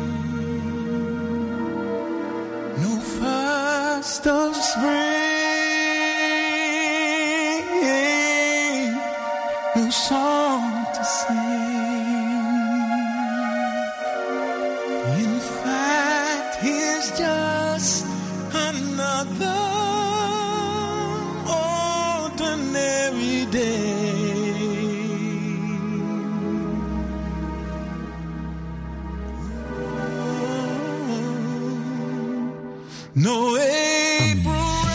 no first of spring, no song to sing. In fact, here's just another ordinary day. No April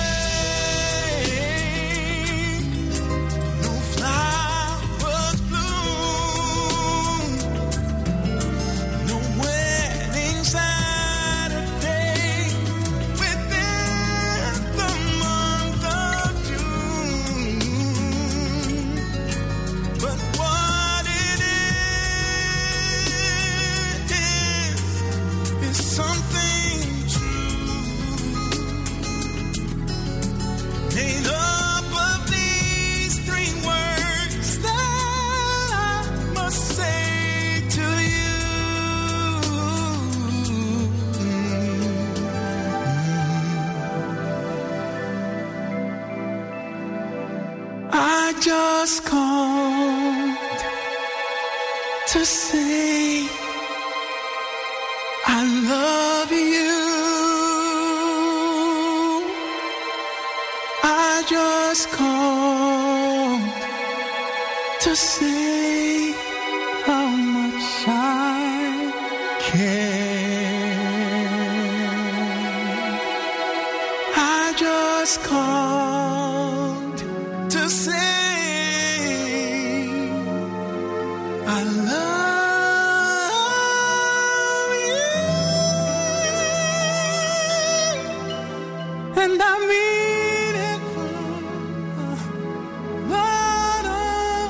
rain, no flowers bloom, no wedding Saturday within the month of June. But what it is something true. just called to say I love you. I just called to say how much I care. I just called to say I love you, and I mean it from the bottom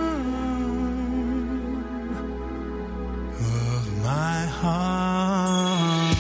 of my heart.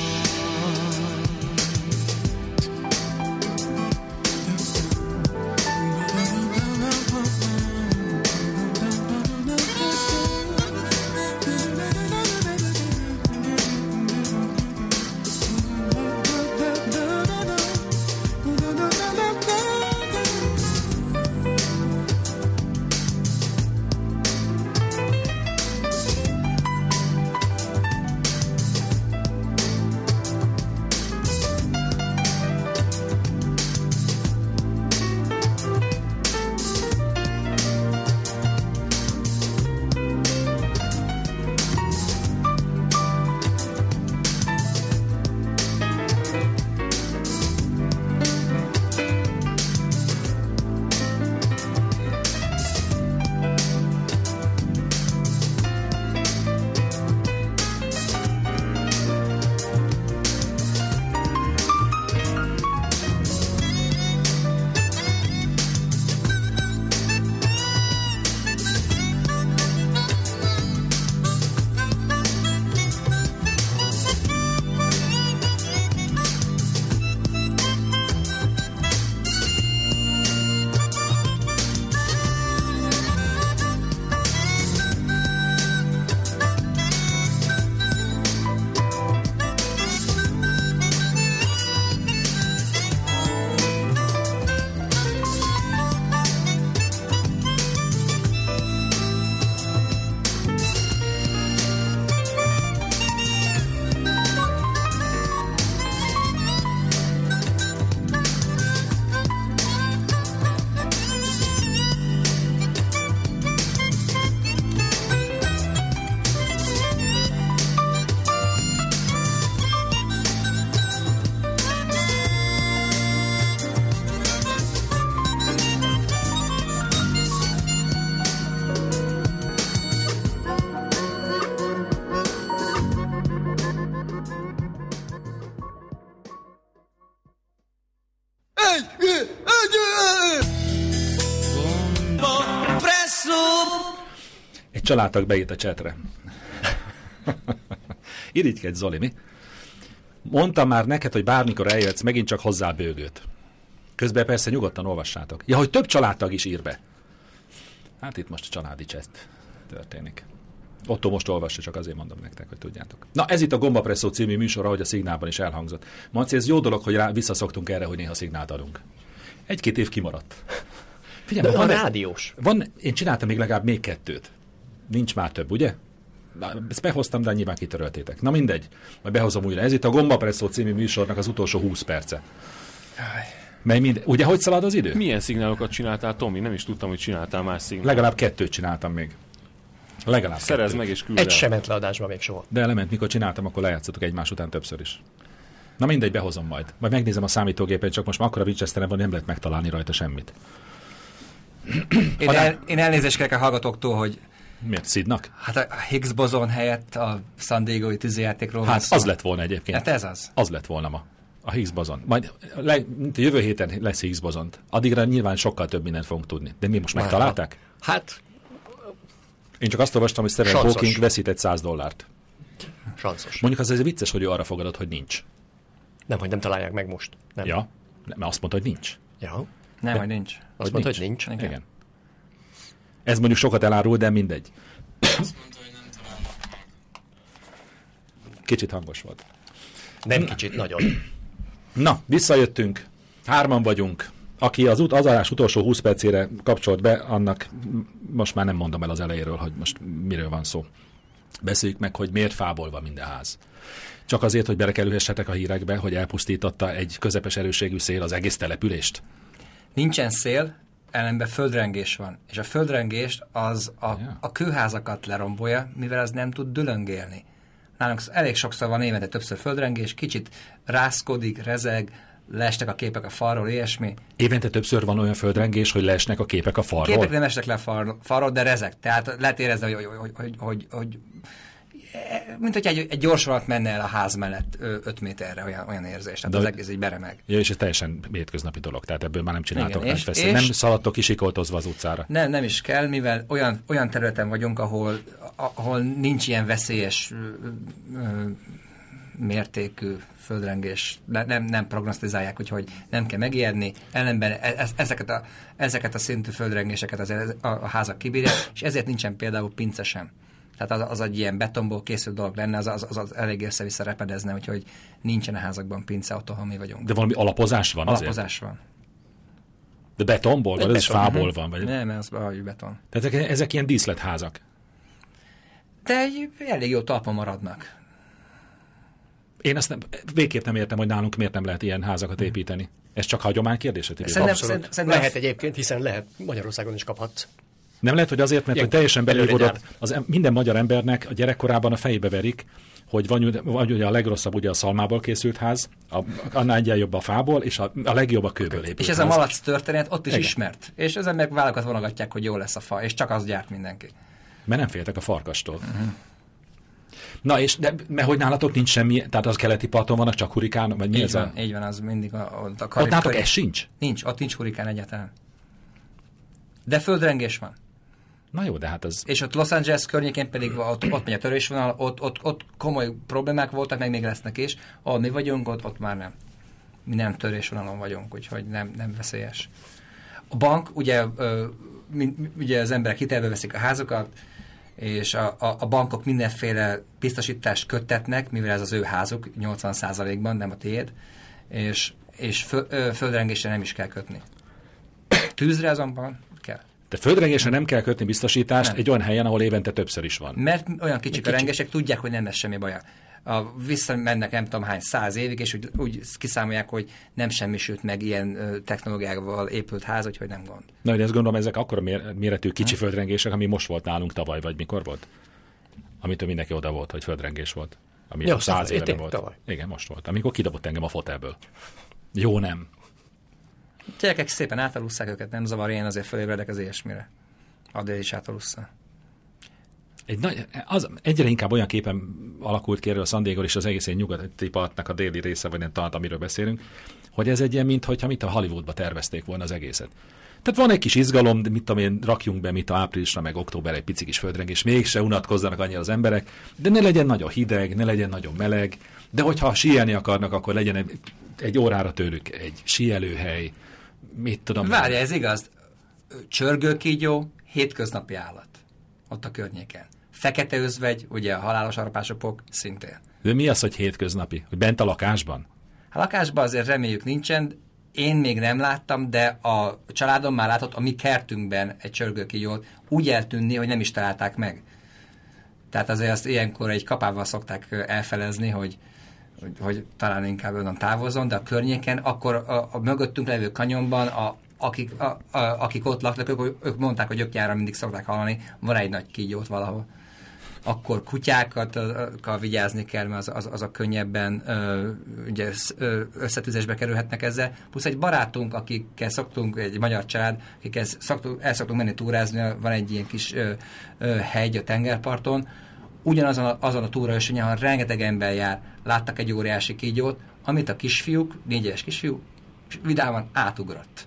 Családtag beírt a csetre. Irigykedj, Zoli, mi? Mondtam már neked, hogy bármikor eljöhetsz, megint csak hozzá bőgőt. Közben persze nyugodtan olvassátok. Ja, hogy több családtag is ír be. Hát itt most a családi cseszt történik. Otto most olvassa, csak azért mondom nektek, hogy tudjátok. Na, ez itt a Gombapresszó című műsor, ahogy a szignálban is elhangzott. Marci, ez jó dolog, hogy visszaszoktunk erre, hogy néha szignált adunk. 1-2 év kimaradt. Figyelj,
van rádiós.
Én csináltam még 2. Nincs már több, ugye? Ezt behoztam, de nyilván kitöröltétek. Na mindegy, majd behozom újra. Ez itt a Gombapresszó című műsornak az utolsó 20 perce. Ugye, hogy szalad az idő?
Milyen szignálokat csináltál, Tomi? Nem is tudtam, hogy csináltál más szignálokat.
Legalább 2 csináltam még. Legalább
Szerezd
2.
meg és küld el.
Egy sem ment le adásba még soha.
De lement, mikor csináltam, akkor lejátszottuk egymás után többször is. Na mindegy, behozom majd. Majd megnézem a számítógépen, csak most már akkora Winchesteren van, nem lehet megtalálni rajta semmit.
Én elnézést kérek a hallgatóktól, hogy
miért szidnak?
Hát a Higgs bozon helyett a San Diego-i tűzijátékról
Hát az lett volna egyébként.
Hát ez az.
Az lett volna ma. A Higgs bozon. Majd jövő héten lesz Higgs bozont. Addigra nyilván sokkal több mindent fogunk tudni. De mi most megtalálták?
Hát...
Én csak azt olvastam, hogy Stephen Hawking veszített $100.
Sanszos.
Mondjuk az vicces, hogy ő arra fogadott, hogy nincs.
Nem, hogy nem találják meg most. Nem.
Ja, mert azt mondta, hogy nincs.
Ja.
Nem, hogy nincs.
Azt mondta, hogy nincs.
Igen. Ez mondjuk sokat elárul, de mindegy.
Azt mondta, hogy nem találnak meg.
Kicsit hangos volt.
Nem kicsit, nagyon.
Na, visszajöttünk. 3 vagyunk. aki az adás utolsó 20 percére kapcsolt be, annak most már nem mondom el az elejéről, hogy most miről van szó. Beszéljük meg, hogy miért fából van minden ház. Csak azért, hogy belekerülhessetek a hírekbe, hogy elpusztította egy közepes erősségű szél az egész települést?
Nincsen szél, ellenben földrengés van. És a földrengést az a kőházakat lerombolja, mivel az nem tud dülöngélni. Nálunk elég sokszor van évente többször földrengés, kicsit rászkodik, rezeg, leesnek a képek a falról, ilyesmi.
Évente többször van olyan földrengés, hogy leesnek a képek a falról?
Képek nem esnek le a falról, de rezeg. Tehát lehet érezni, hogy mint hogy egy gyors vonat menne el a ház mellett 5 méterre, olyan érzés. Tehát az egész így beremeg.
Ja, és ez teljesen hétköznapi dolog, tehát ebből már nem csináltok
Igen,
nagy feszélyt. Nem szaladtok kisikoltozva az utcára.
Nem is kell, mivel olyan területen vagyunk, ahol nincs ilyen veszélyes mértékű földrengés, nem prognosztizálják, úgyhogy nem kell megijedni. Ellenben ezeket a szintű földrengéseket a házak kibírják, és ezért nincsen például pince sem. Tehát az egy ilyen betonból készült dolog lenne, az elég össze-vissza repedezne, úgyhogy nincsen a házakban pince ott, ahol mi vagyunk.
De valami alapozás van azért?
Alapozás van.
De betonból, vagy ez is fából van? Vagy...
Nem, ez beton.
Tehát ezek ilyen díszletházak?
De elég jó talpon maradnak.
Én azt végképp nem értem, hogy nálunk miért nem lehet ilyen házakat építeni. Ez csak hagyomány kérdése?
Szerintem lehet egyébként, hiszen lehet, Magyarországon is kaphatsz.
Nem lehet, hogy azért, mert hogy teljesen belővodott, minden magyar embernek a gyerekkorában a fejébe verik, hogy vagy ugye a legrosszabb ugye a szalmából készült ház, annál egyen jobb a fából, és a legjobb a kőből épült
és ez
ház.
A malac történet ott is ismert. És ezen meg vállakat vonogatják, hogy jó lesz a fa, és csak az gyárt mindenki.
Mert nem féltek a farkastól. Na és, mert hogy nálatok nincs semmi, tehát az keleti parton vannak csak hurikánok, vagy mi
így
ez
van, így van, az mindig a
ott nálatok ez sincs?
Nincs, ott nincs hurikán egyáltalán. De földrengés van.
Na jó, de hát az...
És ott Los Angeles környékén pedig ott megy a törésvonal, ott komoly problémák voltak, meg még lesznek is. Ahol mi vagyunk, ott már nem. Mi nem törésvonalon vagyunk, úgyhogy nem veszélyes. A bank, ugye az emberek hitelbe veszik a házakat, és a bankok mindenféle biztosítást köttetnek, mivel ez az ő házuk 80%-ban, nem a tiéd, és földrengésre nem is kell kötni. Tűzre azonban kell.
De földrengésre nem kell kötni biztosítást egy olyan helyen, ahol évente többször is van.
Mert olyan kicsik a rengesek, tudják, hogy nem lesz semmi baja. Visszamennek nem tudom hány 100 évig, és úgy kiszámolják, hogy nem semmisült meg ilyen technológiával épült ház, úgyhogy nem gond.
Na, de ezt gondolom, ezek akkora méretű kicsi földrengések, ami most volt nálunk tavaly, vagy mikor volt? Amitől mindenki oda volt, hogy földrengés volt. Ami 100 éve volt. Tavaly. Igen, most volt. Amikor kidobott engem a fotelből. Jó, nem.
Gyerekek szépen átalusszák őket, nem zavar, én azért fölébredek az ilyesmire. Addig is átalussza.
Egyre inkább olyan képen alakult ki erről a San Diego és az egész nyugati partnak a déli része, vagy nem talán, amiről beszélünk, hogy ez egy ilyen, mintha a Hollywoodba tervezték volna az egészet. Tehát van egy kis izgalom, de mit tudom én, rakjunk be, mint a áprilisra, meg október egy pici kis földrengés, mégse unatkozzanak annyira az emberek, de ne legyen nagyon hideg, ne legyen nagyon meleg, de hogyha síelni akarnak, akkor legyen egy órára tőlük egy síelőhely, mit tudom.
Várja, ez igaz. Csörgőkígyó, hétköznapi állat. Ott a környéken. Fekete özvegy, ugye a halálos arpásopok, szintén.
De mi az, hogy hétköznapi? Hogy bent a lakásban?
A lakásban azért reméljük nincsen, én még nem láttam, de a családom már látott a mi kertünkben egy csörgőkígyót úgy eltűnni, hogy nem is találták meg. Tehát azért azt ilyenkor egy kapával szokták elfelezni, hogy talán inkább onnan távozzon, de a környéken, akkor a mögöttünk levő kanyonban akik ott laknak, ők mondták, hogy nyáron mindig szokták hallani, van egy nagy kígyót valahol. Akkor kutyákat vigyázni kell, mert az a könnyebben ugye, összetűzésbe kerülhetnek ezzel. Plusz egy barátunk, akikkel szoktunk, egy magyar család, akikkel el szoktunk menni túrázni, van egy ilyen kis hegy a tengerparton, ugyanazon a túraösvényen, ahol rengeteg ember jár, láttak egy óriási kígyót, amit a kisfiúk, 4 éves kisfiú, vidáman átugrott.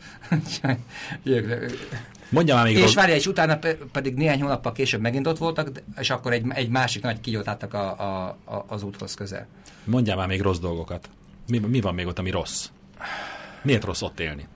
És várja, és utána pedig néhány hónappal később megint ott voltak, és akkor egy másik nagy kígyót láttak az úthoz közel.
Mondjál már még rossz dolgokat. Mi van még ott, ami rossz? Miért rossz ott élni?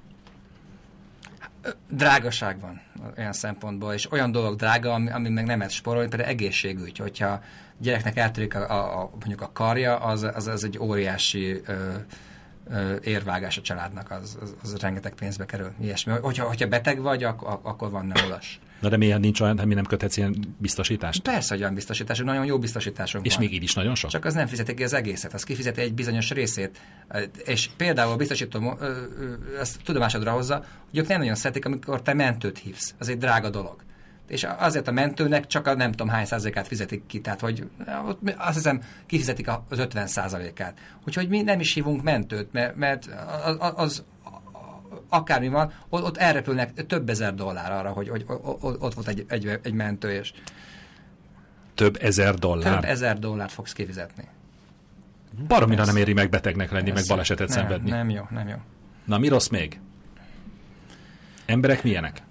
Drágaság van olyan szempontból, és olyan dolog drága, ami meg nem lehet spórolni, például egészségügy. Hogyha gyereknek eltörik mondjuk a karja, az egy óriási érvágás a családnak, az rengeteg pénzbe kerül. Ilyesmi. Hogyha beteg vagy, akkor van nem ulas.
Na de miért nincs olyan, mi nem köthetsz ilyen biztosítást?
Persze, hogy olyan biztosítás, nagyon jó biztosításunk
és
van.
még így is nagyon sok?
Csak az nem fizeti ki az egészet, az kifizeti egy bizonyos részét. És például a biztosító ezt tudomásodra hozza, hogy ők nem nagyon szeretik, amikor te mentőt hívsz. Az egy drága dolog. És azért a mentőnek csak a nem tudom hány százalékát fizetik ki, tehát hogy azt hiszem kifizetik az 50%-át. Úgyhogy mi nem is hívunk mentőt, mert az akármi van, ott elrepülnek több ezer dollár arra, hogy ott volt egy mentő, és
több ezer dollár?
Több ezer dollárt fogsz kifizetni.
Baromira nem éri meg betegnek lenni, meg balesetet szenvedni.
Nem jó.
Na, mi rossz még? Emberek milyenek?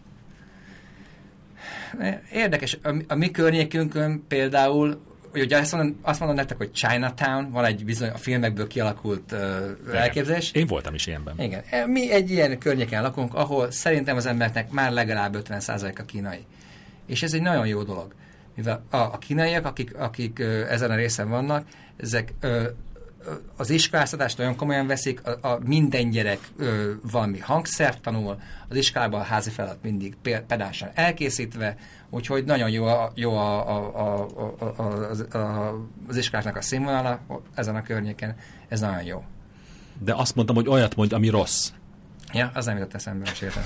Érdekes, a mi környékünkön például, ugye azt mondom nektek, hogy Chinatown, van egy bizony a filmekből kialakult elképzelés.
Én voltam is ilyenben.
Igen. Mi egy ilyen környéken lakunk, ahol szerintem az embereknek már legalább 50% a kínai. És ez egy nagyon jó dolog. Mivel a kínaiak, akik ezen a részen vannak, ezek az iskoláztatást nagyon komolyan veszik, minden gyerek valami hangszert tanul, az iskolában a házi feladat mindig pedánsan elkészítve, úgyhogy nagyon jó az iskoláknak a színvonala ezen a környéken, ez nagyon jó.
De azt mondtam, hogy olyat mondj, ami rossz.
Ja, az nem jutott eszembe, most értem.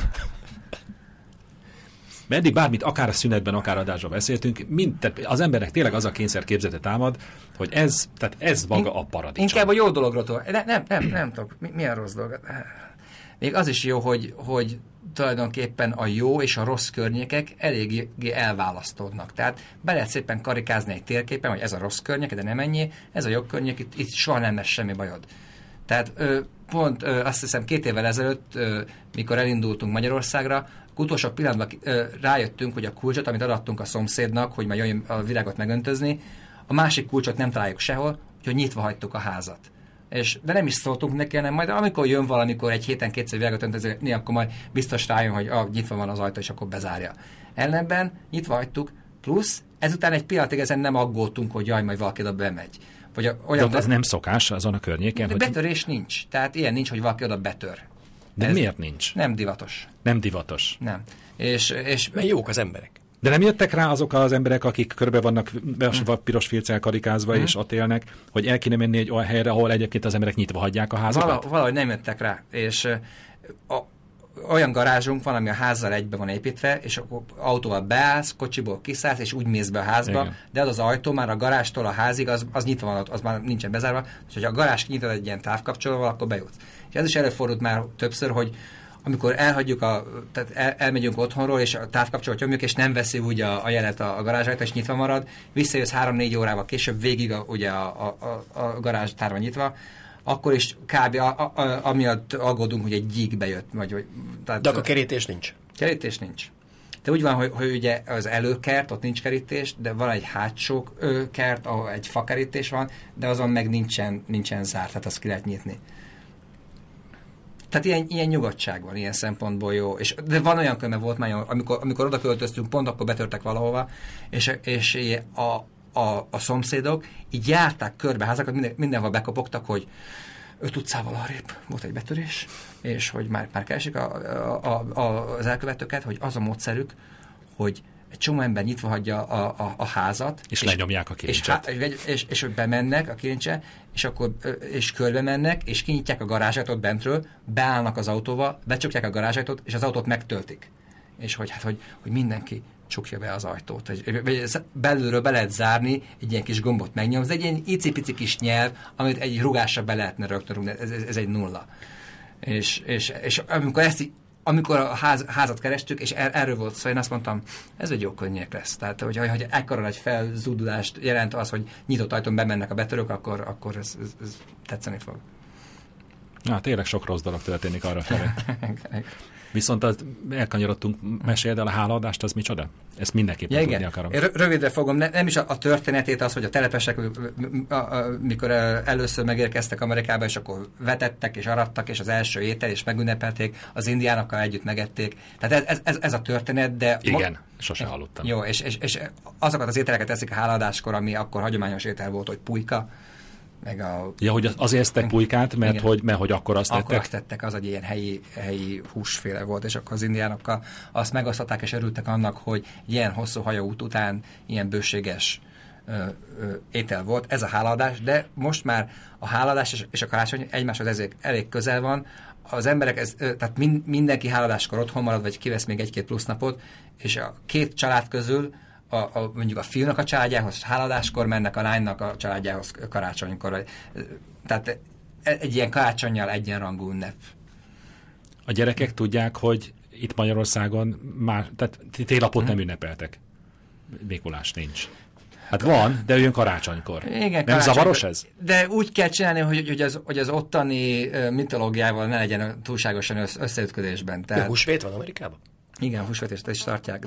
Mert eddig bármit, akár a szünetben, akár adásban beszéltünk, tehát az embernek tényleg az a kényszerképzete támad, hogy ez maga a paradicsom.
Inkább a jó dologról. Nem tudok. Milyen rossz dolog? Még az is jó, hogy tulajdonképpen a jó és a rossz környékek eléggé elválasztódnak. Tehát be lehet szépen karikázni egy térképen, hogy ez a rossz környék, de nem ennyi, ez a jó környék, itt soha nem lesz semmi bajod. Tehát pont azt hiszem 2 évvel ezelőtt, mikor elindultunk Magyarországra, utolsó pillanatban rájöttünk, hogy a kulcsot, amit adattunk a szomszédnak, hogy majd jöjjön a virágot megöntözni, a másik kulcsot nem találjuk sehol, úgyhogy nyitva hagytuk a házat. De nem is szóltunk neki, hanem majd amikor jön valamikor egy héten 2-szer virágot öntözni, akkor majd biztos rájön, hogy nyitva van az ajtó, és akkor bezárja. Ellenben nyitva hagytuk, plusz ezután egy pillanatig ezen nem aggódtunk, hogy jaj, majd valaki oda bemegy. Vagy
de ez nem szokás azon a környéken?
De betörés nincs. Tehát ilyen nincs, hogy valaki oda betör.
De miért nincs?
Nem divatos.
Nem divatos.
Nem. És
mert jók az emberek.
De nem jöttek rá azok az emberek, akik körbe vannak piros filccel karikázva, és ott élnek, hogy el kéne menni egy olyan helyre, ahol egyébként az emberek nyitva hagyják a házakat?
Valahogy nem jöttek rá. És olyan garázsunk van, ami a házzal egybe van építve, és akkor autóval beállsz, kocsiból kiszállsz, és úgy mész be a házba, igen. De az ajtó már a garástól a házig, az nyitva van, az már nincsen bezárva, és ha a garázs kinyitod egy ilyen távkapcsolóval, akkor bejutsz. És ez is előfordult már többször, hogy amikor elhagyjuk, tehát elmegyünk otthonról, és a távkapcsolót nyomjuk, és nem veszi úgy a jelet a garázsajtó, és nyitva marad, visszajössz 3-4 órával később, végig ugye a garázs tárva nyitva, akkor is kb. Amiatt aggódunk, hogy egy gyík bejött.
Tehát, de akkor kerítés nincs?
Kerítés nincs. De úgy van, hogy ugye az előkert, ott nincs kerítés, de van egy hátsó kert, ahol egy fakerítés van, de azon meg nincsen zárt, tehát azt ki lehet nyitni. Tehát ilyen nyugodtság van, ilyen szempontból jó. De van olyan könyve volt már, amikor oda költöztünk, pont akkor betörtek valahova, és a szomszédok így járták körbe házakat, mindenhol bekopogtak, hogy 5 utcával arrébb volt egy betörés, és hogy már keresik az elkövetőket, hogy az a módszerük, hogy egy csomó ember nyitva hagyja a házat.
És lenyomják a kilincset.
És bemennek a kilincse, és körbe mennek, és kinyitják a garázsajtót bentről, beállnak az autóval, becsukják a garázsajtót, és az autót megtöltik. És hogy mindenki csukja be az ajtót. Belülről be lehet zárni, egy ilyen kis gombot megnyomsz, egy ilyen icipici kis nyelv, amit egy rugásra be lehetne rögtön rúgni, ez egy nulla. És amikor a házat kerestük, és erről volt szó, én azt mondtam, ez egy jó környék lesz. Tehát, hogy ekkora nagy felzúdulást jelent az, hogy nyitott ajtón bemennek a betörők, akkor ez tetszeni fog.
Na, tényleg sok rossz dolog történik arra felé. Viszont elkanyarodtunk, meséld el a hálaadást, az micsoda? Ezt mindenképpen tudni akarom.
Én rövidre fogom, nem is a történetét az, hogy a telepesek, mikor először megérkeztek Amerikába, és akkor vetettek és arattak, és az első étel, és megünnepelték, az indiánokkal együtt megették. Tehát ez a történet, de...
Igen, sose hallottam.
Jó, és azokat az ételeket eszik a hálaadáskor, ami akkor hagyományos étel volt, hogy pulyka, meg a...
Ja, hogy azért esztek pulykát, mert hogy akkor azt tettek?
Akkor azt tettek, az egy ilyen helyi húsféle volt, és akkor az indiánokkal azt megosztották, és örültek annak, hogy ilyen hosszú hajóút után ilyen bőséges étel volt. Ez a hálaadás, de most már a hálaadás és a karácsony egymáshoz ezért elég közel van. Az emberek, tehát mindenki háladáskor otthon marad, vagy kivesz még egy-két plusz napot, és a két család közül mondjuk a fiúnak a családjához háladáskor mennek, a lánynak a családjához karácsonykor. Tehát egy ilyen karácsonnyal egyenrangú ünnep.
A gyerekek tudják, hogy itt Magyarországon már, tehát télapot nem ünnepeltek. Mikulás nincs. Hát van, de jön karácsonykor.
Igen,
nem zavaros ez?
De úgy kell csinálni, hogy az ottani mitológiával ne legyen túlságosan összeütközésben. Tehát...
Húsvét van Amerikában?
Igen, húsvétést is tartják.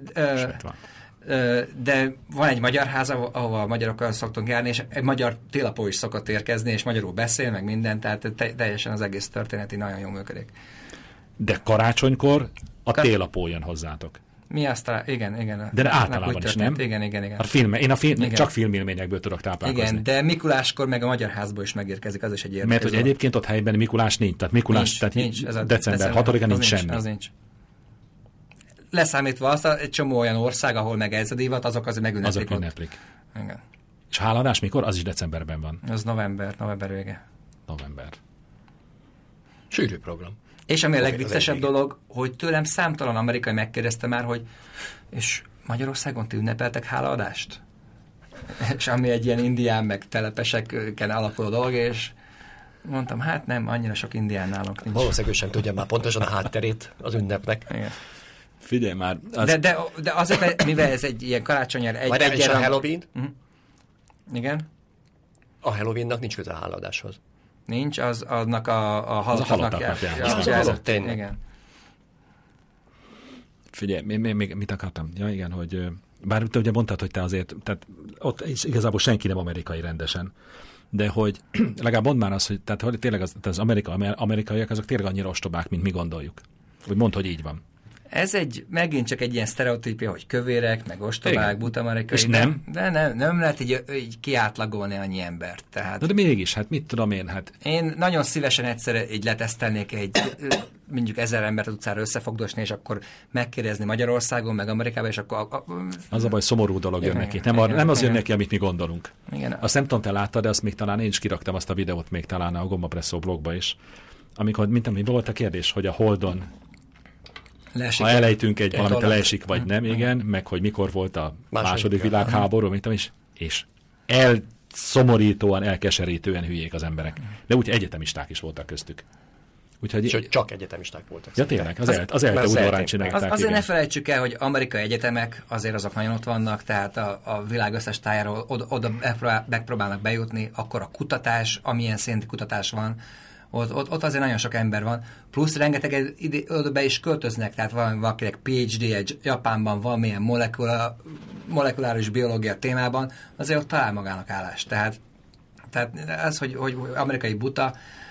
De van egy magyar ház, ahova a magyarokkal szoktunk járni, és egy magyar télapó is szokott érkezni, és magyarul beszél, meg minden, tehát teljesen az egész történeti nagyon jól működik.
De karácsonykor a télapó jön hozzátok.
Mi aztán, igen.
De általában is, nem?
Igen.
Én csak filmélményekből tudok táplálkozni.
Igen, de Mikuláskor meg a magyar házból is megérkezik, az is egy érdekes.
Mert hogy egyébként ott helyben Mikulás nincs, tehát Mikulás,
nincs,
december 6-án nincs semmi.
Az nincs. Leszámítva azt, egy csomó olyan ország, ahol meg ez a divat, azok azért megünneplik.
Azok ünneplik.
Igen.
És hálaadás mikor? Az is decemberben van.
Az november vége.
November.
Sűrű program.
És ami a legviccesebb dolog, hogy tőlem számtalan amerikai megkérdezte már, hogy és Magyarországon ti ünnepeltek hálaadást? És ami egy ilyen indián meg telepeseken alapuló dolog, és mondtam, hát nem, annyira sok indián nálunk nincs.
Valószínűleg sem tudja már pontosan a hátterét az ünnepnek.
Igen.
Figyelj már.
De azért, mivel ez egy ilyen karácsonyra
egy a Halloween?
Igen.
A Halloweennak nincs köze a hálaadáshoz.
Nincs, annak a halottaknak
jár.
Igen.
Figyelj, még mit akartam? Ja igen, hogy bár te ugye mondtad, hogy te azért, tehát ott igazából senki nem amerikai rendesen, de hogy legalább mondd már azt, hogy, tehát, hogy tényleg az amerikaiak azok tényleg annyira ostobák, mint mi gondoljuk. Úgy mondd, hogy így van.
Ez megint csak egy ilyen sztereotípia, hogy kövérek, meg ostobák, buta amerikai.
És nem?
De nem lehet így kiátlagolni annyi embert. Tehát...
De mégis, hát mit tudom én, hát...
Én nagyon szívesen egyszer így letesztelnék mondjuk 1000 embert az utcára összefogdosni, és akkor megkérdezni Magyarországon, meg Amerikában, és akkor...
Az a baj, szomorú dolog jön neki. Nem az jön neki, amit mi gondolunk.
Igen.
Azt nem tudom, te láttad, de azt még talán én is kiraktam azt a videót még talán a Gombapresszó blogba is, amikor, mi volt a kérdés, hogy a Holdon leesik, ha elejtünk valamit, leesik, vagy nem, igen, meg hogy mikor volt a második világháború, és elszomorítóan, elkeserítően hülyék az emberek. De úgy egyetemisták is voltak köztük.
Úgyhogy csak egyetemisták voltak.
Ja tényleg, az ELTE udvarán csinálták.
Azért ne felejtsük el, hogy amerikai egyetemek azért azok nagyon ott vannak, tehát a világ összes tájáról oda megpróbálnak bejutni, akkor a kutatás, amilyen szintű kutatás van, ott azért nagyon sok ember van, plusz rengeteg oda be is költöznek, tehát valakinek PhD Japánban valamilyen molekuláris biológia témában, azért ott talál magának állást. Tehát az, hogy amerikai buta...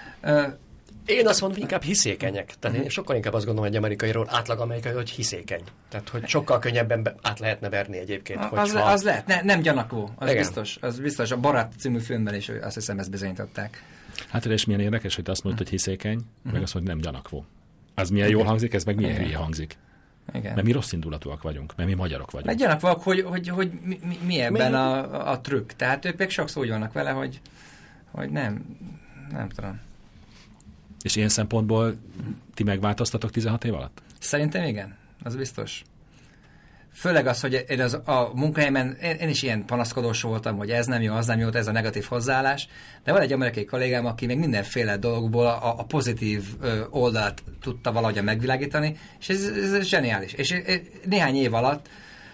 Én azt mondom, inkább hiszékenyek. Tehát én sokkal inkább azt gondolom egy amerikairól, átlag amerikai, hogy hiszékeny. Tehát, hogy sokkal könnyebben át lehetne verni egyébként.
Az lehet, nem gyanakvó, az biztos. A Borat című filmben is azt hiszem ezt bizonyították.
Hát és milyen érdekes, hogy te azt mondod, hogy hiszékeny, meg azt mondod, hogy nem gyanakvó. Az milyen jól hangzik, ez meg milyen hülye hangzik.
Igen.
Mert mi rossz indulatúak vagyunk, mert mi magyarok vagyunk.
Mert gyanakvóak, hogy mi ebben a trükk. Tehát ők még sokszor úgy vannak vele, hogy nem tudom.
És ilyen szempontból ti megváltoztatok 16 év alatt?
Szerintem igen, az biztos. Főleg az, hogy én a munkahelyemen, én is ilyen panaszkodós voltam, hogy ez nem jó, az nem jó, ez a negatív hozzáállás, de van egy amerikai kollégám, aki még mindenféle dolgokból a pozitív oldalt tudta valahogyan megvilágítani, és ez zseniális. És néhány év alatt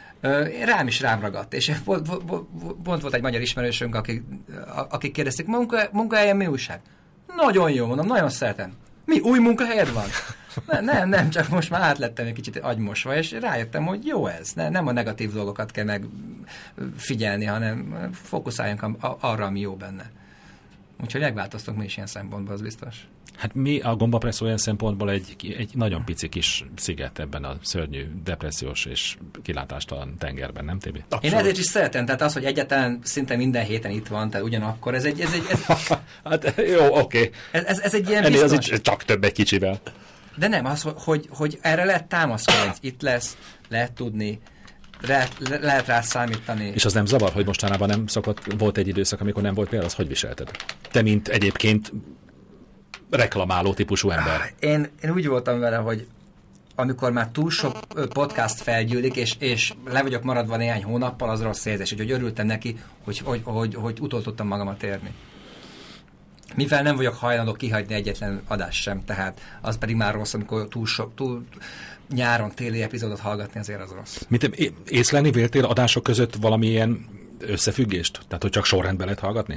rám ragadt, és pont volt egy magyar ismerősünk, akik kérdezték, munkahelyen mi újság? Nagyon jó, mondom, nagyon szeretem. Mi, új munkahelyed van? Nem, csak most már átlettem egy kicsit agymosva, és rájöttem, hogy jó ez. Nem a negatív dolgokat kell megfigyelni, hanem fókuszáljunk arra, ami jó benne. Úgyhogy megváltoztunk mi is ilyen szempontból, az biztos.
Hát mi a Gombapresszó olyan szempontból egy nagyon pici kis sziget ebben a szörnyű, depressziós és kilátástalan tengerben, nem Tibi?
Én ezért is szeretem, tehát az, hogy egyáltalán szinte minden héten itt van, tehát ugyanakkor, ez
Hát jó, oké.
Ez egy ilyen
ennél
biztos.
az csak több egy kicsivel.
De nem, az, hogy erre lehet támaszkodni, hogy itt lesz, lehet tudni, lehet rá számítani.
És az nem zavar, hogy mostanában nem szokott, volt egy időszak, amikor nem volt például, az hogy viselted? Te, mint egyébként reklamáló típusú ember.
Én úgy voltam vele, hogy amikor már túl sok podcast felgyűlik, és le vagyok maradva néhány hónappal, az rossz érzés, hogy örültem neki, hogy utol tudtam magamat érni. Mivel nem vagyok hajlandó kihagyni egyetlen adást sem, tehát az pedig már rossz, amikor túl nyáron téli epizódot hallgatni, azért az rossz.
Észlelni véltél adások között valamilyen összefüggést? Tehát, hogy csak sorrendben lehet hallgatni?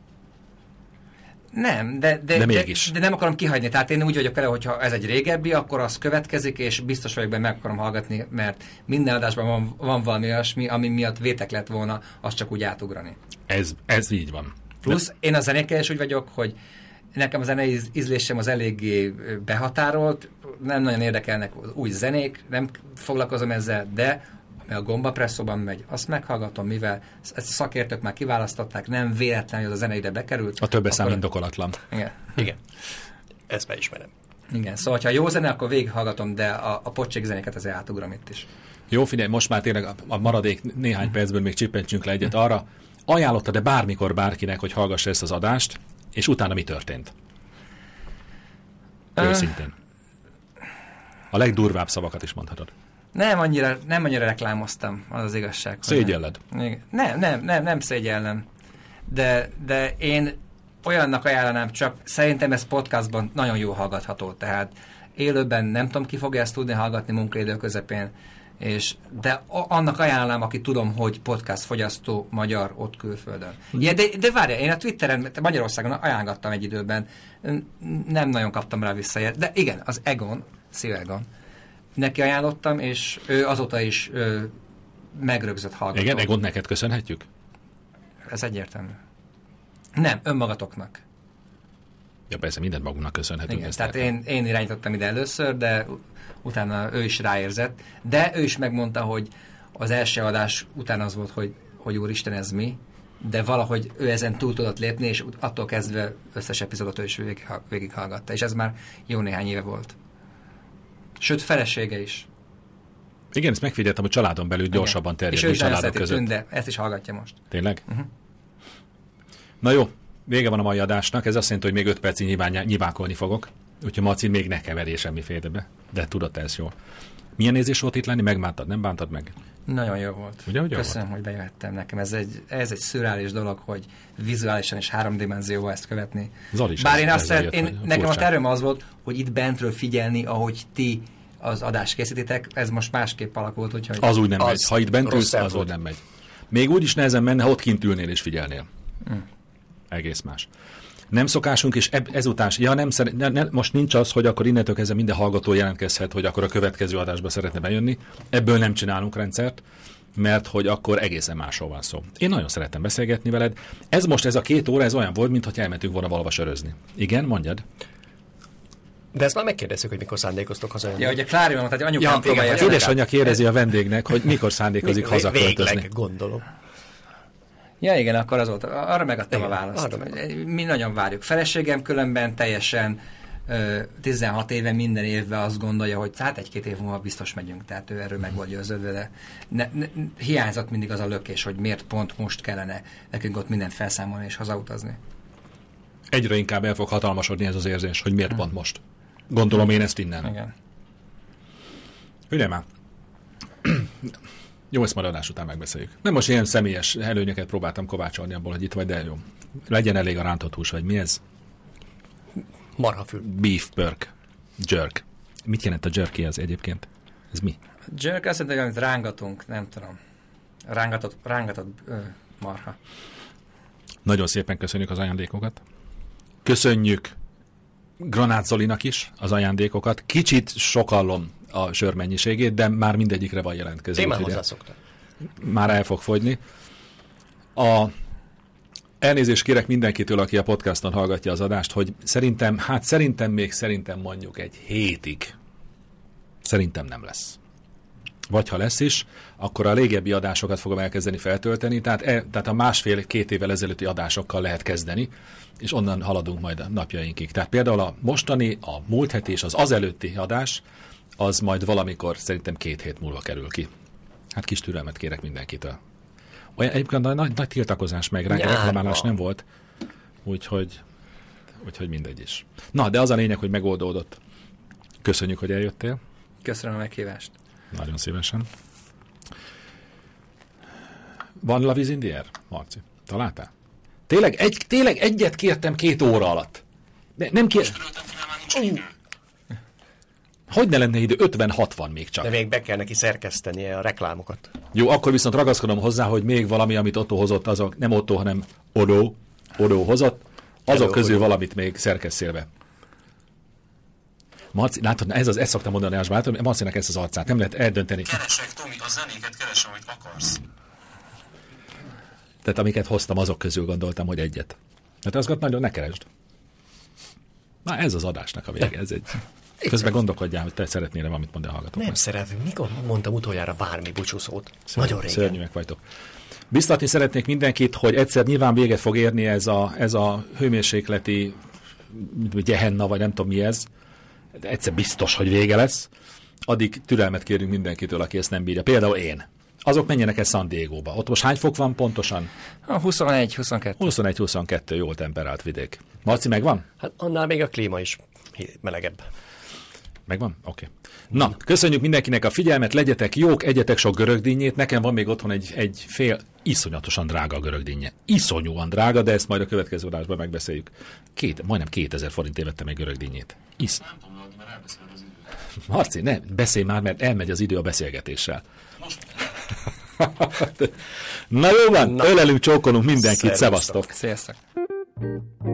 Nem, de nem akarom kihagyni. Tehát én úgy vagyok vele, hogyha ez egy régebbi, akkor az következik, és biztos vagyok benne, meg akarom hallgatni, mert minden adásban van valami olyasmi, ami miatt vétek lett volna, azt csak úgy átugrani.
Ez így van.
Plusz én a zenékkel is úgy vagyok, hogy nekem a zenei ízlésem az eléggé behatárolt, nem nagyon érdekelnek új zenék, nem foglalkozom ezzel, de ami a Gombapresszóban megy, azt meghallgatom, mivel ezt a szakértők már kiválasztották, nem véletlen, hogy az a zene ide bekerült.
A többes szám indokolatlan.
Igen.
Ezt beismerem.
Igen, szóval ha jó zene, akkor végighallgatom, de a pocsék zenéket azért átugrom itt is.
Jó, figyelj, most már tényleg a maradék néhány percből még csippentsünk le egyet arra. Ajánlottad-e bármikor bárkinek, hogy hallgassa ezt az adást, és utána mi történt? Őszintén. A legdurvább szavakat is mondhatod.
Nem annyira reklámoztam, az az igazság.
Szégyelled?
Nem szégyellem. De én olyannak ajánlanám, csak szerintem ez podcastban nagyon jó hallgatható, tehát élőben nem tudom, ki fogja ezt tudni hallgatni munkaidő közepén, de annak ajánlám, aki tudom, hogy podcast fogyasztó magyar ott külföldön. Ja, de várjál, én a Twitteren Magyarországon ajánlgattam egy időben, nem nagyon kaptam rá visszajelzést, de igen, az Egon, Szia Egon, neki ajánlottam, és ő azóta is megrögzött hallgató.
Igen, Egont neked köszönhetjük?
Ez egyértelmű. Nem, önmagatoknak.
Ja, persze, mindent magunknak köszönhetünk.
Igen, tehát én irányítottam ide először, de utána ő is ráérzett. De ő is megmondta, hogy az első adás után az volt, hogy úristen, ez mi, de valahogy ő ezen túl tudott lépni, és attól kezdve összes epizódot ő is végighallgatta. És ez már jó néhány éve volt. Sőt, felesége is.
Igen, ezt megfigyeltem, hogy családon belül gyorsabban terjed, mint családok között.
De ezt is hallgatja most.
Tényleg? Na jó, vége van a mai adásnak, ez azt jelenti, hogy még 5 percig nyilvánkolni fogok, úgyhogy Maci még ne keverjél semmifélebe, de tudod, ez jó. Milyen érzés volt itt lenni? Megbántad, nem bántad meg?
Nagyon jó volt.
Ugye,
köszönöm, hogy bejöttem nekem. Ez egy szürreális dolog, hogy vizuálisan és 3 dimenzióval ezt követni. Bár én nekem a tervem az volt, hogy itt bentről figyelni, ahogy ti az adást készítitek, ez most másképp alakult, úgyhogy...
Az úgy nem megy. Ha itt bent ülsz, az úgy nem megy. Még úgy is nehezen menne, ha ott kint ülnél és figyelnél. Egész más. Nem szokásunk, és ezután, most nincs az, hogy akkor innentől kezdve minden hallgató jelentkezhet, hogy akkor a következő adásba szeretne bejönni. Ebből nem csinálunk rendszert, mert hogy akkor egészen másról van szó. Én nagyon szerettem beszélgetni veled. Ez a 2 óra, ez olyan volt, mintha elmentünk volna valahova sörözni. Igen, mondjad.
De ezt már megkérdezzük, hogy mikor szándékoztok hazajönni.
Ja, ugye Klári van, tehát anyukám próbálja.
Az édesanyja kérdezi a vendégnek, hogy mikor szándékozik hazaköltözni.
Végleg, gondolom.
Ja igen, akkor az volt. Arra megadtam a választ. Mi nagyon várjuk. Feleségem különben teljesen 16 éve minden évben azt gondolja, hogy hát 1-2 év múlva biztos megyünk. Tehát ő erről meg volt győződve, de hiányzott mindig az a lökés, hogy miért pont most kellene nekünk ott mindent felszámolni és hazautazni.
Egyre inkább el fog hatalmasodni ez az érzés, hogy miért pont most. Gondolom én ezt innen.
Igen.
Ugye már? Jó, ezt majd adás után megbeszéljük. Nem most ilyen személyes előnyöket próbáltam kovácsolni abból, hogy itt vagy, de jó. Legyen elég a rántott hús, vagy mi ez?
Marhafül.
Beef perk. Jerk. Mit jelent a jerky az egyébként? Ez mi?
Jerk azt jelenti, amit rángatunk, nem tudom. Rángatott marha.
Nagyon szépen köszönjük az ajándékokat. Köszönjük Granát Zolinak is az ajándékokat. Kicsit sokallom a sör mennyiségét, de már mindegyikre van jelentkező.
Én már hozzászoktam.
Már el fog fogyni. elnézést kérek mindenkitől, aki a podcaston hallgatja az adást, hogy szerintem mondjuk egy hétig szerintem nem lesz. Vagy ha lesz is, akkor a régebbi adásokat fogom elkezdeni feltölteni, tehát a 1,5-2 évvel ezelőtti adásokkal lehet kezdeni, és onnan haladunk majd a napjainkig. Tehát például a mostani, a múlt heti és az előtti adás, az majd valamikor szerintem 2 hét múlva kerül ki. Hát kis türelmet kérek mindenkitől. Olyan egyébként nagy tiltakozás meg, reklamálás nem volt, úgyhogy mindegy is. Na, de az a lényeg, hogy megoldódott. Köszönjük, hogy eljöttél.
Köszönöm a meghívást.
Nagyon szívesen. Van Love is in the Air, Marci? Találtál? Tényleg egyet kértem 2 óra alatt. Nem kértem. Hogy ne lenne idő? 50-60 még csak.
De még be kell neki szerkesztenie a reklámokat.
Jó, akkor viszont ragaszkodom hozzá, hogy még valami, amit Otto hozott, azok nem Otto, hanem Odo hozott, azok közül valamit még szerkesszél be. Marci, látod, ezt szoktam mondani, látod, Marcinak ezt az arcát, nem lehet eldönteni.
Keresek, Tomi, a zenéket keresem, amit akarsz.
Tehát amiket hoztam, azok közül gondoltam, hogy egyet. Hát azokat nagyon ne keresd. Na ez az adásnak a vége, ez egy... Közben gondolkodjál, hogy te szeretnél valamit mondani a hallgatóknak.
Nem szeretnék. Mikor mondtam utoljára bármi búcsúszót? Nagyon régen.
Szörnyűek vagytok. Biztatni szeretnék mindenkit, hogy egyszer nyilván véget fog érni ez a hőmérsékleti gyehenna, vagy nem tudom mi ez. De egyszer biztos, hogy vége lesz. Addig türelmet kérünk mindenkitől, aki ezt nem bírja. Például én. Azok menjenek el San Diegóba. Ott most hány fok van pontosan?
21-22.
21-22 jól temperált vidék. Marci, megvan?
Hát annál még a klíma is melegebb.
Megvan? Oké. Na, köszönjük mindenkinek a figyelmet, legyetek jók, egyetek sok görögdínyét. Nekem van még otthon egy fél iszonyatosan drága a görögdínnye. Iszonyúan drága, de ezt majd a következő adásban megbeszéljük. Majdnem 2000 forintért vettem egy görögdínyét. Nem tudom, mert elbeszél az idő. Marci, ne, beszélj már, mert elmegy az idő a beszélgetéssel. Na jó van, ölelünk, csókolunk mindenkit, szevasztok!
Sziasztok!